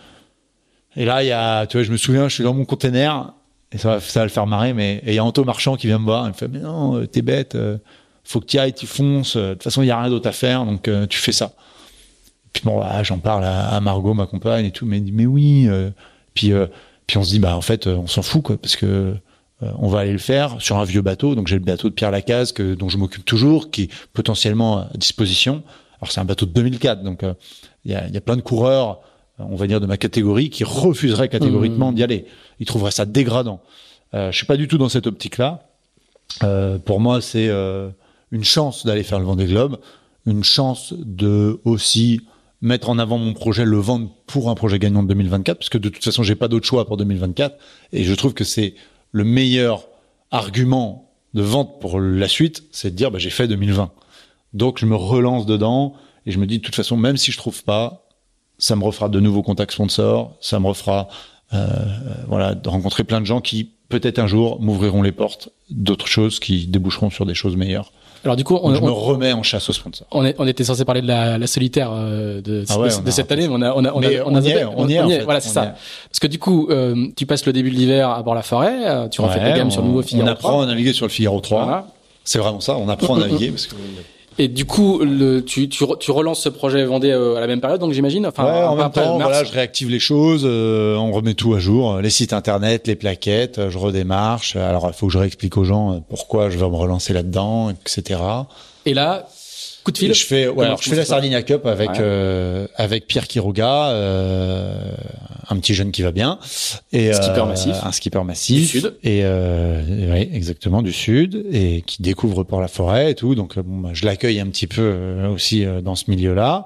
Speaker 2: Et là, il y a, tu vois, je me souviens, je suis dans mon container et ça va, ça va le faire marrer, mais et il y a Anto Marchand qui vient me voir. Il me fait, mais non, euh, t'es bête, euh, faut que tu ailles, tu fonces. De toute façon, il y a rien d'autre à faire, donc euh, tu fais ça. Puis bon, bah, j'en parle à, à Margot, ma compagne et tout, mais elle dit, mais oui. Euh, puis, euh, puis on se dit, bah, en fait, euh, on s'en fout, quoi, parce que euh, on va aller le faire sur un vieux bateau. Donc j'ai le bateau de Pierre Lacaze que, dont je m'occupe toujours, qui est potentiellement à disposition. Alors c'est un bateau de deux mille quatre, donc euh, il y, a, y a plein de coureurs, on va dire de ma catégorie, qui refuseraient catégoriquement mmh. d'y aller. Ils trouveraient ça dégradant. Euh, je suis pas du tout dans cette optique-là. Euh, pour moi, c'est euh, une chance d'aller faire le Vendée Globe, une chance de aussi mettre en avant mon projet, le vendre pour un projet gagnant de deux mille vingt-quatre, parce que de toute façon, j'ai pas d'autre choix pour deux mille vingt-quatre. Et je trouve que c'est le meilleur argument de vente pour la suite, c'est de dire bah, j'ai fait deux mille vingt. Donc je me relance dedans et je me dis de toute façon, même si je trouve pas, ça me refera de nouveaux contacts sponsors, ça me refera euh, voilà, de rencontrer plein de gens qui peut-être un jour m'ouvriront les portes d'autres choses qui déboucheront sur des choses meilleures.
Speaker 3: Alors du coup, on,
Speaker 2: Donc, je
Speaker 3: on,
Speaker 2: me remets en chasse aux sponsors.
Speaker 3: On, est, on était censé parler de la, la solitaire euh, de,
Speaker 2: ah ouais,
Speaker 3: de, de cette année, mais on a, on a, on
Speaker 2: mais
Speaker 3: a,
Speaker 2: on, on, y est, on, on y est, on y est.
Speaker 3: Voilà, c'est
Speaker 2: on
Speaker 3: ça. Parce que du coup, euh, tu passes le début de l'hiver à bord la forêt, euh, tu refais
Speaker 2: ouais,
Speaker 3: ta gamme
Speaker 2: on,
Speaker 3: sur le nouveau Figaro
Speaker 2: On apprend
Speaker 3: trois.
Speaker 2: à naviguer sur le Figaro trois.
Speaker 3: Voilà.
Speaker 2: C'est vraiment ça, on apprend à naviguer parce que.
Speaker 3: Et du coup, le, tu, tu, tu relances ce projet Vendée euh, à la même période, donc j'imagine. Enfin,
Speaker 2: ouais, en même
Speaker 3: après,
Speaker 2: temps,
Speaker 3: mars.
Speaker 2: voilà, je réactive les choses, euh, on remet tout à jour, les sites internet, les plaquettes, je redémarche. Alors, il faut que je réexplique aux gens pourquoi je vais me relancer là-dedans, et cetera.
Speaker 3: Et là, coup de fil.
Speaker 2: Et je fais, ouais, alors je fais la Sardinia Cup avec
Speaker 3: ouais.
Speaker 2: euh, avec Pierre Quiroga, euh, un petit jeune qui va bien, et
Speaker 3: skipper
Speaker 2: euh,
Speaker 3: massif,
Speaker 2: un skipper massif
Speaker 3: du sud,
Speaker 2: et euh, oui, exactement du sud, et qui découvre Port la Forêt et tout. Donc bon, bah, je l'accueille un petit peu euh, aussi euh, dans ce milieu-là.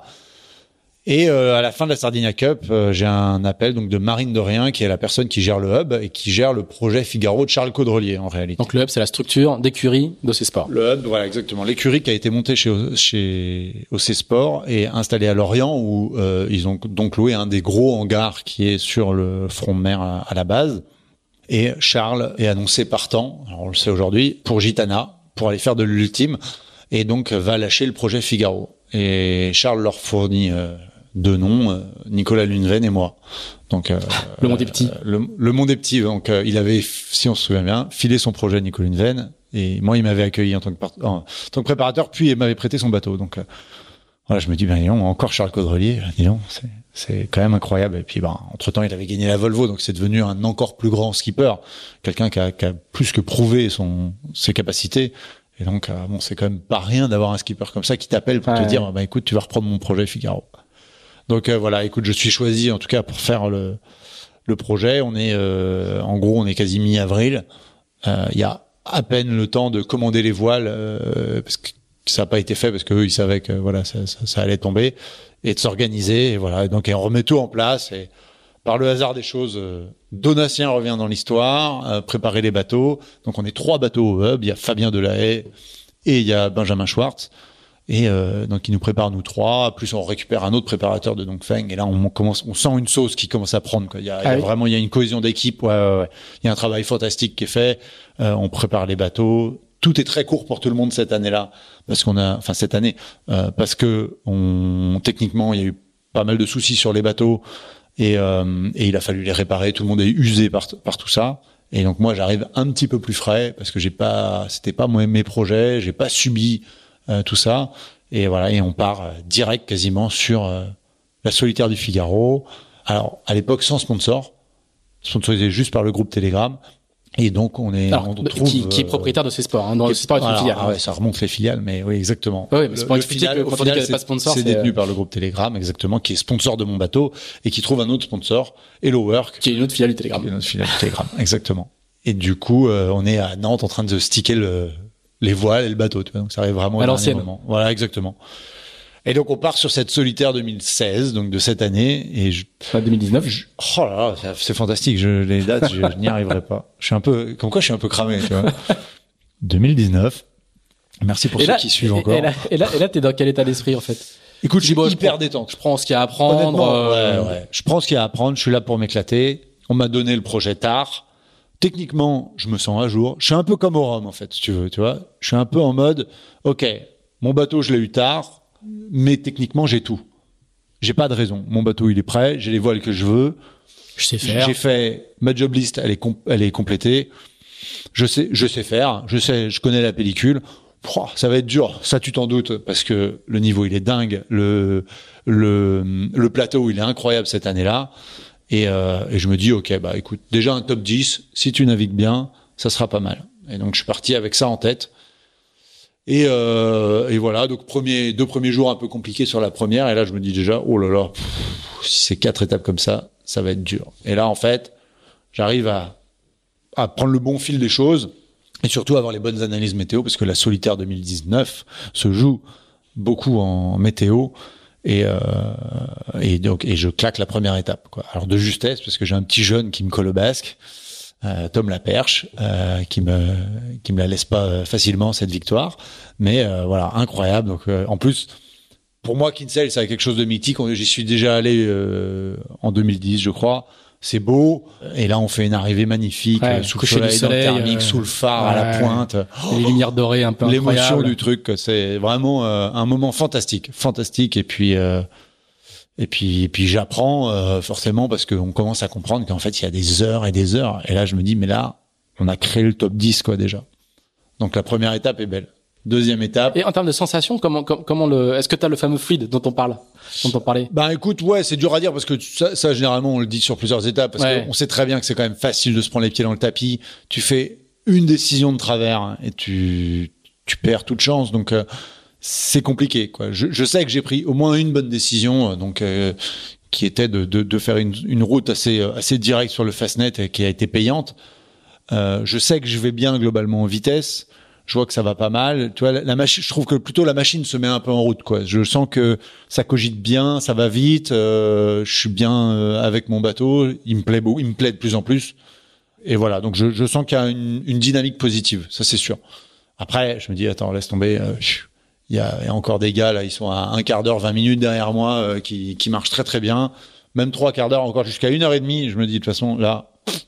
Speaker 2: Et euh, à la fin de la Sardinia Cup, euh, j'ai un appel donc de Marine Dorien, qui est la personne qui gère le hub et qui gère le projet Figaro de Charles Caudrelier en réalité.
Speaker 3: Donc le hub, c'est la structure d'écurie d'O C Sport.
Speaker 2: Le hub, voilà exactement. L'écurie qui a été montée chez chez O C Sport et installée à Lorient, où euh, ils ont donc loué un des gros hangars qui est sur le front de mer à, à la base. Et Charles est annoncé partant, alors on le sait aujourd'hui, pour Gitana, pour aller faire de l'ultime, et donc va lâcher le projet Figaro. Et Charles leur fournit euh, deux noms, euh, Nicolas Luneven et moi. Donc euh,
Speaker 3: le monde est petit.
Speaker 2: Euh, le, le monde est petit. Donc euh, il avait, si on se souvient bien, filé son projet à Nicolas Luneven, et moi il m'avait accueilli en tant que, par- en, en tant que préparateur, puis il m'avait prêté son bateau. Donc euh, voilà, je me dis ben dis donc, encore Charles Caudrelier, dis donc, c'est c'est quand même incroyable. Et puis ben entre temps il avait gagné la Volvo, donc c'est devenu un encore plus grand skipper, quelqu'un qui a, qui a plus que prouvé son ses capacités. Et donc euh, bon, c'est quand même pas rien d'avoir un skipper comme ça qui t'appelle pour ouais. te dire bah écoute, tu vas reprendre mon projet Figaro. Donc euh, voilà, écoute, je suis choisi en tout cas pour faire le le projet. On est euh, en gros, on est quasi mi-avril. Il euh, y a à peine le temps de commander les voiles euh, parce que ça n'a pas été fait parce que eux ils savaient que voilà ça, ça, ça allait tomber, et de s'organiser. Et voilà, donc et on remet tout en place. Et par le hasard des choses, euh, Donatien revient dans l'histoire, euh, préparer les bateaux. Donc on est trois bateaux au hub. Il y a Fabien Delahaye et il y a Benjamin Schwartz. Et euh, donc, il nous prépare nous trois. Plus, on récupère un autre préparateur de Dongfeng. Et là, on commence, on sent une sauce qui commence à prendre, quoi. Il y a, ah il y a oui. vraiment, il y a une cohésion d'équipe. Ouais, ouais, ouais. Il y a un travail fantastique qui est fait. Euh, on prépare les bateaux. Tout est très court pour tout le monde cette année-là, parce qu'on a, enfin cette année, euh, parce que on, techniquement, il y a eu pas mal de soucis sur les bateaux, et, euh, et il a fallu les réparer. Tout le monde est usé par, par tout ça. Et donc moi, j'arrive un petit peu plus frais parce que j'ai pas, c'était pas moi mes projets, j'ai pas subi. Euh, tout ça, et voilà, et on part euh, direct quasiment sur euh, la solitaire du Figaro. Alors à l'époque sans sponsor, sponsorisé juste par le groupe Telegram, et donc on est
Speaker 3: Alors,
Speaker 2: on trouve,
Speaker 3: qui, qui est propriétaire de ces sports, hein, dans le sport
Speaker 2: voilà,
Speaker 3: une filiale.
Speaker 2: Ah ouais, ça remonte les filiales, mais oui exactement.
Speaker 3: Oui, mais c'est pour expliquer que quand on dit qu'il n'y a pas de sponsor,
Speaker 2: c'est, c'est détenu par le groupe Telegram, exactement, qui est sponsor de mon bateau et qui trouve un autre sponsor, Hello Work,
Speaker 3: qui est une autre filiale du Telegram.
Speaker 2: Qui est une autre filiale du Telegram, exactement. Et du coup, euh, on est à Nantes en train de sticker le les voiles et le bateau, tu vois. Donc ça arrive vraiment
Speaker 3: à l'ancienne.
Speaker 2: Voilà, exactement. Et donc on part sur cette solitaire deux mille seize, donc de cette année, et je,
Speaker 3: Pas deux mille dix-neuf.
Speaker 2: je- oh là là, c'est fantastique. Je, les dates, je, je n'y arriverai pas. Je suis un peu, comme quoi, je suis un peu cramé, tu vois. deux mille dix-neuf. Merci pour
Speaker 3: Et
Speaker 2: ceux
Speaker 3: là,
Speaker 2: qui suivent
Speaker 3: et-
Speaker 2: encore.
Speaker 3: Et là, et là, et là, t'es dans quel état d'esprit en fait?
Speaker 2: Écoute, je suis
Speaker 3: Bon, je
Speaker 2: hyper
Speaker 3: prends-
Speaker 2: détente.
Speaker 3: Je prends ce qu'il y a à apprendre.
Speaker 2: Honnêtement,
Speaker 3: euh,
Speaker 2: ouais, ouais. Je prends ce qu'il y a à apprendre. Je suis là pour m'éclater. On m'a donné le projet tard. Techniquement, je me sens à jour. Je suis un peu comme au Rhum, en fait, si tu veux, tu vois. Je suis un peu en mode, OK, mon bateau, je l'ai eu tard, mais techniquement, j'ai tout. J'ai pas de raison. Mon bateau, il est prêt. J'ai les voiles que je veux.
Speaker 3: Je sais faire.
Speaker 2: J'ai fait ma job list, elle est com- elle est complétée. Je sais, je sais faire. Je sais, je connais la pellicule. Pouah, ça va être dur, ça tu t'en doutes, parce que le niveau il est dingue, le le le plateau il est incroyable cette année-là, et, euh, et je me dis ok bah écoute, déjà un top dix, si tu navigues bien, ça sera pas mal. Et donc je suis parti avec ça en tête. Et, euh, et voilà, donc premier deux premiers jours un peu compliqués sur la première, et là je me dis déjà oh là là, pff, si c'est quatre étapes comme ça, ça va être dur. Et là en fait, j'arrive à à prendre le bon fil des choses. Et surtout avoir les bonnes analyses météo, parce que la solitaire deux mille dix-neuf se joue beaucoup en météo, et euh, et donc et je claque la première étape, quoi. Alors de justesse, parce que j'ai un petit jeune qui me colle au basque, euh, Tom Laperche, euh, qui me qui me la laisse pas facilement cette victoire, mais euh, voilà, incroyable. Donc euh, en plus, pour moi, Kinsale, c'est quelque chose de mythique. J'y suis déjà allé euh, en deux mille dix, je crois. C'est beau. Et là, on fait une arrivée magnifique,
Speaker 3: Ouais,
Speaker 2: euh, sous le
Speaker 3: coucher du
Speaker 2: soleil, dans le
Speaker 3: soleil,
Speaker 2: thermique,
Speaker 3: euh,
Speaker 2: sous le phare, à la
Speaker 3: ouais.
Speaker 2: pointe.
Speaker 3: Les lumières dorées un peu
Speaker 2: L'émotion
Speaker 3: incroyables.
Speaker 2: du truc, c'est vraiment euh, un moment fantastique, fantastique. Et puis, euh, et puis, et puis, j'apprends euh, forcément parce qu'on commence à comprendre qu'en fait, il y a des heures et des heures. Et là, je me dis, mais là, on a créé le top dix, quoi, déjà. Donc, la première étape est belle. Deuxième étape.
Speaker 3: Et en termes de sensations, comment, com- comment le, est-ce que t'as le fameux fluide dont on parle, dont on parlait?
Speaker 2: Ben écoute, ouais, c'est dur à dire parce que ça, ça généralement on le dit sur plusieurs étapes parce
Speaker 3: Ouais.
Speaker 2: qu'on sait très bien que c'est quand même facile de se prendre les pieds dans le tapis. Tu fais une décision de travers et tu tu perds toute chance. Donc euh, c'est compliqué, quoi. Je, je sais que j'ai pris au moins une bonne décision, euh, donc euh, qui était de, de de faire une une route assez assez directe sur le Fastnet et qui a été payante. Euh, je sais que je vais bien globalement en vitesse. Je vois que ça va pas mal. Tu vois, la, la machine, je trouve que plutôt la machine se met un peu en route, quoi. Je sens que ça cogite bien, ça va vite. Euh, je suis bien euh, avec mon bateau. Il me plaît beau, il me plaît de plus en plus. Et voilà. Donc je, je sens qu'il y a une, une dynamique positive, ça c'est sûr. Après, je me dis attends, laisse tomber. euh, Il y, a, il y a encore des gars là, ils sont à un quart d'heure, vingt minutes derrière moi, euh, qui, qui marchent très très bien. Même trois quarts d'heure, encore jusqu'à une heure et demie. Je me dis de toute façon là,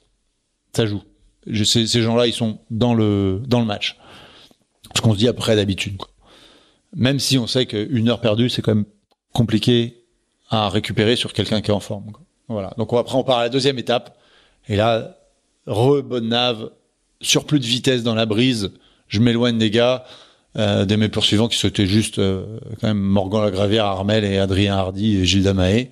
Speaker 2: ça joue. Je sais, ces gens-là, ils sont dans le dans le match. Ce qu'on se dit après d'habitude, quoi. Même si on sait qu'une heure perdue, c'est quand même compliqué à récupérer sur quelqu'un qui est en forme, quoi. Voilà. Donc on, après, on part à la deuxième étape. Et là, re bonne nave, surplus de vitesse dans la brise. Je m'éloigne des gars, euh, des mes poursuivants qui c'était juste euh, quand même Morgan Lagravière, Armel et Adrien Hardy et Gilles Damaé.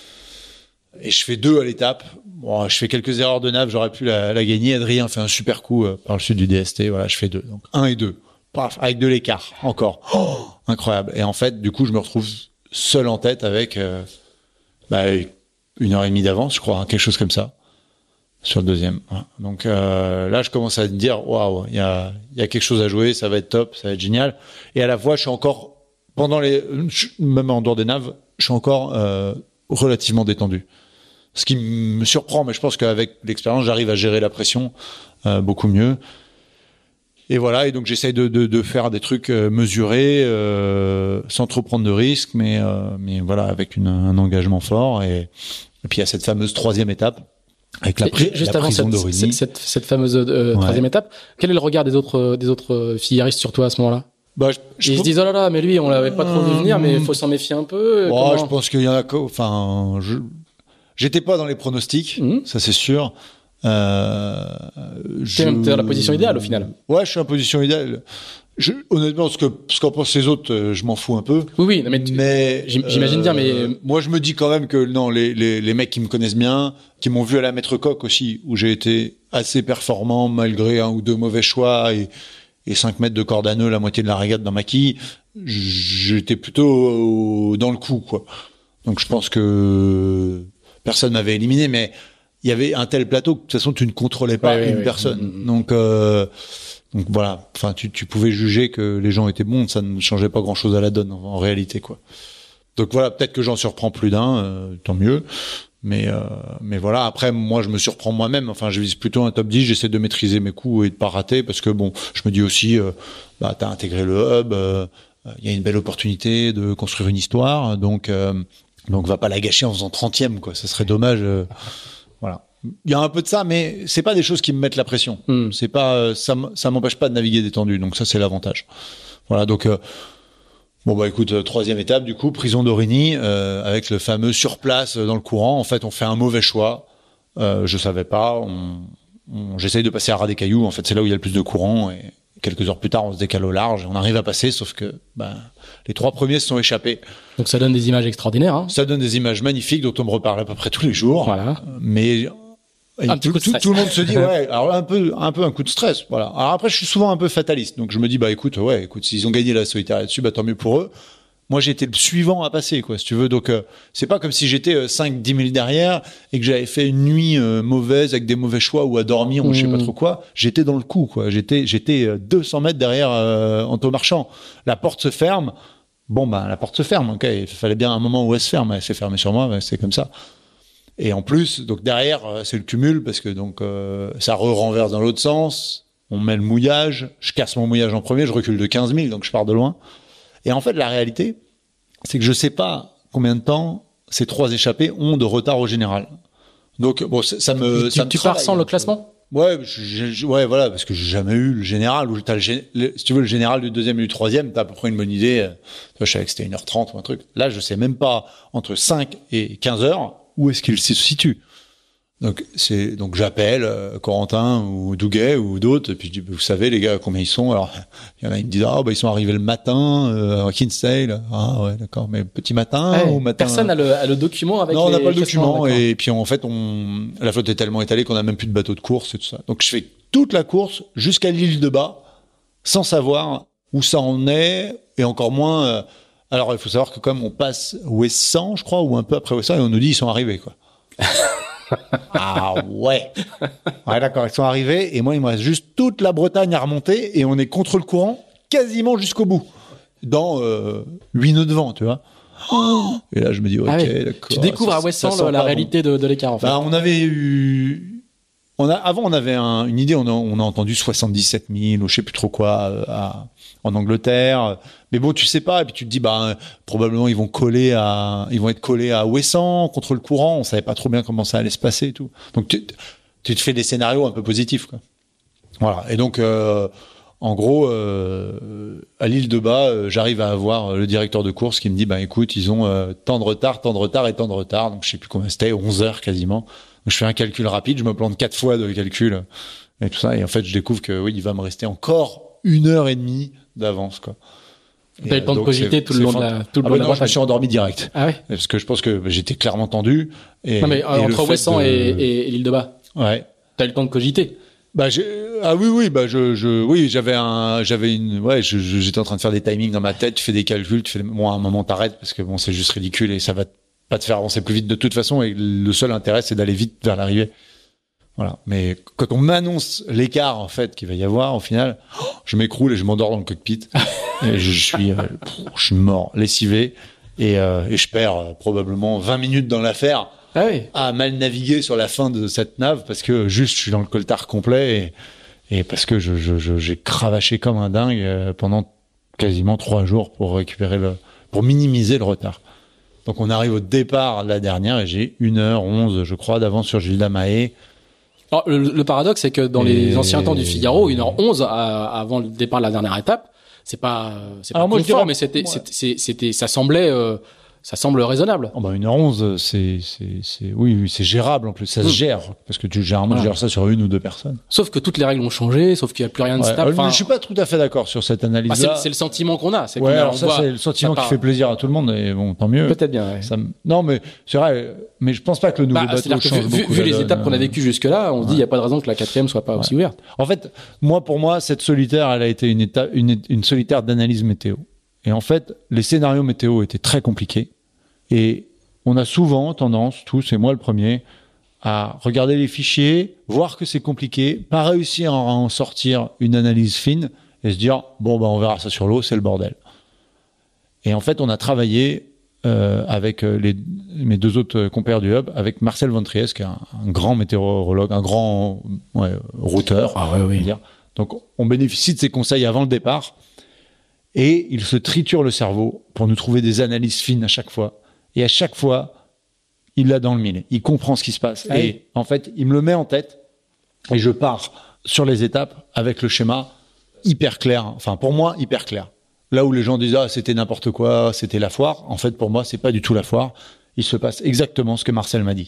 Speaker 2: Et je fais deux à l'étape. Bon, je fais quelques erreurs de nave, j'aurais pu la, la gagner. Adrien fait un super coup euh, par le sud du D S T. Voilà, je fais deux. Donc un et deux. Paf, avec de l'écart, encore. Oh, incroyable. Et en fait, du coup, je me retrouve seul en tête avec euh, bah, une heure et demie d'avance, je crois, hein, quelque chose comme ça, sur le deuxième. Voilà. Donc euh, là, je commence à me dire, waouh, il y a, y a quelque chose à jouer, ça va être top, ça va être génial. Et à la fois, je suis encore, pendant les, même en dehors des naves, je suis encore euh, relativement détendu. Ce qui me surprend, mais je pense qu'avec l'expérience, j'arrive à gérer la pression euh, beaucoup mieux. Et voilà, et donc j'essaye de, de, de faire des trucs euh, mesurés, euh, sans trop prendre de risques, mais, euh, mais voilà, avec une, un engagement fort. Et, et puis il y a cette fameuse troisième étape, avec la, pri-
Speaker 3: Juste
Speaker 2: la
Speaker 3: avant
Speaker 2: prison
Speaker 3: cette,
Speaker 2: d'Aurigny.
Speaker 3: cette, cette, cette fameuse euh,
Speaker 2: Ouais.
Speaker 3: troisième étape, quel est le regard des autres, des autres filiéristes sur toi à ce moment-là?
Speaker 2: Bah, je, je
Speaker 3: Ils se disent, oh là là, mais lui, on l'avait pas trop vu venir, mais il faut s'en méfier un peu.
Speaker 2: Bon,
Speaker 3: Comment-
Speaker 2: je pense qu'il y en a, co- enfin, je, j'étais pas dans les pronostics,
Speaker 3: Mhm.
Speaker 2: ça c'est sûr. Euh,
Speaker 3: T'es même- t'es dans la position idéale, au final.
Speaker 2: Ouais, je suis en position idéale. Je, honnêtement, ce que, ce qu'en pensent les autres, euh, je m'en fous un peu.
Speaker 3: Oui, oui, non, mais, tu-
Speaker 2: Mais
Speaker 3: j'im- j'imagine bien, mais-
Speaker 2: moi je me dis quand même que non, les les les mecs qui me connaissent bien, qui m'ont vu à la Maître Coq aussi, où j'ai été assez performant malgré un ou deux mauvais choix et et cinq mètres de corde à nœud, la moitié de la régate dans ma quille, j'étais plutôt dans le coup, quoi. Donc je pense que personne m'avait éliminé, mais il y avait un tel plateau que de toute façon tu ne contrôlais pas
Speaker 3: ouais,
Speaker 2: une
Speaker 3: ouais,
Speaker 2: personne.
Speaker 3: ouais.
Speaker 2: Donc, euh, donc voilà. Enfin, tu, tu pouvais juger que les gens étaient bons, ça ne changeait pas grand-chose à la donne en, en réalité, quoi. Donc voilà, peut-être que j'en surprends plus d'un, euh, tant mieux. Mais euh, mais voilà. Après, moi, je me surprends moi-même. Enfin, je vise plutôt un top dix. J'essaie de maîtriser mes coups et de pas rater parce que bon, je me dis aussi, euh, bah, t'as intégré le hub. Il euh, y a une belle opportunité de construire une histoire. Donc euh, donc va pas la gâcher en faisant trentième, quoi. Ça serait dommage. Euh, voilà. Il y a un peu de ça, mais c'est pas des choses qui me mettent la pression.
Speaker 3: Mm.
Speaker 2: C'est pas ça. Ça m'empêche pas de naviguer détendu. Donc ça, c'est l'avantage. Voilà. Donc euh, bon bah écoute, euh, troisième étape du coup, prison d'Aurigny, euh, avec le fameux sur place euh, dans le courant. En fait, on fait un mauvais choix. Euh, je savais pas. On, on, j'essaye de passer à ras des cailloux. En fait, c'est là où il y a le plus de courant. Et quelques heures plus tard, on se décale au large. Et on arrive à passer, sauf que bah, les trois premiers se sont échappés.
Speaker 3: Donc ça donne des images extraordinaires. Hein.
Speaker 2: Ça donne des images magnifiques dont on me reparle à peu près tous les jours.
Speaker 3: Voilà.
Speaker 2: Mais
Speaker 3: Un petit
Speaker 2: tout,
Speaker 3: coup de
Speaker 2: tout,
Speaker 3: stress.
Speaker 2: tout le monde se dit ouais, alors un peu un peu un coup de stress, voilà. Alors après je suis souvent un peu fataliste, donc je me dis bah écoute ouais, écoute s'ils ont gagné la solitaire là-dessus, bah tant mieux pour eux. Moi j'étais le suivant à passer, quoi, si tu veux. Donc euh, c'est pas comme si j'étais euh, cinq dix mille derrière et que j'avais fait une nuit euh, mauvaise avec des mauvais choix ou à dormir ou
Speaker 3: mmh.
Speaker 2: je sais pas trop quoi. J'étais dans le coup, quoi. J'étais j'étais euh, deux cents mètres derrière euh, Anto Marchand. La porte se ferme. Bon bah la porte se ferme, ok. Il fallait bien un moment où elle se ferme. Elle s'est fermée sur moi, bah, c'est comme ça. Et en plus, donc derrière, c'est le cumul parce que donc euh, ça re-renverse dans l'autre sens. On met le mouillage, je casse mon mouillage en premier, je recule de quinze mille, donc je pars de loin. Et en fait, la réalité, c'est que je sais pas combien de temps ces trois échappés ont de retard au général. Donc bon, ça, ça me,
Speaker 3: tu,
Speaker 2: ça me
Speaker 3: tu pars
Speaker 2: travaille,
Speaker 3: sans le
Speaker 2: hein,
Speaker 3: classement.
Speaker 2: Ouais, je, je, ouais, voilà, parce que j'ai jamais eu le général où t'as le, gé- le, si tu veux le général du deuxième et du troisième, t'as à peu près une bonne idée. Euh, tu vois, je savais que c'était une heure trente ou un truc. Là, je sais même pas entre cinq et quinze heures où est-ce qu'il se situe. Donc c'est donc j'appelle euh, Corentin ou Douguet ou d'autres et puis je dis vous savez les gars combien ils sont. Alors il y en a qui me disent ah bah ils sont arrivés le matin euh, à Kinsale. Ah ouais d'accord, mais petit matin
Speaker 3: Ouais,
Speaker 2: ou matin.
Speaker 3: personne n'a le, a le document avec.
Speaker 2: Non, on
Speaker 3: les
Speaker 2: n'a pas le
Speaker 3: classements,
Speaker 2: document
Speaker 3: d'accord.
Speaker 2: et puis en fait on la flotte est tellement étalée qu'on a même plus de bateau de course et tout ça. Donc je fais toute la course jusqu'à l'île de Bas sans savoir où ça en est et encore moins. Euh, alors il faut savoir que comme on passe Ouessant, je crois, ou un peu après Ouessant, et on nous dit ils sont arrivés quoi. Ah ouais. Ouais d'accord, ils sont arrivés et moi il me reste juste toute la Bretagne à remonter et on est contre le courant quasiment jusqu'au bout dans euh, huit nœuds de vent, tu vois. Oh et là je me dis ok
Speaker 3: Ah oui.
Speaker 2: d'accord.
Speaker 3: Tu découvres
Speaker 2: ça-
Speaker 3: à
Speaker 2: ça
Speaker 3: Ouessant
Speaker 2: sent
Speaker 3: la, la
Speaker 2: pas
Speaker 3: réalité de, de l'écart en fait.
Speaker 2: Bah, on avait eu, on a, avant, on avait un, une idée, on a, on a entendu soixante-dix-sept mille ou je sais plus trop quoi, euh, à, en Angleterre. Mais bon, tu sais pas, et puis tu te dis, bah, euh, probablement ils vont coller à, ils vont être collés à Ouessant contre le courant. On savait pas trop bien comment ça allait se passer et tout. Donc, tu, tu te fais des scénarios un peu positifs, quoi. Voilà. Et donc, euh, en gros, euh, à l'île de Bas, euh, j'arrive à avoir le directeur de course qui me dit, bah écoute, ils ont euh, tant de retard, tant de retard et tant de retard. Donc je sais plus combien c'était, onze heures quasiment. Donc je fais un calcul rapide, je me plante quatre fois de calcul et tout ça. Et en fait, je découvre que oui, il va me rester encore une heure et demie d'avance, quoi.
Speaker 3: T'as eu le temps de
Speaker 2: donc,
Speaker 3: cogiter
Speaker 2: c'est-
Speaker 3: tout le
Speaker 2: c'est
Speaker 3: long de
Speaker 2: fant-
Speaker 3: la, tout le
Speaker 2: Ah
Speaker 3: long
Speaker 2: bah
Speaker 3: de la
Speaker 2: non, je me
Speaker 3: Bretagne.
Speaker 2: suis endormi direct.
Speaker 3: Ah ouais.
Speaker 2: Parce que je pense que j'étais clairement tendu. Et,
Speaker 3: Non mais
Speaker 2: et
Speaker 3: euh,
Speaker 2: le
Speaker 3: entre
Speaker 2: fait
Speaker 3: Ouessant
Speaker 2: de-
Speaker 3: et, et, et l'île de Bas,
Speaker 2: Ouais.
Speaker 3: t'as eu le temps de cogiter.
Speaker 2: Bah j'ai... ah oui oui bah je je oui j'avais un j'avais une ouais je, je- j'étais en train de faire des timings dans ma tête, tu fais des calculs, tu fais des... bon à un moment t'arrêtes parce que bon c'est juste ridicule et ça va pas te faire avancer plus vite de toute façon et le seul intérêt c'est d'aller vite vers l'arrivée. Voilà, mais quand on m'annonce l'écart en fait qu'il va y avoir au final, oh, je m'écroule et je m'endors dans le cockpit et je suis euh, pff, je suis mort, lessivé et euh, et je perds euh, probablement vingt minutes dans l'affaire.
Speaker 3: Ah oui.
Speaker 2: À mal naviguer sur la fin de cette nave parce que juste je suis dans le coltard complet et, et parce que je, je, je, j'ai cravaché comme un dingue euh, pendant quasiment trois jours pour récupérer le, pour minimiser le retard. Donc on arrive au départ de la dernière et j'ai une heure onze, je crois, d'avance sur Gilles Damaé.
Speaker 3: Alors, le, le paradoxe, c'est que dans
Speaker 2: Et-
Speaker 3: les anciens temps du Figaro, une heure onze à- avant le départ de la dernière étape, c'est pas, c'est pas
Speaker 2: Alors moi, je
Speaker 3: confort,
Speaker 2: dirais-
Speaker 3: mais c'était,
Speaker 2: moi-
Speaker 3: c'était, c'est- c'était, ça semblait, euh, ça semble raisonnable.
Speaker 2: Oh bah une heure onze, c'est, c'est, c'est, oui, oui, c'est gérable en plus, ça se
Speaker 3: Mm.
Speaker 2: gère parce que tu généralement tu
Speaker 3: Voilà.
Speaker 2: gères ça sur une ou deux personnes.
Speaker 3: Sauf que toutes les règles ont changé, sauf qu'il n'y a plus rien de
Speaker 2: Ouais,
Speaker 3: stable.
Speaker 2: euh,
Speaker 3: Enfin,
Speaker 2: je suis pas tout à fait d'accord sur cette
Speaker 3: bah, c'est,
Speaker 2: analyse-là.
Speaker 3: c'est le sentiment qu'on a. C'est
Speaker 2: Ouais,
Speaker 3: qu'on a-
Speaker 2: alors
Speaker 3: on
Speaker 2: ça
Speaker 3: voit-
Speaker 2: c'est le sentiment
Speaker 3: ça
Speaker 2: qui
Speaker 3: part-
Speaker 2: fait plaisir à tout le monde et bon tant mieux.
Speaker 3: Peut-être bien. Ouais.
Speaker 2: Ça me- Non, mais c'est vrai. Mais je pense pas que le nouveau
Speaker 3: Bah,
Speaker 2: bateau
Speaker 3: c'est-à-dire que
Speaker 2: change
Speaker 3: vu, vu-
Speaker 2: beaucoup
Speaker 3: vu
Speaker 2: la
Speaker 3: les
Speaker 2: donne.
Speaker 3: étapes qu'on a vécues jusque-là, on se dit il y a pas de raison que la quatrième soit pas aussi ouverte.
Speaker 2: En fait, moi, pour moi, cette solitaire, elle a été une étape, une, une solitaire d'analyse météo. Et en fait, les scénarios météo étaient très compliqués. Et on a souvent tendance, tous, et moi le premier, à regarder les fichiers, voir que c'est compliqué, pas réussir à en sortir une analyse fine et se dire bon bah on verra ça sur l'eau, c'est le bordel. Et en fait, on a travaillé euh, avec les, mes deux autres compères du hub, avec Marcel Van Trieste, qui est un, un grand météorologue, un grand ouais, routeur.
Speaker 3: Ah ouais, oui.
Speaker 2: Dire. Donc, on bénéficie de ses conseils avant le départ, et il se triture le cerveau pour nous trouver des analyses fines à chaque fois. Et à chaque fois, il l'a dans le mille. Il comprend ce qui se passe. Ah, et oui. En fait, il me le met en tête, et je pars sur les étapes avec le schéma hyper clair. Enfin, pour moi, hyper clair. Là où les gens disent ah c'était n'importe quoi, c'était la foire. En fait, pour moi, c'est pas du tout la foire. Il se passe exactement ce que Marcel m'a dit.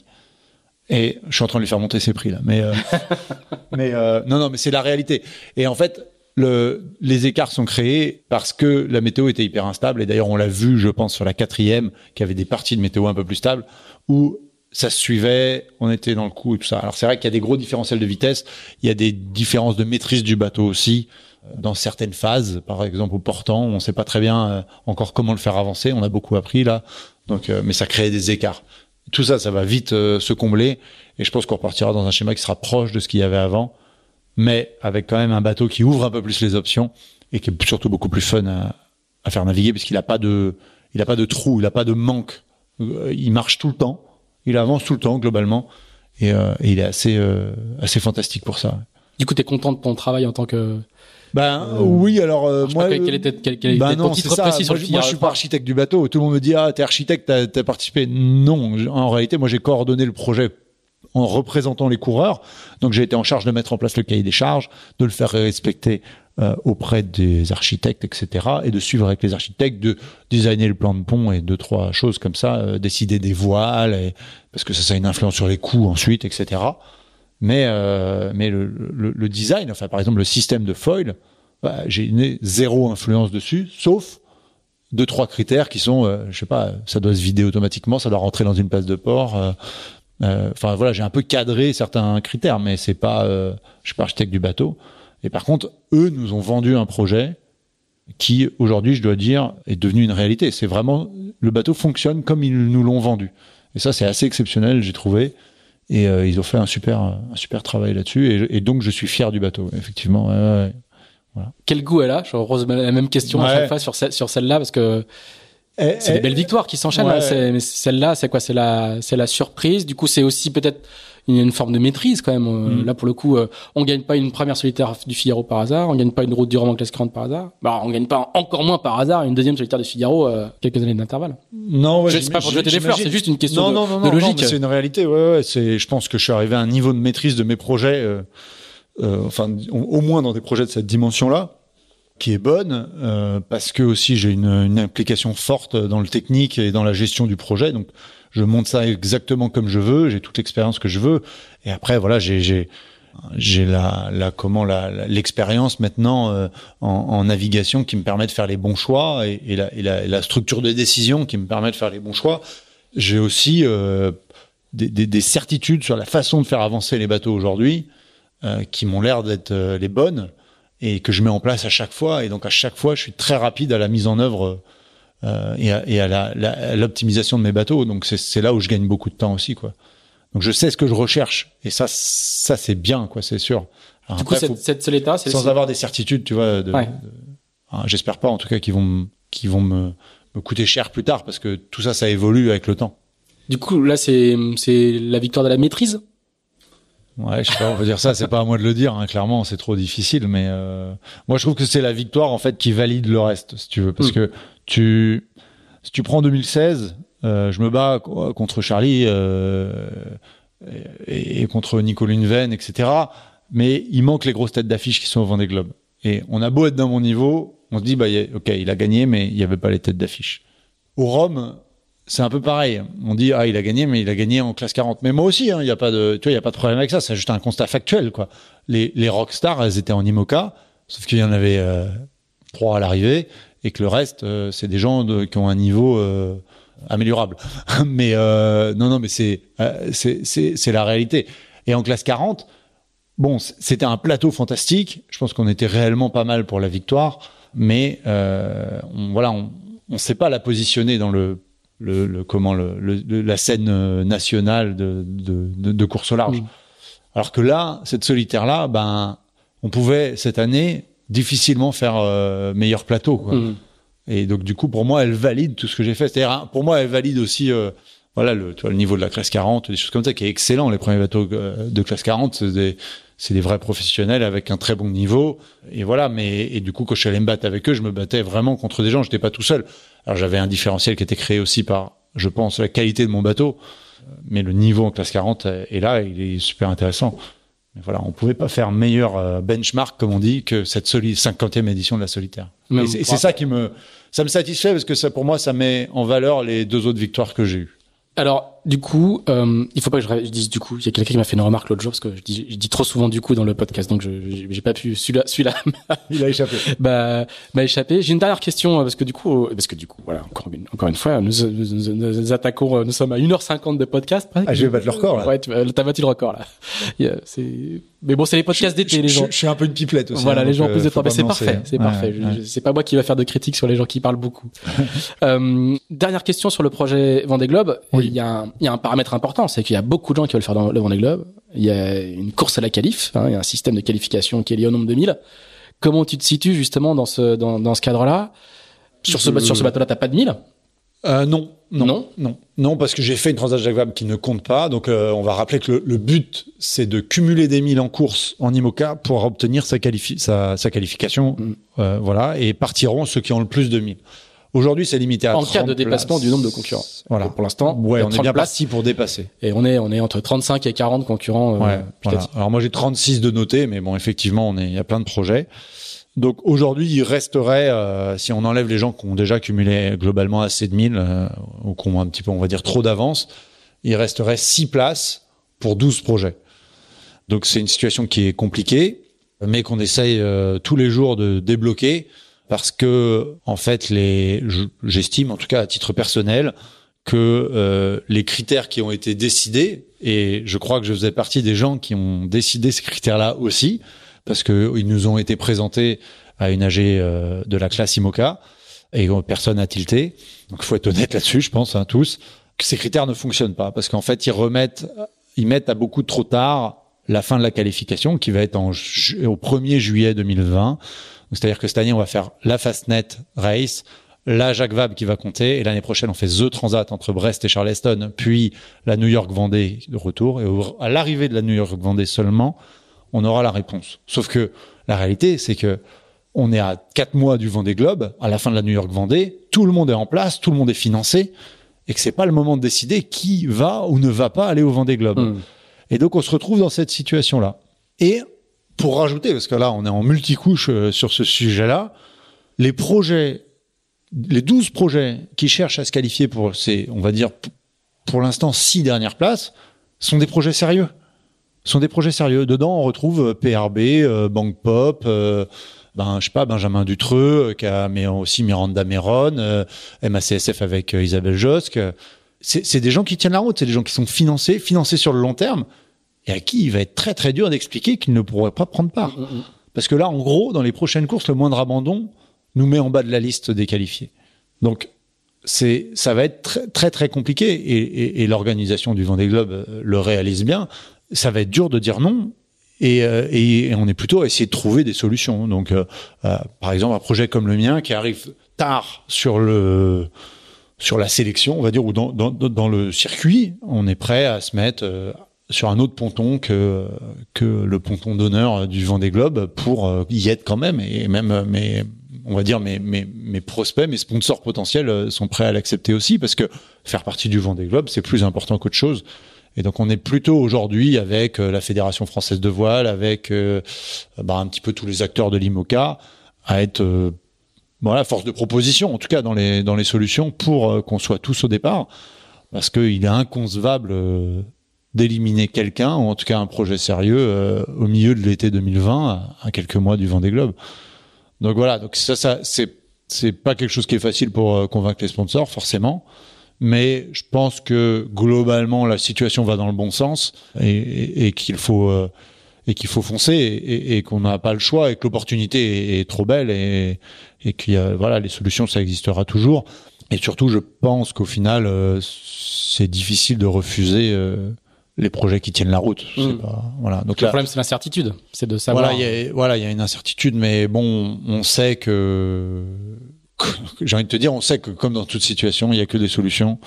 Speaker 2: Et je suis en train de lui faire monter ses prix là. Mais euh, mais euh, non non, mais c'est la réalité. Et en fait, le, les écarts sont créés parce que la météo était hyper instable. Et d'ailleurs, on l'a vu, je pense, sur la quatrième, qu'il y avait des parties de météo un peu plus stables où ça se suivait, on était dans le coup et tout ça. Alors c'est vrai qu'il y a des gros différentiels de vitesse. Il y a des différences de maîtrise du bateau aussi. Dans certaines phases, par exemple au portant, on ne sait pas très bien euh, encore comment le faire avancer. On a beaucoup appris là, donc euh, mais ça crée des écarts. Tout ça, ça va vite euh, se combler, et je pense qu'on repartira dans un schéma qui sera proche de ce qu'il y avait avant, mais avec quand même un bateau qui ouvre un peu plus les options et qui est surtout beaucoup plus fun à, à faire naviguer, puisqu'il n'a pas de, il a pas de trou, il n'a pas de manque. Euh, il marche tout le temps, il avance tout le temps globalement, et, euh, et il est assez, euh, assez fantastique pour ça.
Speaker 3: Du coup, t'es content de ton travail en tant que
Speaker 2: Ben euh, oui, alors euh, moi,
Speaker 3: quel était quel, quel
Speaker 2: ben
Speaker 3: était
Speaker 2: non,
Speaker 3: ton titre
Speaker 2: c'est ça.
Speaker 3: précis sur
Speaker 2: moi,
Speaker 3: le
Speaker 2: moi, je suis pas architecte du bateau. Tout le monde me dit ah t'es architecte, t'as, t'as participé. Non, en réalité, moi j'ai coordonné le projet en représentant les coureurs. Donc j'ai été en charge de mettre en place le cahier des charges, de le faire respecter euh, auprès des architectes, et cetera, et de suivre avec les architectes, de designer le plan de pont et deux trois choses comme ça, euh, décider des voiles, et, parce que ça, ça a une influence sur les coûts ensuite, et cetera. Mais euh, mais le, le, le design, enfin par exemple le système de foil, bah, j'ai une zéro influence dessus, sauf deux trois critères qui sont, euh, je sais pas, ça doit se vider automatiquement, ça doit rentrer dans une place de port. Euh, euh, enfin voilà, j'ai un peu cadré certains critères, mais c'est pas, euh, je suis pas architecte du bateau. Et par contre, eux nous ont vendu un projet qui aujourd'hui, je dois dire, est devenu une réalité. C'est vraiment le bateau fonctionne comme ils nous l'ont vendu. Et ça, c'est assez exceptionnel, j'ai trouvé. Et euh, ils ont fait un super, un super travail là-dessus. Et, et donc, je suis fier du bateau, effectivement. Ouais, ouais, voilà.
Speaker 3: Quel goût elle a? Je repose la même question ouais. à chaque fois sur, ce, sur celle-là, parce que et, c'est et, des belles victoires qui s'enchaînent. Ouais. Là. C'est, mais celle-là, c'est quoi? C'est la, c'est la surprise. Du coup, c'est aussi peut-être une, une forme de maîtrise quand même. Mm. Là, pour le coup, euh, on gagne pas une première solitaire du Figaro par hasard. On gagne pas une route du Roman classe quarante par hasard. Bah, on gagne pas encore moins par hasard une deuxième solitaire du Figaro euh, quelques années d'intervalle.
Speaker 2: Non, ouais,
Speaker 3: je, c'est pas pour jeter des fleurs, c'est juste une question
Speaker 2: non,
Speaker 3: de,
Speaker 2: non, non,
Speaker 3: de
Speaker 2: non,
Speaker 3: logique.
Speaker 2: Non, c'est une réalité. Ouais, ouais. C'est, je pense que je suis arrivé à un niveau de maîtrise de mes projets, euh, euh, enfin, au, au moins dans des projets de cette dimension-là, qui est bonne, euh, parce que aussi j'ai une, une implication forte dans le technique et dans la gestion du projet. Donc, je monte ça exactement comme je veux, j'ai toute l'expérience que je veux. Et après, voilà, j'ai, j'ai, j'ai la, la, comment, la, la l'expérience maintenant euh, en, en navigation qui me permet de faire les bons choix et, et, la, et, la, et la structure de décision qui me permet de faire les bons choix. J'ai aussi euh, des, des, des certitudes sur la façon de faire avancer les bateaux aujourd'hui euh, qui m'ont l'air d'être euh, les bonnes et que je mets en place à chaque fois. Et donc, à chaque fois, je suis très rapide à la mise en œuvre euh, et à, et à, la, la, à l'optimisation de mes bateaux. Donc, c'est, c'est là où je gagne beaucoup de temps aussi, quoi. Donc, je sais ce que je recherche. Et ça, ça c'est bien, quoi, c'est sûr.
Speaker 3: Alors, du coup, après, cette, cette seule état, c'est
Speaker 2: sans
Speaker 3: aussi...
Speaker 2: avoir des certitudes, tu vois. De,
Speaker 3: ouais.
Speaker 2: de, hein, j'espère pas, en tout cas, qu'ils vont, qu'ils vont me, me coûter cher plus tard, parce que tout ça, ça évolue avec le temps.
Speaker 3: Du coup, là, c'est, c'est la victoire de la maîtrise.
Speaker 2: Ouais, je sais pas, on peut dire ça, c'est pas à moi de le dire, hein, clairement, c'est trop difficile, mais euh, moi je trouve que c'est la victoire en fait qui valide le reste, si tu veux, parce mmh. que tu, si tu prends deux mille seize, euh, je me bats contre Charlie euh, et, et contre Nico Lundven, et cetera. Mais il manque les grosses têtes d'affiche qui sont au Vendée Globe. Et on a beau être d'un bon niveau, on se dit bah ok, il a gagné, mais il y avait pas les têtes d'affiche. Au Rhum, c'est un peu pareil. On dit ah il a gagné, mais il a gagné en classe quarante. Mais moi aussi, hein, il y a pas de, tu vois, il y a pas de problème avec ça. C'est juste un constat factuel, quoi. Les les rockstars, elles étaient en IMOCA, sauf qu'il y en avait euh, trois à l'arrivée et que le reste, euh, c'est des gens de, qui ont un niveau euh, améliorable. mais euh, non non, mais c'est euh, c'est c'est c'est la réalité. Et en classe quarante, bon, c'était un plateau fantastique. Je pense qu'on était réellement pas mal pour la victoire, mais euh, on, voilà, on on sait pas la positionner dans le le, le comment le, le la scène nationale de de, de, de course au large. Mmh. Alors que là, cette solitaire là, ben on pouvait cette année difficilement faire euh, meilleur plateau, quoi. Mmh. Et donc du coup pour moi elle valide tout ce que j'ai fait. C'est-à-dire pour moi elle valide aussi euh, voilà le tu vois le niveau de la classe quarante, des choses comme ça qui est excellent. Les premiers bateaux de classe quarante, c'est des c'est des vrais professionnels avec un très bon niveau. Et voilà, mais et du coup quand je suis allé me battre avec eux, je me battais vraiment contre des gens. J'étais pas tout seul. Alors j'avais un différentiel qui était créé aussi par, je pense, la qualité de mon bateau, mais le niveau en classe quarante est là, il est super intéressant. Mais voilà, on pouvait pas faire meilleur benchmark, comme on dit, que cette soli- cinquantième édition de la solitaire. Même et c'est, c'est ça qui me, ça me satisfait parce que ça, pour moi, ça met en valeur les deux autres victoires que j'ai eues.
Speaker 3: Alors, du coup, euh, il faut pas que je, je dise du coup. Il y a quelqu'un qui m'a fait une remarque l'autre jour parce que je dis, je dis trop souvent du coup dans le podcast, donc je j'ai pas pu. Celui-là, celui-là,
Speaker 2: il a échappé.
Speaker 3: Bah, m'a échappé. J'ai une dernière question parce que du coup, parce que du coup, voilà, encore une, encore une fois, nous, nous, nous, nous attaquons. Nous sommes à une heure cinquante de podcast.
Speaker 2: Ah, je vais battre le record là.
Speaker 3: Ouais, tu as battu le record là. Yeah, c'est. Mais bon, c'est les podcasts d'été, les gens.
Speaker 2: Je, je suis un peu une pipelette aussi.
Speaker 3: Voilà,
Speaker 2: hein,
Speaker 3: les gens en plus de
Speaker 2: temps.
Speaker 3: Mais c'est parfait, c'est ouais, parfait. Ouais. Je, c'est pas moi qui va faire de critiques sur les gens qui parlent beaucoup. euh, dernière question sur le projet Vendée Globe.
Speaker 2: Oui.
Speaker 3: Il y a un, il y a un paramètre important, c'est qu'il y a beaucoup de gens qui veulent faire dans le Vendée Globe. Il y a une course à la qualif, hein, il y a un système de qualification qui est lié au nombre de mille. Comment tu te situes justement dans ce dans, dans ce cadre-là? Sur ce euh... sur ce bateau-là, t'as pas de mille?
Speaker 2: Euh, non, non,
Speaker 3: non,
Speaker 2: non, non, parce que j'ai fait une Transat Jacques Vabre qui ne compte pas. Donc, euh, on va rappeler que le, le but, c'est de cumuler des milles en course en IMOCA pour obtenir sa, qualifi- sa, sa qualification, mmh. euh, voilà, et partiront ceux qui ont le plus de milles. Aujourd'hui, c'est limité à
Speaker 3: en
Speaker 2: trente
Speaker 3: cas de dépassement
Speaker 2: places.
Speaker 3: Du nombre de concurrents.
Speaker 2: Voilà.
Speaker 3: Donc, pour l'instant,
Speaker 2: ouais, on est bien
Speaker 3: places.
Speaker 2: parti pour dépasser.
Speaker 3: Et on est, on est entre trente-cinq et quarante concurrents.
Speaker 2: Ouais,
Speaker 3: euh,
Speaker 2: voilà. Alors moi, j'ai trente-six de notés, mais bon, effectivement, on est, il y a plein de projets. Donc aujourd'hui, il resterait, euh, si on enlève les gens qui ont déjà cumulé globalement assez de milles, euh, ou qui ont un petit peu, on va dire, trop d'avance, il resterait six places pour douze projets. Donc c'est une situation qui est compliquée, mais qu'on essaye euh, tous les jours de débloquer, parce que en fait, les, j'estime, en tout cas à titre personnel, que euh, les critères qui ont été décidés, et je crois que je faisais partie des gens qui ont décidé ces critères-là aussi, parce que ils nous ont été présentés à une A G euh, de la classe IMOCA et personne n'a tilté. Donc il faut être honnête là-dessus, je pense, hein, tous, que ces critères ne fonctionnent pas parce qu'en fait ils remettent, ils mettent à beaucoup trop tard la fin de la qualification qui va être en ju- au premier juillet deux mille vingt. Donc, c'est-à-dire que cette année on va faire la Fastnet Race, la Jacques Vabre qui va compter et l'année prochaine on fait The Transat entre Brest et Charleston, puis la New York Vendée de retour et au, à l'arrivée de la New York Vendée seulement on aura la réponse. Sauf que la réalité, c'est que on est à quatre mois du Vendée Globe, à la fin de la New York Vendée, tout le monde est en place, tout le monde est financé, et que c'est pas le moment de décider qui va ou ne va pas aller au Vendée Globe. Mmh. Et donc on se retrouve dans cette situation-là. Et pour rajouter, parce que là on est en multicouche euh, sur ce sujet-là, les projets, les douze projets qui cherchent à se qualifier pour ces, on va dire, pour l'instant six dernières places, sont des projets sérieux. sont des projets sérieux. Dedans, on retrouve P R B, euh, Banque Pop, euh, ben je sais pas, Benjamin Dutreux, euh, qui a, mais aussi Miranda Meron, euh, M A C S F avec euh, Isabelle Josque. C'est, c'est des gens qui tiennent la route, c'est des gens qui sont financés, financés sur le long terme, et à qui il va être très très dur d'expliquer qu'ils ne pourraient pas prendre part. Mmh, mmh. Parce que là, en gros, dans les prochaines courses, le moindre abandon nous met en bas de la liste des qualifiés. Donc c'est, ça va être très très, très compliqué, et, et, et l'organisation du Vendée Globe le réalise bien. Ça va être dur de dire non et, euh, et, et on est plutôt à essayer de trouver des solutions. Donc, euh, euh, par exemple, un projet comme le mien qui arrive tard sur le sur la sélection, on va dire, ou dans dans, dans le circuit, on est prêt à se mettre euh, sur un autre ponton que que le ponton d'honneur du Vendée Globe pour euh, y être quand même. Et même mes on va dire mes mes mes prospects, mes sponsors potentiels sont prêts à l'accepter aussi parce que faire partie du Vendée Globe, c'est plus important qu'autre chose. Et donc on est plutôt aujourd'hui avec euh, la Fédération française de voile, avec euh, bah, un petit peu tous les acteurs de l'IMOCA, à être euh, voilà force de proposition, en tout cas dans les dans les solutions pour euh, qu'on soit tous au départ, parce qu'il est inconcevable euh, d'éliminer quelqu'un ou en tout cas un projet sérieux euh, au milieu de l'été deux mille vingt, à, à quelques mois du Vendée Globe. Donc voilà, donc ça ça c'est c'est pas quelque chose qui est facile pour euh, convaincre les sponsors forcément. Mais je pense que globalement la situation va dans le bon sens et, et, et qu'il faut euh, et qu'il faut foncer et, et, et qu'on n'a pas le choix et que l'opportunité est, est trop belle et, et qu'il y a voilà les solutions ça existera toujours. Et surtout, je pense qu'au final, euh, c'est difficile de refuser euh, les projets qui tiennent la route.
Speaker 3: Mmh.
Speaker 2: C'est pas, voilà. Donc
Speaker 3: le
Speaker 2: là,
Speaker 3: problème, c'est l'incertitude. C'est de savoir.
Speaker 2: Voilà, il y a, voilà, il y a une incertitude, mais bon, on sait que, j'ai envie de te dire, on sait que comme dans toute situation, il y a que des solutions,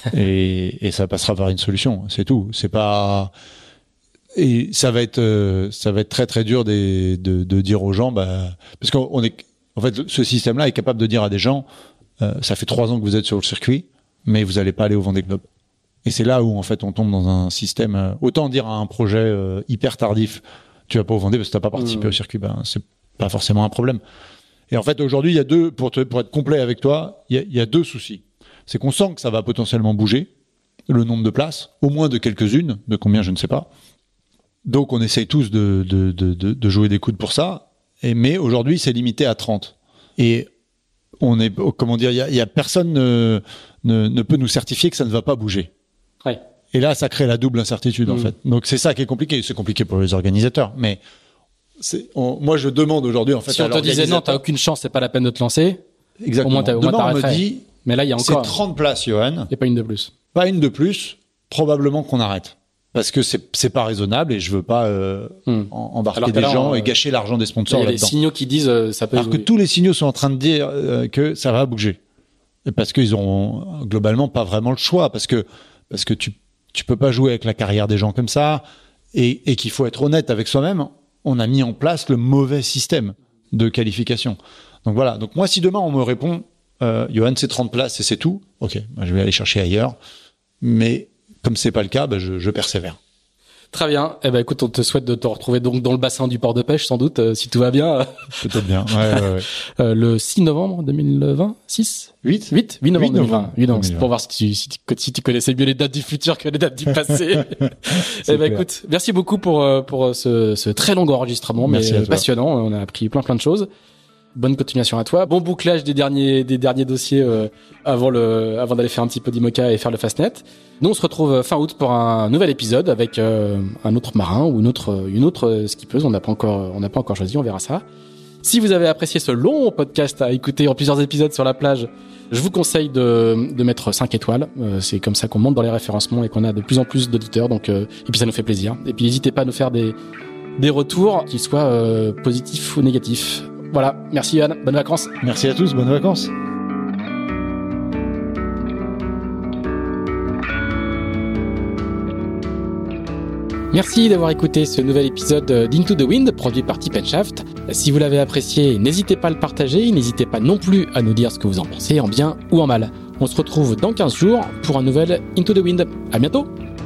Speaker 2: et, et ça passera par une solution. C'est tout. C'est pas, et ça va être, euh, ça va être très très dur de, de, de dire aux gens, bah, parce qu'on est, en fait, ce système-là est capable de dire à des gens, euh, ça fait trois ans que vous êtes sur le circuit, mais vous allez pas aller au Vendée Globe. Et c'est là où en fait on tombe dans un système. Euh, autant dire à un projet euh, hyper tardif, tu vas pas au Vendée parce que t'as pas participé mmh. au circuit, ben c'est pas forcément un problème. Et en fait aujourd'hui il y a deux, pour te, pour être complet avec toi, il y a, il y a deux soucis. C'est qu'on sent que ça va potentiellement bouger le nombre de places, au moins de quelques-unes, de combien je ne sais pas. Donc on essaye tous de de de de, de jouer des coudes pour ça. Et mais aujourd'hui c'est limité à trente. Et on est, comment dire, il y a, il y a personne ne, ne ne peut nous certifier que ça ne va pas bouger.
Speaker 3: Ouais.
Speaker 2: Et là, ça crée la double incertitude, mmh. en fait. Donc, c'est ça qui est compliqué. C'est compliqué pour les organisateurs. Mais c'est, on, moi, je demande aujourd'hui, en fait,
Speaker 3: si on te disait non, t'as aucune chance, c'est pas la peine de te lancer.
Speaker 2: Exactement.
Speaker 3: Au moins, t'as, au
Speaker 2: Demain,
Speaker 3: moins
Speaker 2: on me dit,
Speaker 3: mais là, il y a encore.
Speaker 2: C'est trente places, Johan.
Speaker 3: Et pas une de plus.
Speaker 2: Pas une de plus. Probablement qu'on arrête. Parce que c'est, c'est pas raisonnable et je veux pas, euh, mmh. embarquer des là, gens on, et gâcher l'argent des sponsors là,
Speaker 3: il y a
Speaker 2: là-dedans.
Speaker 3: des signaux qui disent, euh, ça peut.
Speaker 2: Alors que tous les signaux sont en train de dire euh, que ça va bouger. Et parce qu'ils ont globalement pas vraiment le choix. Parce que, parce que tu, Tu peux pas jouer avec la carrière des gens comme ça, et, et qu'il faut être honnête avec soi-même. On a mis en place le mauvais système de qualification. Donc voilà. Donc moi, si demain on me répond, euh, Johan, c'est trente places et c'est tout, ok, bah, je vais aller chercher ailleurs. Mais comme c'est pas le cas, bah, je, je persévère.
Speaker 3: Très bien. Eh ben, écoute, on te souhaite de te retrouver donc dans le bassin du port de pêche, sans doute, euh, si tout va bien.
Speaker 2: Peut-être bien. Ouais, ouais, ouais.
Speaker 3: euh, le six novembre deux mille vingt, six
Speaker 2: huit
Speaker 3: huit huit novembre deux mille vingt. huit novembre.
Speaker 2: deux mille vingt.
Speaker 3: Pour voir si tu, si tu, si tu connaissais mieux les dates du futur que les dates du passé. Eh ben, écoute, merci beaucoup pour, pour ce, ce très long enregistrement,
Speaker 2: merci
Speaker 3: mais passionnant. On a appris plein, plein de choses. Bonne continuation à toi. Bon bouclage des derniers, des derniers dossiers, euh, avant le, avant d'aller faire un petit peu d'IMOCA et faire le Fastnet. Nous, on se retrouve fin août pour un nouvel épisode avec, euh, un autre marin ou une autre, une autre skippeuse. On n'a pas encore, on n'a pas encore choisi. On verra ça. Si vous avez apprécié ce long podcast à écouter en plusieurs épisodes sur la plage, je vous conseille de, de mettre cinq étoiles. Euh, c'est comme ça qu'on monte dans les référencements et qu'on a de plus en plus d'auditeurs. Donc, euh, et puis ça nous fait plaisir. Et puis n'hésitez pas à nous faire des, des retours, qu'ils soient, euh, positifs ou négatifs. Voilà, merci Yann, bonnes vacances.
Speaker 2: Merci à tous, bonnes vacances.
Speaker 1: Merci d'avoir écouté ce nouvel épisode d'Into the Wind, produit par Tip and Shaft. Si vous l'avez apprécié, n'hésitez pas à le partager, n'hésitez pas non plus à nous dire ce que vous en pensez, en bien ou en mal. On se retrouve dans quinze jours pour un nouvel Into the Wind. À bientôt!